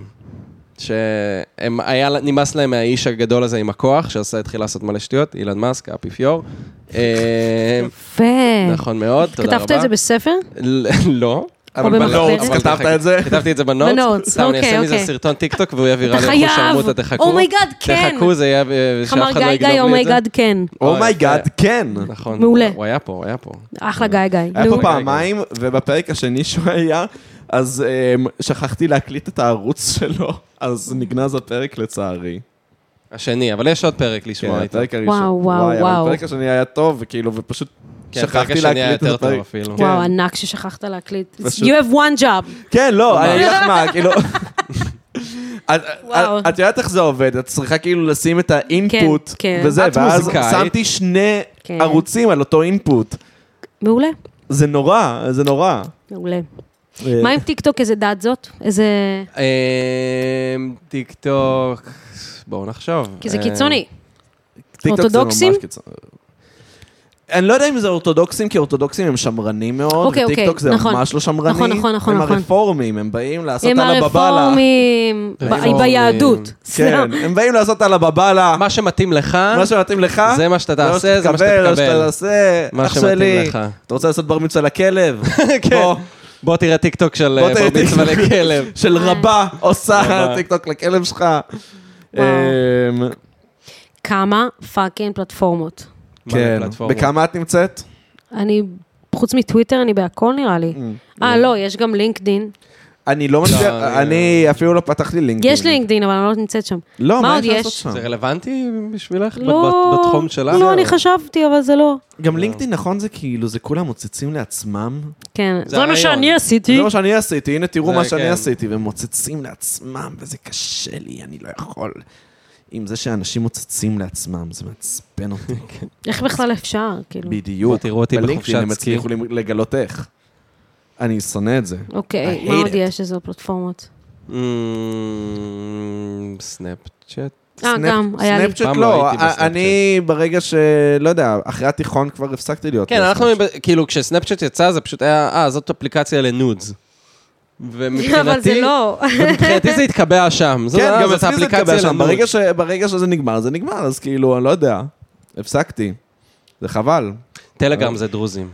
שהם, היה, נמאס להם מהאיש הגדול הזה עם הכוח, שעשה, התחיל לעשות מלא שטויות, אילן מאסק, האפיפיור. יפה. נכון מאוד, תודה רבה. כתבת את זה בספר? לא. או במחברת. אז כתבת את זה? כתבתי את זה בנוטס. בנוטס, אני אעשה אוקיי, מזה אוקיי. סרטון טיקטוק, והוא יביא רע אתה לאיפה חייב. שרמוטה, תחכו. אומייגאד, כן. תחכו, זה יהיה, שאף חמר אחד לא גיא גיא, יגנוב לי את זה. אומייגאד, כן. אומייגאד, כן. נכון. מעולה. הוא היה פה, הוא היה פה. אחלה גיא גיא. היה נו. פה פעמיים, ובפרק השני שהוא היה, אז um, שכחתי להקליט את הערוץ שלו, אז נגנז הפרק לצערי. השני, אבל יש עוד פרק לשמוע כן, איתו. הפרק הראשון. וואו, וואו, וואי, אבל וואו. הפרק השני היה טוב, וכאילו, ופשוט כן, הפרק שכחתי השני היה להקליט את יותר טוב הפרק. אפילו. וואו, ענק ששכחת להקליט. פשוט- You have one job. כן, לא, אני אגיד לך מה, כאילו... את- וואו. את יודעת איך זה עובד, את צריכה כאילו לשים את האינפוט, כן, כן. וזה, את ואז מוזיקאית. שמתי שני כן. ערוצים על אותו אינפוט. מעולה, זה נורא, זה נורא. מעולה. מה עם טיקטוק, איזה דת זאת? איזה... אמ, טיק טוק, בואו נחשוב. כי זה אה, קיצוני. טיקטוק זה אורתודוקסים? ממש קיצוני. אני לא יודע אם זה אורתודוקסים, כי אורתודוקסים הם שמרנים מאוד, אוקיי, אוקיי, וטיקטוק זה נכון. ממש לא שמרני. נכון, נכון, נכון, הם נכון. הרפורמים, הם באים לעשות הם על הבבלה. הרפורמים, ב- רפורמים. ביהדות. כן, הם באים לעשות על הבבלה. מה שמתאים לך, מה שמתאים לך, זה מה שאתה תעשה, זה מה שאתה זה מה שאתה תקבל. תעשה, מה אח שמתאים שלי. לך. אתה רוצה לעשות בר מצווה לכלב? כן. בוא, בוא תראה טיק טוק של בוא תראה בר מצווה טיקטוק. לכלב. של רבה עושה רבה. טיקטוק לכלב שלך. וואו. אמ, כמה פאקינג פלטפורמות. כן, פלטפורמות. בכמה את נמצאת? אני, חוץ מטוויטר, אני בהכל נראה לי. אה, לא, יש גם לינקדין. אני לא מצליח, אני- אני אפילו לא פתחתי לינקדאין. יש לינקדין, אבל אני לא נמצאת שם. לא, מה מה עוד יש לעשות יש? שם? זה רלוונטי בשבילך? לא, בת- בתחום שלך? לא, אני חשבתי, אבל זה לא. גם לינקדאין, נכון, זה כאילו, זה כולם מוצצים לעצמם. כן, זה זה מה הרעיון. שאני עשיתי. זה מה שאני עשיתי, הנה תראו זה מה שאני כן. עשיתי, והם מוצצים לעצמם, וזה קשה לי, אני לא יכול. עם זה שאנשים מוצצים לעצמם, זה מעצבן אותי. איך בכלל אפשר, כאילו? בדיוק. בוא תראו אותי בלינקדאין בחופשת הם סקי. הצליחו לגלות איך. אני שונא את זה. אוקיי, I מה hate עוד it. יש? איזה פלטפורמות? אמ, סנאפצ'אט? אה, סנאפ- גם, היה לי. סנאפצ'אט פעם לא לא, הייתי בסנאפצ'אט. אני ברגע ש... לא יודע, אחרי התיכון כבר הפסקתי להיות. כן, אנחנו, בסנאפצ'אט. כאילו, כשסנאפצ'אט יצא, זה פשוט היה, אה, זאת אפליקציה לנודס. ומבחינתי... אבל זה לא. מבחינתי זה התקבע שם. זו- כן, גם זאת אצלי זה האפליקציה התקבע שם. לנודס. ברגע ש- ברגע שזה נגמר, זה נגמר, אז כאילו, אני לא יודע. הפסקתי. זה חבל. טלגרם זה דרוזים.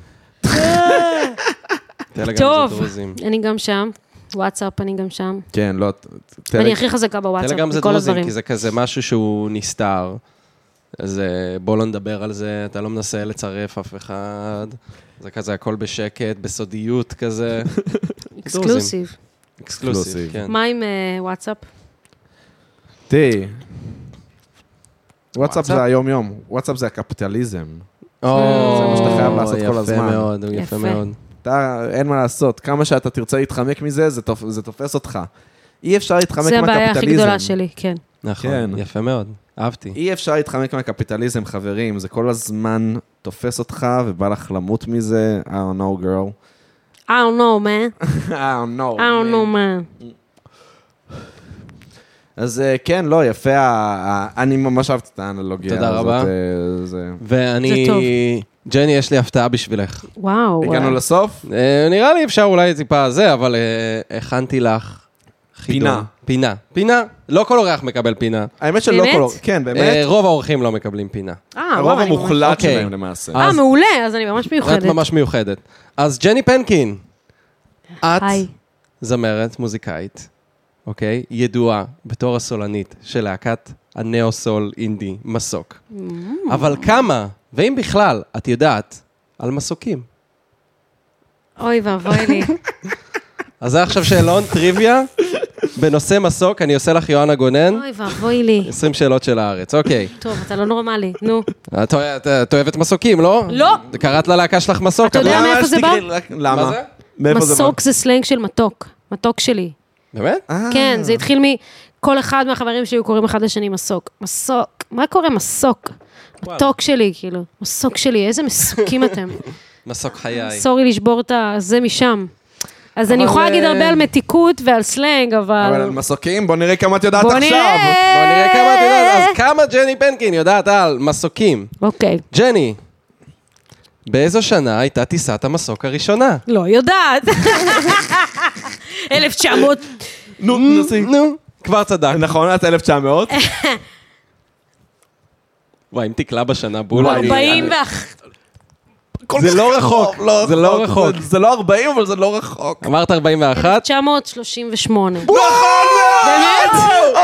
טלגרם טוב, זה דרוזים. אני גם שם. וואטסאפ, אני גם שם. כן, לא... טלג- אני הכי חזקה בוואטסאפ, טלגרם זה מכל דרוזים, הדברים. כי זה כזה משהו שהוא נסתר. אז אה, בוא לא נדבר על זה, אתה לא מנסה לצרף אף אחד. זה כזה הכל בשקט, בסודיות כזה. אקסקלוסיב. אקסקלוסיב, כן. מה עם אה, וואטסאפ? תראי, וואטסאפ וואטסאפ? זה היום-יום. וואטסאפ זה הקפיטליזם. או, זה מה שאתה חייב לעשות כל הזמן. יפה מאוד, הוא יפה יפה. מאוד. אתה, אין מה לעשות. כמה שאתה תרצה להתחמק מזה, זה, תופ, זה תופס אותך. אי אפשר להתחמק זה מהקפיטליזם. הבעיה הכי גדולה שלי, כן. נכון, כן. יפה מאוד, אהבתי. אי אפשר להתחמק מהקפיטליזם, חברים. זה כל הזמן תופס אותך ובא לך למות מזה. I don't know, girl. I don't know, man. I don't know. I don't know, man. אז אה, כן, לא, יפה. ה- ה- אני ממש אהבתי את האנלוגיה הזאת. תודה רבה. אה, זה... ואני... זה טוב. ג'ני, יש לי הפתעה בשבילך. וואו. הגענו לסוף? אה, נראה לי אפשר אולי טיפה זה, אבל אה, הכנתי לך חידון. פינה. פינה. פינה. לא כל אורח מקבל פינה. האמת שלא באמת? כל... כן, באמת. אה, רוב האורחים לא מקבלים פינה. אה, הרוב וואו, אני ממש- המוחלט אוקיי. שלהם למעשה. אה, אז- מעולה, אז אני ממש את מיוחדת. ממש מיוחדת. אז ג'ני פנקין, את היי. זמרת, מוזיקאית, אוקיי? ידועה בתור הסולנית של להקת הנאו-סול אינדי מסוק. אבל כמה, ואם בכלל, את יודעת על מסוקים. אוי ואבוי לי. אז זה עכשיו שאלון טריוויה בנושא מסוק, אני עושה לך יואנה גונן, אוי ואבוי לי. עשרים שאלות של הארץ, אוקיי. טוב, אתה לא נורמלי, נו. את את- את אוהבת מסוקים, לא? לא. קראת ללהקה שלך מסוק. אתה יודע אבל- מאיפה זה בא? שתקראי, רק- למה? מה זה? מאיפה זה בא? מסוק זה סלנג של מתוק. מתוק שלי. באמת? אה. כן, זה התחיל מכל אחד מהחברים שלי קוראים אחד לשני מסוק. מסוק. מה קורה מסוק? מתוק שלי, כאילו. מסוק שלי, איזה מסוקים אתם. מסוק חיי. סורי לשבור את זה משם. אז אני אבל, יכולה להגיד אה, הרבה על מתיקות ועל סלנג, אבל על אבל... מסוקים, בוא נראה כמה את יודעת בוא עכשיו. נראה. בוא נראה כמה את יודעת, אז כמה ג'ני פנקין יודעת על מסוקים? אוקיי. ג'ני, באיזו שנה הייתה טיסת המסוק הראשונה? לא יודעת. אלף תשע מאות... נו, נסי. נו, כבר צדק. נכון, את אלף תשע מאות? וואי, אם תקלה בשנה בול. אני- ארבעים ואחת. זה לא רחוק, זה לא רחוק. זה לא ארבעים, אבל זה לא רחוק. אמרת ארבעים ואחת? אלף תשע מאות שלושים ושמונה. נכון! באמת?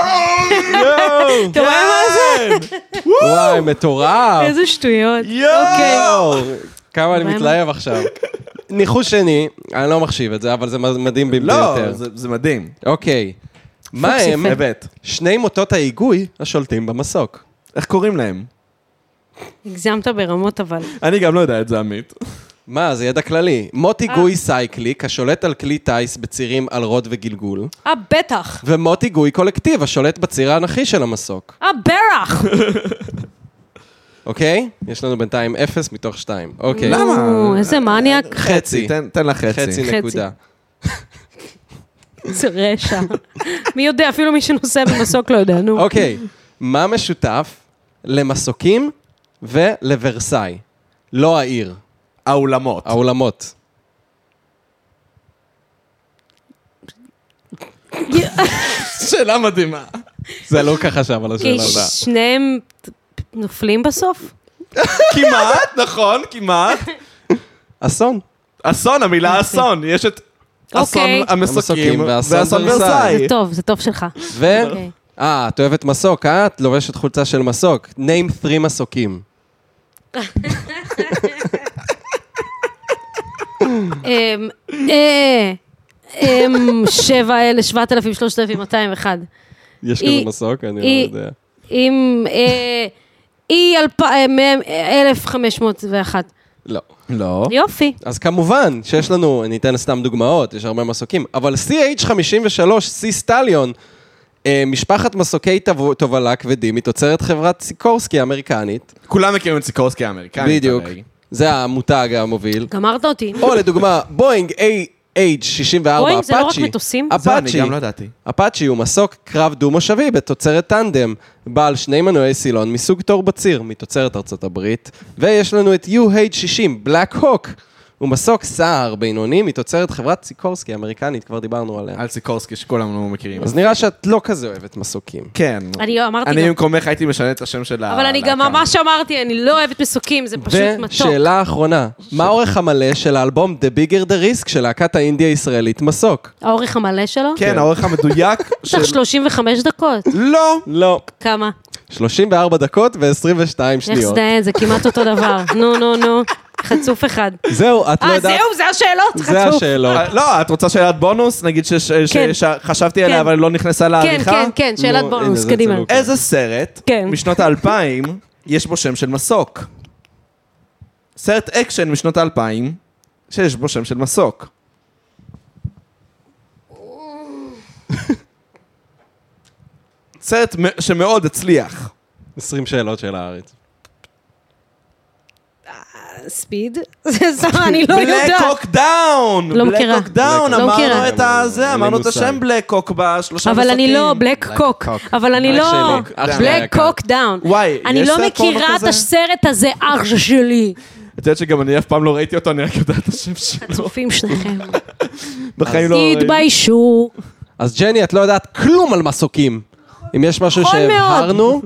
אתה רואה מה זה? וואי, מטורף. איזה שטויות. יואו! כמה אני מתלהב עכשיו. ניחוש שני, אני לא מחשיב את זה, אבל זה מדהים ביותר. לא, זה מדהים. אוקיי. מה הם שני מוטות ההיגוי השולטים במסוק? איך קוראים להם? הגזמת ברמות אבל. אני גם לא יודע את זה, עמית. מה, זה ידע כללי. מוט היגוי סייקליק, השולט על כלי טייס בצירים על רוד וגלגול. אה, בטח. ומוט היגוי קולקטיב, השולט בציר האנכי של המסוק. אה, ברח. אוקיי? יש לנו בינתיים אפס מתוך שתיים. אוקיי. למה? איזה מניאק. חצי. תן לה חצי. חצי נקודה. זה רשע. מי יודע, אפילו מי שנוסע במסוק לא יודע, נו. אוקיי. מה משותף למסוקים ולוורסאי? לא העיר. האולמות. האולמות. שאלה מדהימה. זה לא ככה שם על השאלה. כי שניהם נופלים בסוף? כמעט, נכון, כמעט. אסון. אסון, המילה אסון. יש את אסון המסוקים ואסון ורסאי. זה טוב, זה טוב שלך. ו... אה, את אוהבת מסוק, אה? את לובשת חולצה של מסוק. name three מסוקים. שבע אלה, שבעת אלפים, שלושת אלפים, מאתיים ואחד. יש כזה מסוק? אני לא יודע. עם אי אלף חמש מאות ואחת. לא. לא. יופי. אז כמובן שיש לנו, אני אתן סתם דוגמאות, יש הרבה מסוקים, אבל סי אייץ' חמישים ושלוש, סי סטליון, משפחת מסוקי תובלה כבדים, היא תוצרת חברת סיקורסקי האמריקנית. כולם מכירים את סיקורסקי האמריקנית. בדיוק. זה המותג המוביל. גמרת אותי. או לדוגמה, בואינג אייץ' שישים וארבע, בואינג זה לא רק מטוסים? זה אני גם לא ידעתי. אפאצ'י הוא מסוק קרב דו-מושבי בתוצרת טנדם, בעל שני מנועי סילון מסוג תור בציר, מתוצרת ארצות הברית, ויש לנו את יו אייץ' שישים, בלק הוק, הוא מסוק סער בינוני מתוצרת חברת סיקורסקי האמריקנית, כבר דיברנו עליה. על סיקורסקי שכולנו מכירים. אז נראה שאת לא כזה אוהבת מסוקים. כן. אני אמרתי גם. אני במקומך הייתי משנה את השם של אבל אני גם ממש אמרתי, אני לא אוהבת מסוקים, זה פשוט מתוק. ושאלה האחרונה, מה האורך המלא של האלבום The Bigger the Risk של להקת האינדיה הישראלית מסוק? האורך המלא שלו? כן, האורך המדויק. צריך שלושים וחמש דקות. לא. לא. כמה? שלושים וארבע דקות ו-עשרים ושתיים שניות. איך סדאין, זה כמעט אותו דבר. נו, נו, נו. חצוף אחד. זהו, את לא יודעת... אה, יודעת... זהו, זה השאלות, חצוף. זה השאלות. לא, את רוצה שאלת בונוס? נגיד שחשבתי עליה, אבל לא נכנסה לעריכה? כן, כן, כן, שאלת בונוס, קדימה. איזה סרט, משנות האלפיים, יש בו שם של מסוק? סרט אקשן משנות האלפיים, שיש בו שם של מסוק. סרט שמאוד הצליח. עשרים שאלות של הארץ. ספיד? זה סתם, אני לא יודעת. בלק קוק דאון! לא מכירה. בלק קוק דאון, אמרנו את הזה, אמרנו את השם בלק קוק בשלושה מסוקים. אבל אני לא, בלק קוק. אבל אני לא, בלק קוק דאון. וואי, אני לא מכירה את הסרט הזה, אח שלי. את יודעת שגם אני אף פעם לא ראיתי אותו, אני רק יודע את השם שלו. חצופים שניכם. בחיים לא ראיתי. תתביישו. אז ג'ני, את לא יודעת כלום על מסוקים. אם יש משהו שהבהרנו...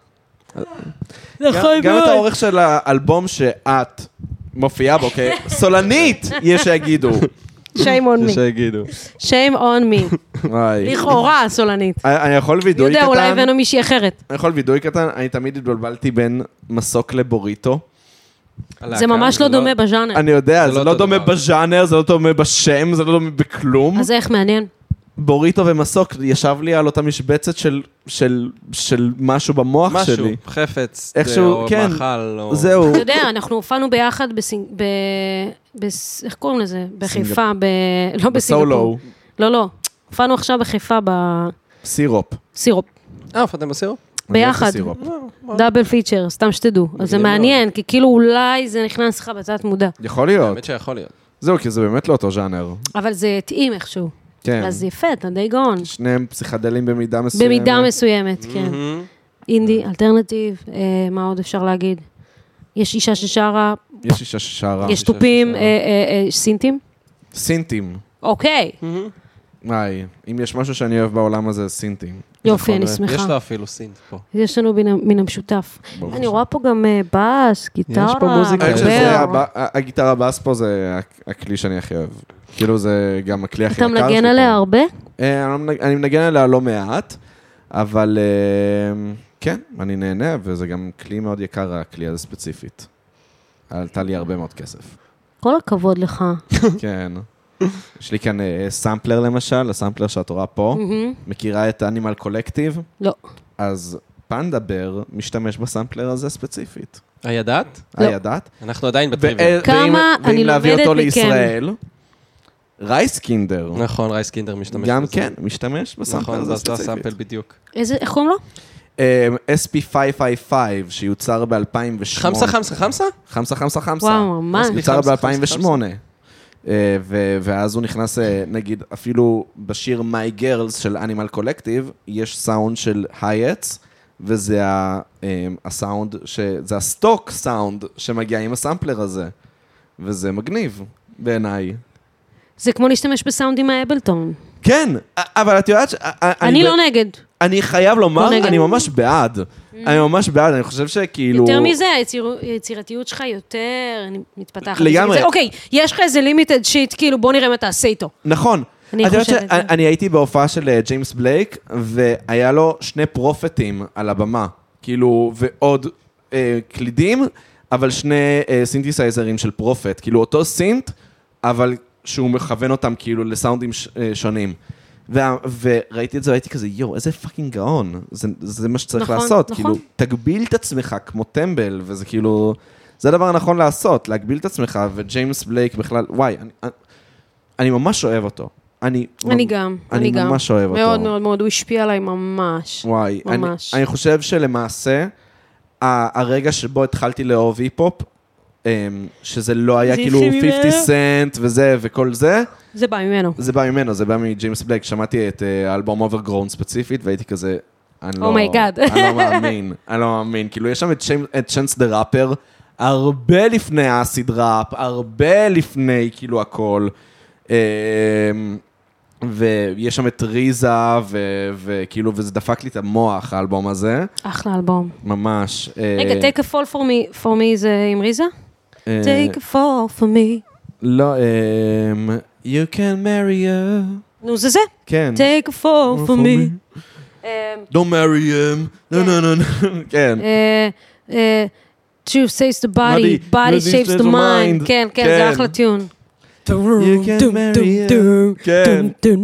גם את האורך של האלבום שאת מופיעה בו, סולנית, יש שיגידו. shame on me. שיגידו. shame on me. לכאורה סולנית. אני יכול וידוי קטן. יודע, אולי הבאנו מישהי אחרת. אני יכול וידוי קטן, אני תמיד התבלבלתי בין מסוק לבוריטו. זה ממש לא דומה בז'אנר. אני יודע, זה לא דומה בז'אנר, זה לא דומה בשם, זה לא דומה בכלום. אז איך מעניין? בוריטו ומסוק ישב לי על אותה משבצת של, של, של משהו במוח משהו, שלי. משהו, חפץ, איכשהו, או כן, מאכל, או... זהו. אתה יודע, אנחנו הופענו ביחד בסינג... ב... בס... איך קוראים לזה? בחיפה, ב... לא בסינגפור. לא, לא. הופענו עכשיו בחיפה ב... סירופ. סירופ. אה, הופעתם בסירופ? ביחד. דאבל פיצ'ר, סתם שתדעו. אז זה מעניין, כי כאילו אולי זה נכנס לך בצעת מודע. יכול להיות. באמת שיכול להיות. זהו, כי זה באמת לא אותו ז'אנר. אבל זה התאים איכשהו. כן. אז יפה, אתה די גאון. שניהם פסיכדלים במידה מסוימת. במידה מסוימת, כן. אינדי, אלטרנטיב, מה עוד אפשר להגיד? יש אישה ששרה. יש אישה ששרה. יש טופים, סינטים. סינטים. אוקיי. וואי, אם יש משהו שאני אוהב בעולם הזה, סינטים. יופי, אני שמחה. יש לה אפילו סינט פה. יש לנו מן המשותף. אני רואה פה גם בס, גיטרה. יש פה מוזיקה. הגיטרה בס פה זה הכלי שאני הכי אוהב. כאילו זה גם הכלי הכי יקר. אתה מנגן עליה הרבה? אני מנגן עליה לא מעט, אבל כן, אני נהנה, וזה גם כלי מאוד יקר, הכלי הזה ספציפית. עלתה לי הרבה מאוד כסף. כל הכבוד לך. כן. יש לי כאן סמפלר למשל, הסמפלר שאת רואה פה. מכירה את אנימל קולקטיב? לא. אז פנדה בר משתמש בסמפלר הזה ספציפית. הידעת? הידעת. אנחנו עדיין בטריוויה. כמה אני לומדת מכם. ואם להביא אותו לישראל, רייסקינדר. נכון, רייסקינדר משתמש בזה. גם כן, משתמש בסמפלר הזה ספציפית. נכון, זה הסמפל בדיוק. איזה, איך קוראים לו? אס פי חמש חמש חמש, שיוצר ב-אלפיים ושמונה. חמסה, חמסה, חמסה? חמסה, חמסה, חמסה. וואו, ממש. יוצר ב-אלפיים ושמונה. ואז הוא נכנס, נגיד, אפילו בשיר My Girls של Animal Collective, יש סאונד של הייטס, וזה הסאונד, זה הסטוק סאונד שמגיע עם הסמפלר הזה. וזה מגניב, בעיניי. זה כמו להשתמש בסאונד עם האבלטון. כן, אבל את יודעת... אני לא נגד. אני חייב לומר, אני ממש בעד. אני ממש בעד, אני חושב שכאילו... יותר מזה, היצירתיות שלך יותר מתפתחת. לגמרי. אוקיי, יש לך איזה לימיטד שיט, כאילו בוא נראה מה תעשה איתו. נכון. אני חושבת אני הייתי בהופעה של ג'יימס בלייק, והיה לו שני פרופטים על הבמה, כאילו, ועוד קלידים, אבל שני סינתסייזרים של פרופט, כאילו אותו סינט, אבל שהוא מכוון אותם כאילו לסאונדים שונים. וראיתי את זה, ראיתי כזה, יו, איזה פאקינג גאון. זה מה שצריך לעשות. כאילו, תגביל את עצמך כמו טמבל, וזה כאילו, זה הדבר הנכון לעשות, להגביל את עצמך, וג'יימס בלייק בכלל, וואי, אני ממש אוהב אותו. אני גם, אני ממש אוהב אותו. מאוד מאוד מאוד, הוא השפיע עליי ממש. וואי, אני חושב שלמעשה, הרגע שבו התחלתי לאהוב היפ-הופ, שזה לא היה כאילו חמישים סנט וזה וכל זה. זה בא ממנו. זה בא ממנו, זה בא מג'יימס בלייק. שמעתי את האלבום Overgrown ספציפית, והייתי כזה, אני לא... אומייגאד. אני לא מאמין, אני לא מאמין. כאילו, יש שם את צ'אנס דה ראפר, הרבה לפני האסיד ראפ, הרבה לפני כאילו הכל. ויש שם את ריזה, וכאילו, וזה דפק לי את המוח, האלבום הזה. אחלה אלבום. ממש. רגע, take a fall for me, for me זה עם ריזה? Take a fall for me. לא, you can marry her. נו, זה זה. כן. Take a fall for me. Don't marry him. No, no, no, no. כן. Truth saves the body, body shapes the mind. כן, כן, זה אחלה טיון. You can marry him. כן.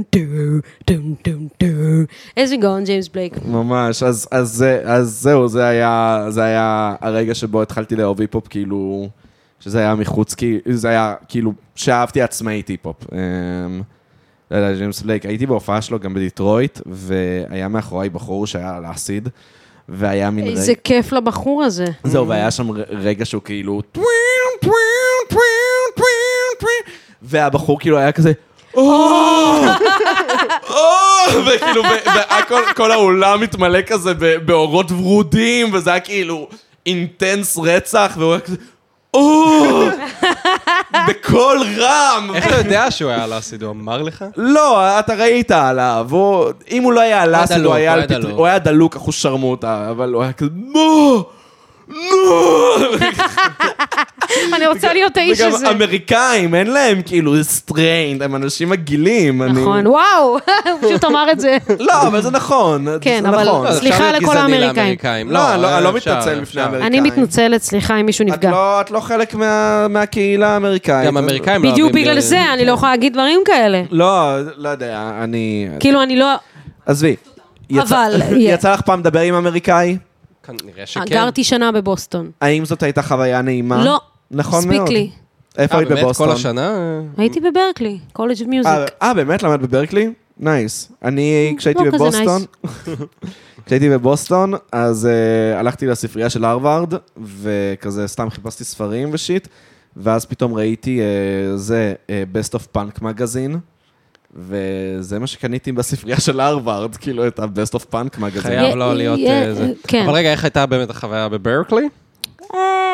איזה גאון, ג'יימס בלייק. ממש, אז זהו, זה היה הרגע שבו התחלתי לאהוב היפ-הופ, כאילו, שזה היה מחוץ, זה היה כאילו, שאהבתי עצמאית היפ-הופ. לא יודע, ג'יימס בלייק, הייתי בהופעה שלו גם בדיטרויט, והיה מאחוריי בחור שהיה על האסיד, והיה מין רגע... איזה כיף לבחור הזה. זהו, והיה שם רגע שהוא כאילו... והבחור כאילו היה כזה... וכאילו, וכל האולם מתמלא כזה באורות ורודים, וזה היה כאילו אינטנס רצח, והוא היה כזה... בכל רם. איך אתה יודע שהוא היה על האסיד? הוא אמר לך? לא, אתה ראית עליו. אם הוא לא היה על האסיד, הוא היה דלוק, אחוז שרמוטה, אבל הוא היה כזה... נו! נו! אני רוצה להיות האיש הזה. וגם אמריקאים, אין להם כאילו סטריינד, הם אנשים מגעילים. נכון, וואו, הוא פשוט אמר את זה. לא, אבל זה נכון. כן, אבל סליחה לכל האמריקאים. לא, אני לא מתנצל בפני האמריקאים. אני מתנצלת, סליחה אם מישהו נפגע. את לא חלק מהקהילה האמריקאית. גם האמריקאים לא בדיוק בגלל זה, אני לא יכולה להגיד דברים כאלה. לא, לא יודע, אני... כאילו, אני לא... עזבי. אבל... יצא לך פעם לדבר עם אמריקאי? נראה שכן. גרתי שנה בבוסטון. האם זאת הייתה חוויה נעימה? לא. נכון מאוד. ספיק לי. איפה היית בבוסטון? באמת כל השנה? הייתי בברקלי, קולג' אוף מיוזיק. אה, באמת? למדת בברקלי? נייס. אני, כשהייתי בבוסטון, כשהייתי בבוסטון, אז הלכתי לספרייה של הרווארד, וכזה סתם חיפשתי ספרים ושיט, ואז פתאום ראיתי, זה, Best of Punk מגזין, וזה מה שקניתי בספרייה של הרווארד, כאילו את ה-Best of Punk מגזין. חייב לא להיות זה. אבל רגע, איך הייתה באמת החוויה בברקלי?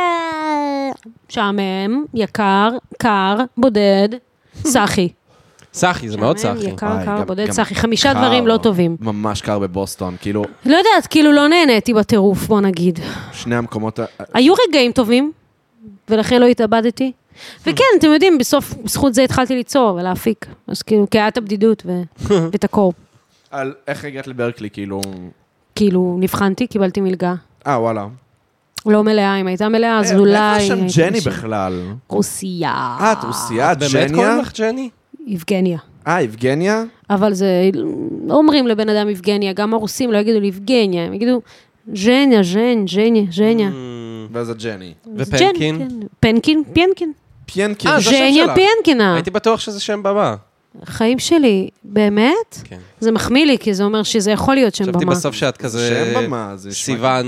שעמם, יקר, קר, בודד, סחי. סחי, זה מאוד סחי. יקר, קר, בודד סחי. חמישה דברים לא טובים. ממש קר בבוסטון, כאילו... לא יודעת, כאילו לא נהניתי בטירוף, בוא נגיד. שני המקומות... היו רגעים טובים, ולכן לא התאבדתי. וכן, אתם יודעים, בסוף, בזכות זה התחלתי ליצור ולהפיק. אז כאילו, כי היה את הבדידות ואת הקור. על איך הגעת לברקלי, כאילו... כאילו, נבחנתי, קיבלתי מלגה. אה, וואלה. לא מלאה, אם הייתה מלאה, אז אולי... איפה שם ג'ני בכלל? רוסיה. אה, את רוסיה? ג'ניה? באמת קוראים לך ג'ני? יבגניה. אה, יבגניה? אבל זה... לא אומרים לבן אדם יבגניה, גם הרוסים לא יגידו לי יבגניה, הם יגידו ז'ניה, ז'ן, ז'ניה, ז'ניה. ואז הג'ני. ופנקין? פנקין, פיינקין. פיינקין. אה, זה השם ז'ניה שלך. פיינקינה. הייתי בטוח שזה שם במה. חיים שלי, באמת? כן. זה מחמיא לי, כי זה אומר שזה יכול להיות שם במה. חשבתי בסוף שאת כזה... שם במה, זה נשמע- סיוון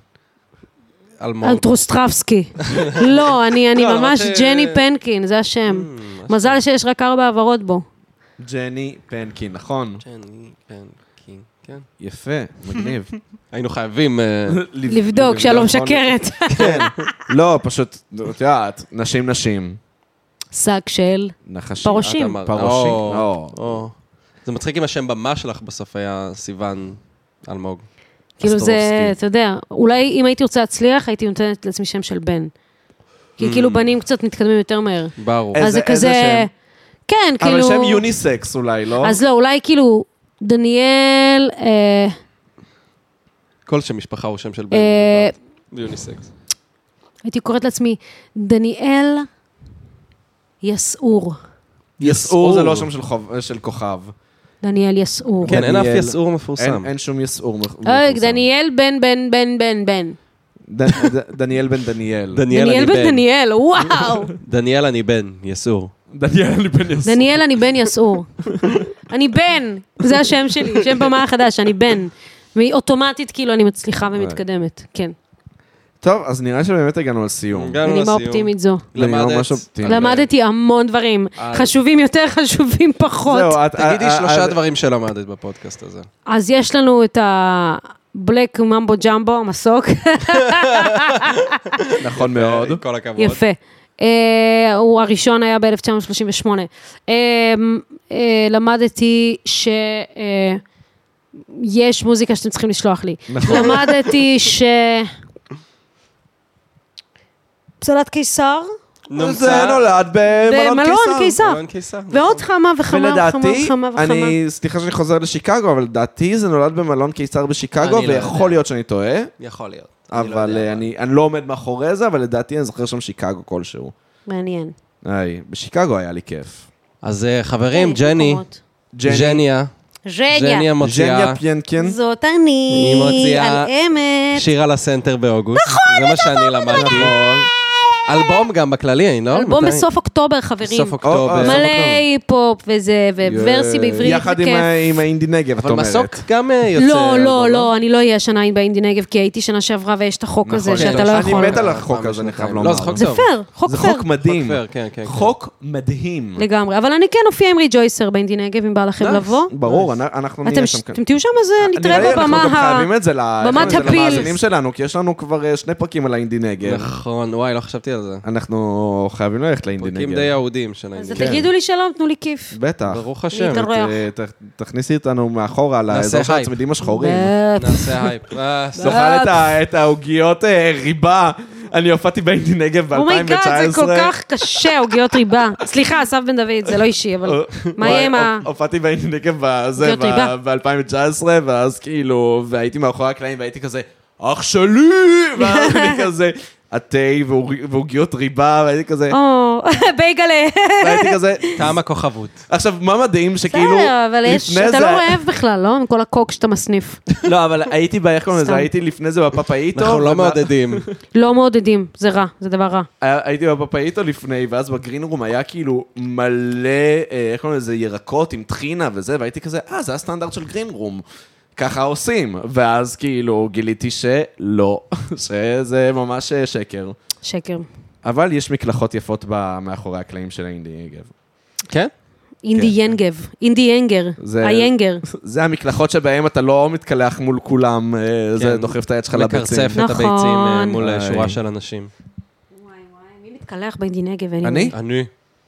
אלמוג. אנטרוסטרבסקי. לא, אני אני לא, ממש למרות ש- ג'ני פנקין, זה השם. מזל שיש רק ארבע העברות בו. ג'ני פנקין, נכון. ג'ני פנקין, כן. יפה, מגניב. היינו חייבים... אה, לבדוק שאני לא משקרת. כן. לא, פשוט, את יודעת, נשים נשים. שק של נחשים. פרושים. את אמרת. פרושים. או, או. או. זה מצחיק אם השם במה שלך בסוף היה סיוון אלמוג. כאילו זה, אסטרובסקי. אתה יודע, אולי אם הייתי רוצה להצליח, הייתי נותנת לעצמי שם של בן. כי כאילו בנים קצת מתקדמים יותר מהר. ברור. איזה- אז זה איזה כזה... כן, כאילו... אבל שם יוניסקס אולי, לא? אז לא, אולי כאילו, דניאל... אה, כל שם משפחה הוא שם של בן. אה, ביוניסקס. הייתי קוראת לעצמי, דניאל יסעור. יסעור זה לא שם של חוב- של כוכב. דניאל יסעור. כן, אין אף דניאל. יסעור אין- מפורסם. אין שום יסעור מפורסם. אוי, דניאל בן בן בן בן בן. ד- ד- דניאל בן דניאל. דניאל דניאל אני בן בן. דניאל, וואו. דניאל אני בן, יסעור. דניאל בן יסעור. דניאל אני בן יסעור. אני בן, זה השם שלי, שם במה החדש, אני בן. אוטומטית כאילו אני מצליחה ומתקדמת, כן. טוב, אז נראה שבאמת הגענו לסיום. הגענו בנימה לסיום. אופטימית זו. בנימה למדת. ממש אופטימית. למדתי המון דברים, חשובים יותר, חשובים פחות. זהו, את- תגידי את- שלושה את- דברים שלמדת בפודקאסט הזה. אז יש לנו את הבלק ממבו ג'מבו, המסוק, נכון מאוד. כל הכבוד. יפה. אה, הוא הראשון היה ב-אלף תשע מאות שלושים ושמונה. אה, אה, למדתי שיש מוזיקה שאתם צריכים לשלוח לי. נכון. למדתי ש... פסולת קיסר, זה נולד במלון במלון קיסר. קיסר. מלון קיסר. ועוד כמה וכמה וכמה ולדעתי, וכמה וכמה. אני, סליחה שאני חוזר לשיקגו, אבל לדעתי זה נולד במלון קיסר בשיקגו, אני לא ויכול יודע. להיות שאני טועה, יכול להיות. אני לא אבל יודע. אה, אני אני לא עומד מאחורי זה, אבל לדעתי אני זוכר שם שיקגו כלשהו. מעניין. היי, בשיקגו היה לי כיף. אז אה, חברים, כן, ג'ני, מקומות. ג'ניה, ז'ניה. ג'ניה מוציאה ג'ניה פיינקין. זאת אני, היא מוציאה על אמת. שיר על הסנטר באוגוסט. נכון, זה מה שאני למדתי. אלבום גם בכללי, לא? אלבום מתי? בסוף אוקטובר, חברים. סוף אוקטובר. סוף מלא אוקטובר. היפ-הופ וזה, וורסי בעברית, יחד עם וכיף. ה- עם האינדי נגב, את אבל אומרת. מסוק גם אה, יוצא... לא, אלבום, לא, לא, אני לא אהיה השנה באינדי נגב, כי הייתי שנה שעברה ויש את החוק הזה נכון, שאתה כן, לא אני יכול. אני מת על אה, החוק פעם הזה, אני חייב בשנתיים. לומר. לא, זה חוק זה טוב. פייר, חוק זה פייר. חוק מדהים. חוק פייר, כן, כן, כן. חוק מדהים. לגמרי, אבל אני כן אופיע עם ריג'ויסר באינדי נגב, אם בא לכם Nice. לבוא. ברור, אנ- אנחנו אתם נהיה ש- שם כאן. אתם תהיו שם, אז נראה נתראה לי בבמה אנחנו גם ה... חייבים את זה ל- במת איך אומרים את זה הפילס. למאזינים שלנו, כי יש לנו כבר אה, שני פרקים על האינדי נגב. נכון, וואי, לא חשבתי על זה. אנחנו חייבים ללכת לאינדי פרקים נגב. די אהודים של אז העניין. תגידו לי שלום, תנו לי כיף. בטח. ברוך השם. להתארח. ת- ת- תכניסי אותנו מאחורה לאזור של הייפ. הצמידים השחורים. בטח. נעשה הייפ. אה, סוף. תאכל את ה- את העוגיות אה, ריבה. אני הופעתי באינדי נגב ב-אלפיים תשע עשרה. אומייגאד, זה כל כך קשה, עוגיות ריבה. סליחה, אסף בן דוד, זה לא אישי, אבל מה יהיה עם ה... הופעתי באינדי נגב בזה, עוגיות ריבה. ב-אלפיים תשע עשרה, ואז כאילו, והייתי מאחורי הקלעים, והייתי כזה, אח שלי! ואז אני כזה, התה ועוגיות ריבה, והייתי כזה, או, בייגלה. והייתי כזה, טעם הכוכבות. עכשיו, מה מדהים שכאילו, בסדר, אבל יש... לפני אתה זה- לא רעב בכלל, לא? עם כל הקוק שאתה מסניף. לא, אבל הייתי, ב- איך קוראים לזה, סתם. הייתי לפני זה בפאפאיטו. אנחנו לא ומה- מעודדים. לא מעודדים, זה רע, זה דבר רע. היה- הייתי בפאפאיטו לפני, ואז בגרין רום היה כאילו מלא, אה, איך קוראים לזה, ירקות עם טחינה וזה, והייתי כזה, אה, זה הסטנדרט של גרין רום. ככה עושים. ואז כאילו גיליתי שלא, שזה ממש אה, שקר. שקר. אבל יש מקלחות יפות ב- מאחורי הקלעים של האינדי נגב. כן? אינדי ינגב, אינדי ינגר, זה- היינגר. זה המקלחות שבהם אתה לא מתקלח מול כולם, אה, זה כן. דוחף את היד שלך לביצים. מקרצף את נכון. הביצים אה, מול אה, איי. שורה של אנשים. וואי וואי, מי מתקלח באינדי נגב? anyway? אני? אני.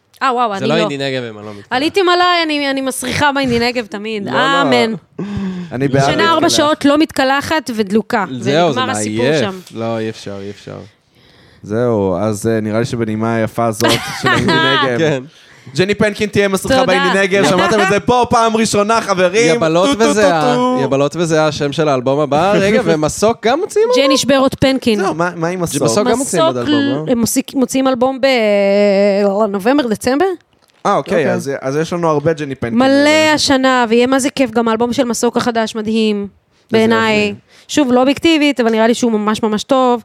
אה, וואו, אני זה לא. לא אינדי נגב, אם אני לא מתקלחת. עליתי מלא, אני מסריחה באינדי נגב תמיד. אמן. אני בעד. שנה ארבע שעות לא מתקלחת ודלוקה. זהו, זה ונגמר הסיפור שם. מעייף. לא, אי אפשר, אי אפשר. זהו, אז נראה לי שבנימה היפה הזאת של האינדי נגב. כן. ג'ני פנקין תהיה מסריחה תודה. באינדי נגב, שמעתם את זה פה פעם ראשונה, חברים. יבלות טו, טו, טו, וזהה, טו. יבלות וזהה, השם של האלבום הבא. רגע, ומסוק גם מוציאים? ג'ני שבירות פנקין. זהו, מה מה עם הסוף? בסוף גם מוציאים עוד אלבום, לא? הם מוציאים אלבום בנובמבר, דצמבר? אה, אוקיי, אז אז יש לנו הרבה ג'ני פנקין. מלא השנה, ויהיה מה זה כיף, גם האלבום של מסוק החדש מדהים, בעיניי. שוב, לא אובייקטיבית, אבל נראה לי שהוא ממש ממש טוב.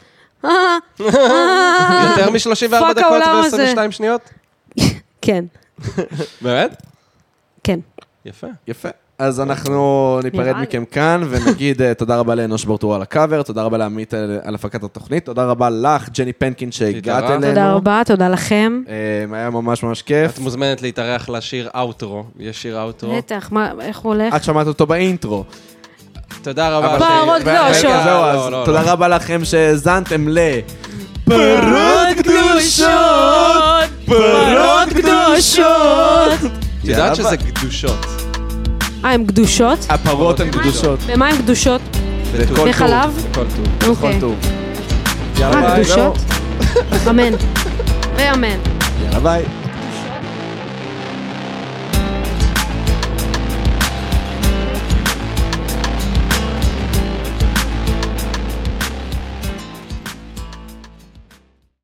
יותר מ-שלושים וארבע פאק דקות העולם ו-עשרים ושתיים הזה. שניות? כן, באמת? כן. יפה. יפה. אז אנחנו ניפרד נראה לי. מכם כאן, ונגיד אה, תודה רבה לאנוש ברטור על הקאבר, תודה רבה לעמית על על הפקת התוכנית, תודה רבה לך, ג'ני פנקין, שהגעת שהתארחת. אלינו. תודה רבה, תודה לכם. אה, היה ממש ממש כיף. את מוזמנת להתארח לשיר אאוטרו. יש שיר אאוטרו. בטח, מה- איך הוא הולך? את שמעת אותו באינטרו. תודה רבה. אבל- פרות רגע, קדושות. זהו, לא, אז לא, לא. תודה רבה לכם שהאזנתם ל... פרות קדושות! פרות קדושות! את יודעת שזה קדושות. אה, הן קדושות? הפרות הן קדושות. במה הן קדושות? לכל טוב. בחלב? בכל טוב. לכל אוקיי. טוב. אה, יאללה ביי. קדושות? אמן. ואמן. יאללה ביי.